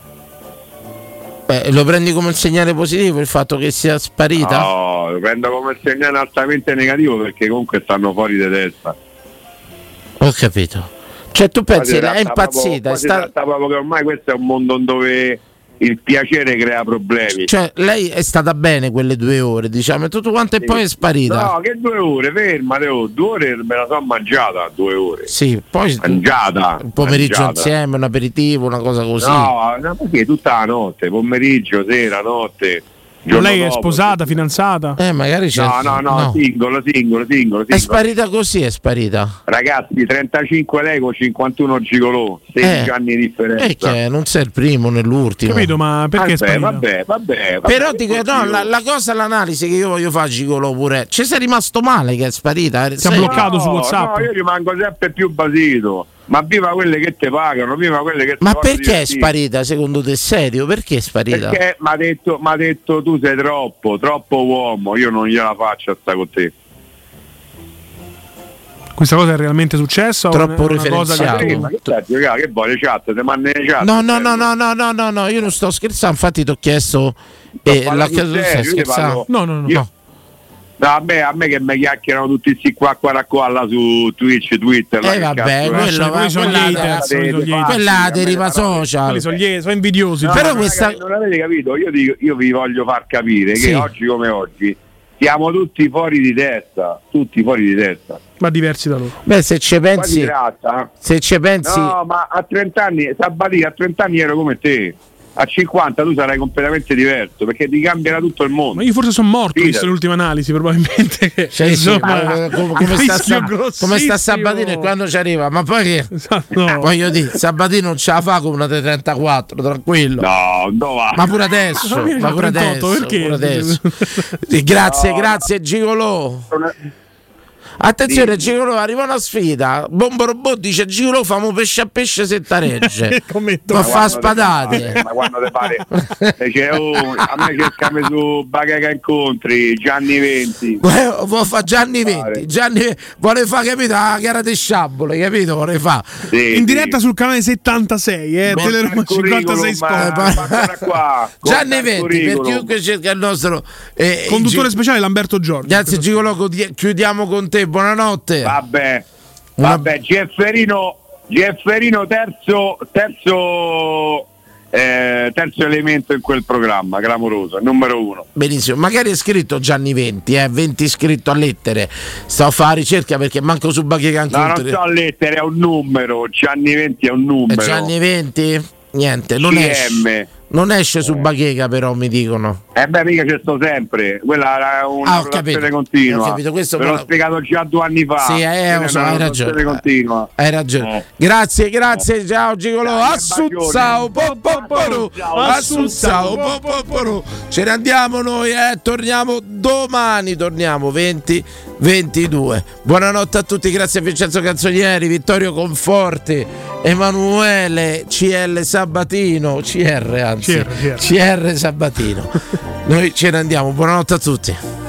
S5: Beh, lo prendi come un segnale positivo il fatto che sia sparita?
S1: No, lo prendo come segnale altamente negativo perché comunque stanno fuori di testa.
S5: Ho capito. Cioè tu pensi,
S1: Ma si
S5: è
S1: tratta
S5: impazzita,
S1: proprio-
S5: è
S1: ma si
S5: sta-
S1: tratta proprio che ormai questo è un mondo dove il piacere crea problemi.
S5: Cioè, lei è stata bene quelle due ore, diciamo, e tutto quanto, e poi è sparita.
S1: No, che due ore, fermate, oh, due ore me la sono mangiata, due ore.
S5: Sì, poi
S1: mangiata.
S5: Un pomeriggio
S1: mangiata.
S5: insieme, un aperitivo, una cosa così.
S1: No, no, perché tutta la notte, pomeriggio, sera, notte.
S4: Lei è
S1: dopo.
S4: sposata, fidanzata?
S5: Eh, magari c'è.
S1: No, no, no,
S5: no.
S1: singolo, singolo, singolo,
S5: È
S1: singolo.
S5: sparita così, è sparita.
S1: Ragazzi, trentacinque Lego, cinquantuno Gigolò, sedici
S5: Eh,
S1: anni di differenza.
S5: E che non sei il primo né l'ultimo.
S4: Capito, ma perché è
S1: Vabbè,
S4: sparita?
S1: vabbè, vabbè, vabbè.
S5: Però dico, no, la, la cosa, l'analisi che io voglio fare, Gigolò, pure. Ci sei rimasto male che è sparita?
S4: Si è bloccato su WhatsApp.
S1: No, io rimango sempre più basito. Ma viva quelle che te pagano, viva quelle che te
S5: Ma
S1: vogliono
S5: perché è
S1: divertire.
S5: sparita, secondo te, serio? Perché è sparita?
S1: Perché mi ha detto, m'ha detto tu sei troppo, troppo uomo, io non gliela faccio a sta con te.
S4: Questa cosa è realmente successa?
S5: Troppo
S4: o è una cosa che
S5: referenziato.
S4: tu-
S1: Ma che stai a giocare? Che vuoi le chat? Te mandi le chat?
S5: No, no, no, no, no, no, no, no, io non sto scherzando, infatti ti ho chiesto. Eh,
S1: parlo
S5: la
S1: sul
S5: chiesto,
S1: serio,
S5: stai
S1: io ti
S5: scherzando?
S1: parlo-
S4: No, no, no.
S1: Io-
S5: no.
S1: No, a me, a me che mi chiacchierano tutti questi qua qua qua là su Twitch, Twitter. là,
S5: Eh
S1: che
S5: vabbè,
S1: cazzo è?
S5: quello,
S4: quelli sono
S5: quella,
S4: gli haters, quelli sono gli haters.
S5: quella deriva social.
S4: Quelli sono, gli- sono invidiosi.
S1: No,
S5: Però
S1: raga,
S5: questa-
S1: non avete capito, io, dico, io vi voglio far capire
S5: Sì.
S1: che oggi come oggi siamo tutti fuori di testa, tutti fuori di testa.
S4: Ma diversi da loro.
S5: Beh, se ci
S1: Qua si
S5: pensi,
S1: tratta.
S5: se ci pensi,
S1: No, ma a trenta anni, Sabatini, a trenta anni ero come te. A cinquanta tu sarai completamente diverso perché ti cambierà tutto il mondo.
S4: Ma io forse sono morto,
S1: Fidati.
S4: visto l'ultima analisi, probabilmente. Che,
S5: cioè, sì,
S4: insomma,
S5: eh, come, come
S4: il
S5: sta,
S4: rischio
S5: Sab- come sta
S4: grossissimo.
S5: Sabatino e quando ci arriva, ma poi che
S4: No.
S5: voglio dire, Sabatino non ce la fa con una T trentaquattro, tranquillo.
S1: No, no va.
S5: Ma pure adesso,
S4: Ma vieni
S5: ma
S4: a
S5: pure
S4: trentotto,
S5: adesso,
S4: perché?
S5: pure adesso. Sì, grazie,
S1: No,
S5: grazie Gigolò. Attenzione, Gigolò, arriva una sfida. Bombo Robot dice Gigolò famo pesce a pesce se taregge.
S4: Commento.
S5: Ma
S1: Ma
S5: fa
S1: quando te
S5: spadate.
S1: pare, Ma quando te pare, dice, oh, a me cercami su Bacheca Incontri, Gianni venti.
S5: Vuole fa Gianni venti, Gianni vuole fare, capito, la gara di sciabole, capito? Vuole fa.
S1: Sì,
S4: In
S1: sì.
S4: diretta sul canale settantasei, eh,
S5: Beh,
S4: Teleroma
S1: Il curriculum,
S4: cinquantasei Sport.
S1: ma- ma guarda qua,
S5: Gianni
S1: guarda il
S5: venti, per
S1: curriculum.
S5: chiunque cerca il nostro eh,
S4: Conduttore
S5: Gi-
S4: speciale Lamberto Giorgio.
S5: Grazie Gigolò, codi- chiudiamo con te, buonanotte.
S1: Vabbè,
S5: Una-
S1: vabbè, Gefferino, Gefferino terzo, terzo, eh, terzo elemento in quel programma, clamoroso, numero uno.
S5: Benissimo, magari è scritto Gianni venti, eh, venti scritto a lettere. Sto a fare ricerca perché manco su Bacheca
S1: No, non
S5: Incontri.
S1: so a lettere, è un numero, Gianni venti è un
S5: Eh,
S1: numero.
S5: Gianni venti? Niente, non
S1: C M.
S5: esce. Non esce su Bacheca però mi dicono.
S1: Eh beh, mica c'è sto sempre, quella era una
S5: Ah, ho
S1: rotazione
S5: capito.
S1: continua.
S5: Ho capito, questo
S1: Ve l'ho
S5: però-
S1: spiegato già due anni fa.
S5: Sì, eh, lo
S1: Quella
S5: so,
S1: era
S5: hai
S1: una
S5: ragione.
S1: rotazione continua.
S5: Hai ragione.
S1: Eh.
S5: Grazie, grazie, ciao Gigolò.
S1: Dai,
S5: Assuzzao, popoporu. Assuzzao, popoporu. Ce ne andiamo noi, eh. Torniamo domani, torniamo venti ventidue. Buonanotte a tutti, grazie a Vincenzo Canzonieri, Vittorio Conforti, Emanuele C L Sabatino, C R anzi,
S4: C R, C R.
S5: C R Sabatino. Noi ce ne andiamo, buonanotte a tutti.